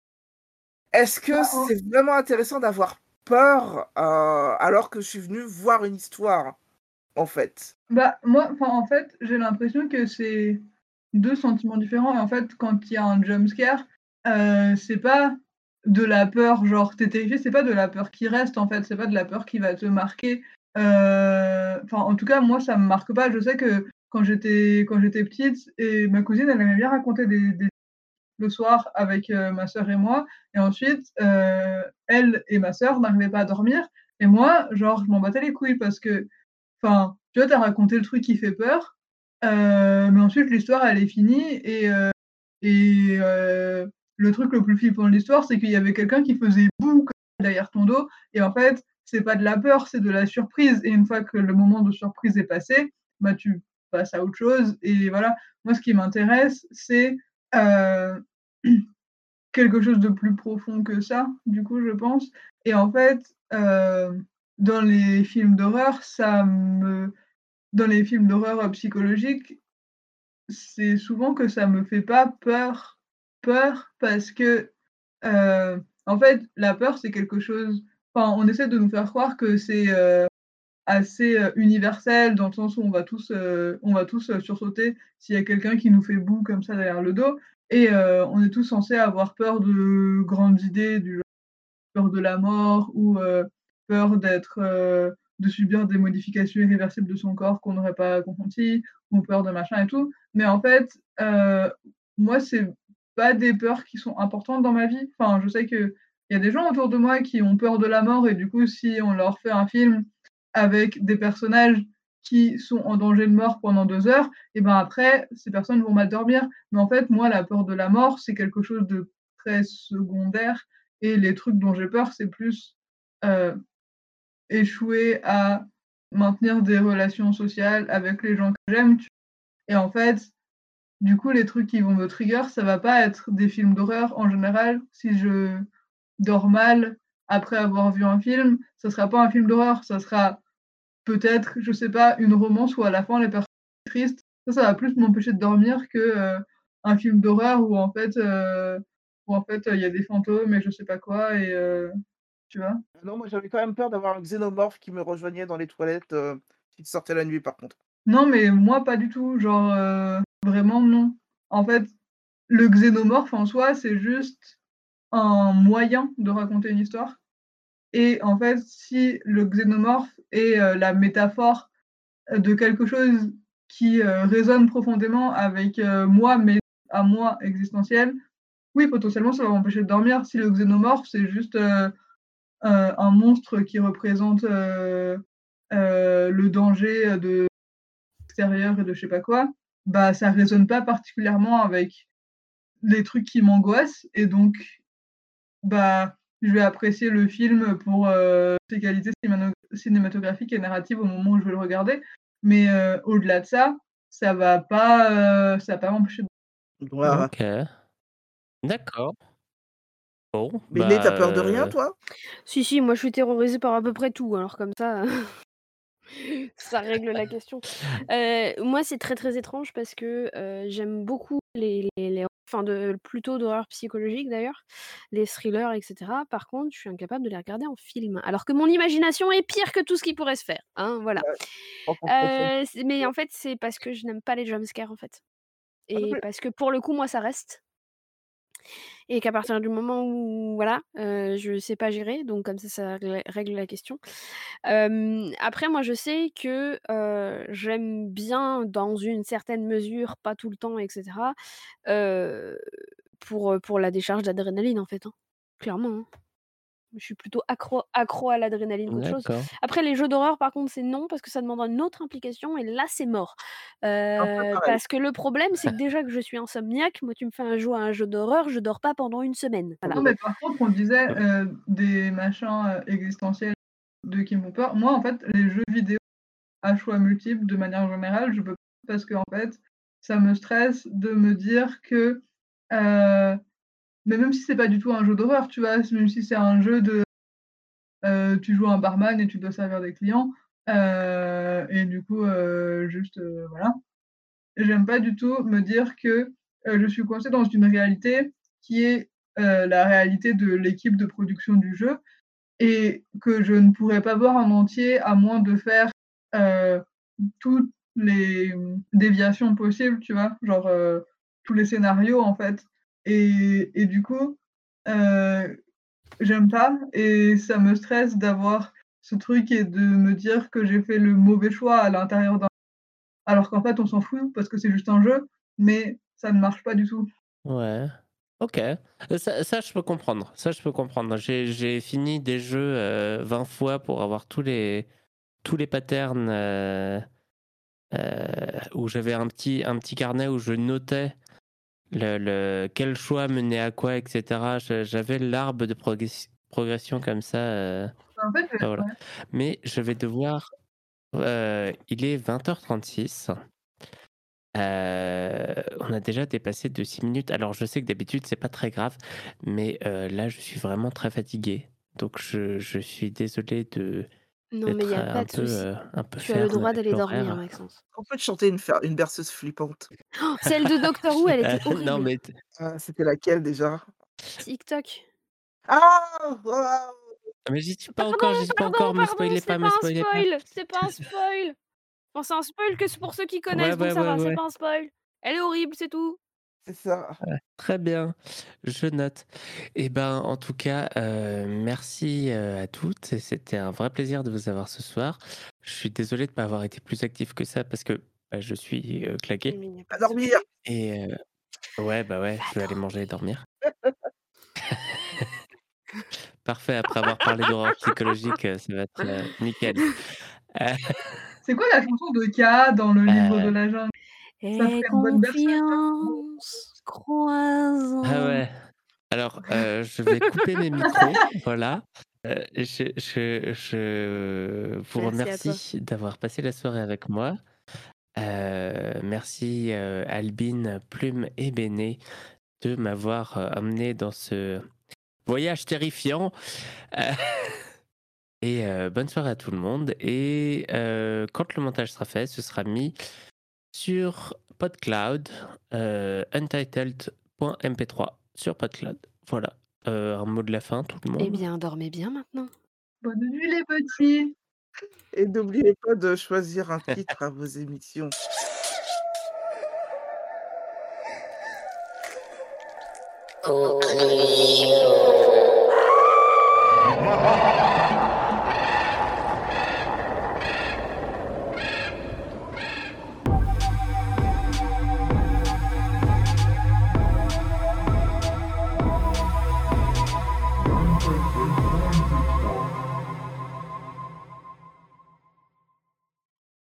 est-ce que Bah, en c'est vraiment intéressant d'avoir peur, heu, alors que je suis venu voir une histoire, en fait? bah, moi, enfin, en fait, j'ai l'impression que c'est deux sentiments différents et en fait, quand il y a un jump scare, heu, c'est pas de la peur, genre tu es terrifié, c'est pas de la peur qui reste, en fait, c'est pas de la peur qui va te marquer. Heu, enfin, en tout cas, moi, ça me marque pas. Je sais que quand j'étais quand j'étais petite et ma cousine, elle aimait bien raconter des des le soir avec, heu, ma sœur et moi et ensuite, heu, elle et ma sœur n'arrivaient pas à dormir et moi, genre, je m'en battais les couilles parce que enfin, tu vois, tu as raconté le truc qui fait peur, heu, mais ensuite l'histoire elle est finie et heu et heu, le truc le plus flippant de l'histoire, c'est qu'il y avait quelqu'un qui faisait «bouh» comme ça derrière ton dos et en fait, c'est pas de la peur, c'est de la surprise et une fois que le moment de surprise est passé, bah, tu passes à autre chose et voilà. Moi, ce qui m'intéresse, c'est, heu, quelque chose de plus profond que ça, du coup, je pense et en fait, heu, dans les films d'horreur, ça me dans les films d'horreur, heu, psychologiques, c'est souvent que ça me fait pas peur, peur parce que, heu, en fait, la peur, c'est quelque chose enfin, on essaie de nous faire croire que c'est, heu, assez, heu, universel dans le sens où on va tous, heu, on va tous, heu, sursauter s'il y a quelqu'un qui nous fait «bouh» comme ça derrière le dos et heu, on est tous censés avoir peur de grandes idées du genre peur de la mort ou heu, peur d'être, heu, de subir des modifications irréversibles de son corps qu'on n'aurait pas consenties ou peur de machin et tout. Mais en fait, heu, moi, c'est pas des peurs qui sont importantes dans ma vie. Enfin, je sais qu'il y a des gens autour de moi qui ont peur de la mort et du coup, si on leur fait un film avec des personnages qui sont en danger de mort pendant deux heures et ben, après, ces personnes vont mal dormir. Mais en fait, moi, la peur de la mort, c'est quelque chose de très secondaire et les trucs dont j'ai peur, c'est plus, heu, échouer à maintenir des relations sociales avec les gens que j'aime, tu et en fait, du coup, les trucs qui vont me trigger, ça va pas être des films d'horreur. En général, si je dors mal après avoir vu un film, ça sera pas un film d'horreur, ça sera peut-être, je sais pas, une romance où à la fin les personnes sont tristes. Ça, ça va plus m'empêcher de dormir que, heu, un film d'horreur où en fait, heu, où en fait, il y a des fantômes et je sais pas quoi et heu, tu vois? Non, moi, j'avais quand même peur d'avoir un xénomorphe qui me rejoignait dans les toilettes, heu, qui sortait la nuit, par contre. Non, mais moi pas du tout, genre, heu, vraiment non. En fait, le xénomorphe en soi, c'est juste un moyen de raconter une histoire et en fait, si le xénomorphe est, heu, la métaphore de quelque chose qui, heu, résonne profondément avec, heu, moi, mais à moi existentiel, oui, potentiellement, ça va m'empêcher de dormir. Si le xénomorphe, c'est juste, heu, heu, un monstre qui représente, heu, heu, le danger, de l'extérieur et de je sais pas quoi, bah, ça résonne pas particulièrement avec les trucs qui m'angoissent et donc bah, je vais apprécier le film pour, heu, ses qualités cinémano cinématographiques et narratives au moment où je vais le regarder. Mais, heu, au-delà de ça, ça va pas, heu, ça va pas m'empêcher de Voilà. OK. D'accord. Bon, Bene, tu bah, as peur de rien, heu toi? Si, si, moi je suis terrorisée par à peu près tout, alors comme ça, ça règle la question. Heu, moi, c'est très, très étrange parce que, heu, j'aime beaucoup les les les enfin de plutôt d'horreur psychologique d'ailleurs, les thrillers et cetera. Par contre, je suis incapable de les regarder en film, alors que mon imagination est pire que tout ce qui pourrait se faire, hein, voilà. Ouais, en compréhension. Heu, c'est mais en fait, c'est parce que je n'aime pas les jump scares, en fait Moi non et plus. parce que pour le coup, moi, ça reste et qu'à partir du moment où voilà, heu, je sais pas gérer, donc comme ça, ça règle règle la question. Hem, après moi je sais que, heu, j'aime bien dans une certaine mesure, pas tout le temps et cetera, heu, pour, heu, pour la décharge d'adrénaline en fait, hein, clairement, hein. Je suis plutôt accro accro à l'adrénaline qu'autre chose. d'accord. Après les jeux d'horreur par contre c'est non, parce que ça demande une autre implication et là c'est mort. Un peu Heu, pareil. parce que le problème c'est que déjà que je suis insomniaque, moi tu me fais un jouer à un jeu d'horreur, je dors pas pendant une semaine, voilà. non, mais par contre, on disait, Heu, heu, des machins, heu, existentiels de qui me font peur. Moi, en fait, les jeux vidéo à choix multiples, de manière générale, je peux pas parce qu'en fait, ça me stresse de me dire que, heu mais même si c'est pas du tout un jeu d'horreur, tu vois? Même si c'est un jeu de, heu, tu joues un barman et tu dois servir des clients, heu et du coup, heu, juste, heu, voilà. J'aime pas du tout me dire que, heu, je suis coincée dans une réalité qui est, heu, la réalité de l'équipe de production du jeu et que je ne pourrais pas voir en entier à moins de faire, heu, toutes les, mmh, déviations possibles, tu vois? Genre, heu, tous les scénarios en fait et et du coup, heu, j'aime pas et ça me stresse d'avoir ce truc et de me dire que j'ai fait le mauvais choix à l'intérieur d'un alors qu'en fait on s'en fout parce que c'est juste un jeu, mais ça ne marche pas du tout. ouais, OK. Heu, ça ça je peux comprendre, ça je peux comprendre. J'ai j'ai fini des jeux, heu, vingt fois pour avoir tous les tous les patterns, heu heu, où j'avais un petit un petit carnet où je notais le le quel choix menait à quoi et cetera. Je j'avais l'arbre de progress progression comme ça, heu, Bah, en fait, heu, bah, voilà. ouais. Mais je vais devoir, heu, il est vingt heures trente-six. Heu, on a déjà dépassé de six minutes. Alors je sais que d'habitude c'est pas très grave, mais heu, là je suis vraiment très fatigué. Donc je je suis désolé de Non mais il y d'être, a heu, pas un de peu, souci. heu, un peu Tu as le ferme droit avec d'aller dormir, l'horaire. Maxence. On peut te chanter une fer une berceuse flippante. Celle de Doctor Who, elle Heu, était non horrible. mais t Ah, c'était laquelle déjà? TikTok. Ah! Waouh! mais j'y suis pas Pardon, encore, j'y suis pas pardon, encore, me pardon, spoilez c'était pas, me pas un spoilez pas. spoil, c'était pas un spoil. Enfin, c'est un spoil que c'est pour ceux qui Ouais, connaissent, donc ouais, ça ouais, va, c'est ouais. pas un spoil. Elle est horrible, c'est tout. C'est ça. Très bien, je note. Et ben, en tout cas, heu, merci, heu, à toutes et c'était un vrai plaisir de vous avoir ce soir. Je suis désolé de pas avoir été plus actif que ça parce que, bah, je suis, heu, claqué Mais il n'y a À pas de dormir! souci. et heu, ouais, bah, ouais, Va je vais aller manger et dormir. dormir. Parfait, après avoir parlé d'horreur psychologique, heu, ça va être, heu, nickel. Heu, C'est quoi la chanson de K dans le livre de heu, la jungle? Ça Aie ferait une bonne berceuse, ça. confiance, ah crois-en. ouais, alors, heu, je vais couper mes micros, voilà. Heu, je je je vous Merci à toi. remercie d'avoir passé la soirée avec moi. Heu, merci, heu, Albin, Plume et Béné de m'avoir, heu, emmené dans ce voyage terrifiant. Heu et heu, bonne soirée à tout le monde et heu, quand le montage sera fait, ce sera mis sur PodCloud, heu, untitled point m p trois sur PodCloud. Voilà, heu, un mot de la fin tout le Eh monde? bien, dormez bien maintenant. Bonne nuit les petits! Et n'oubliez pas de choisir un titre à vos émissions.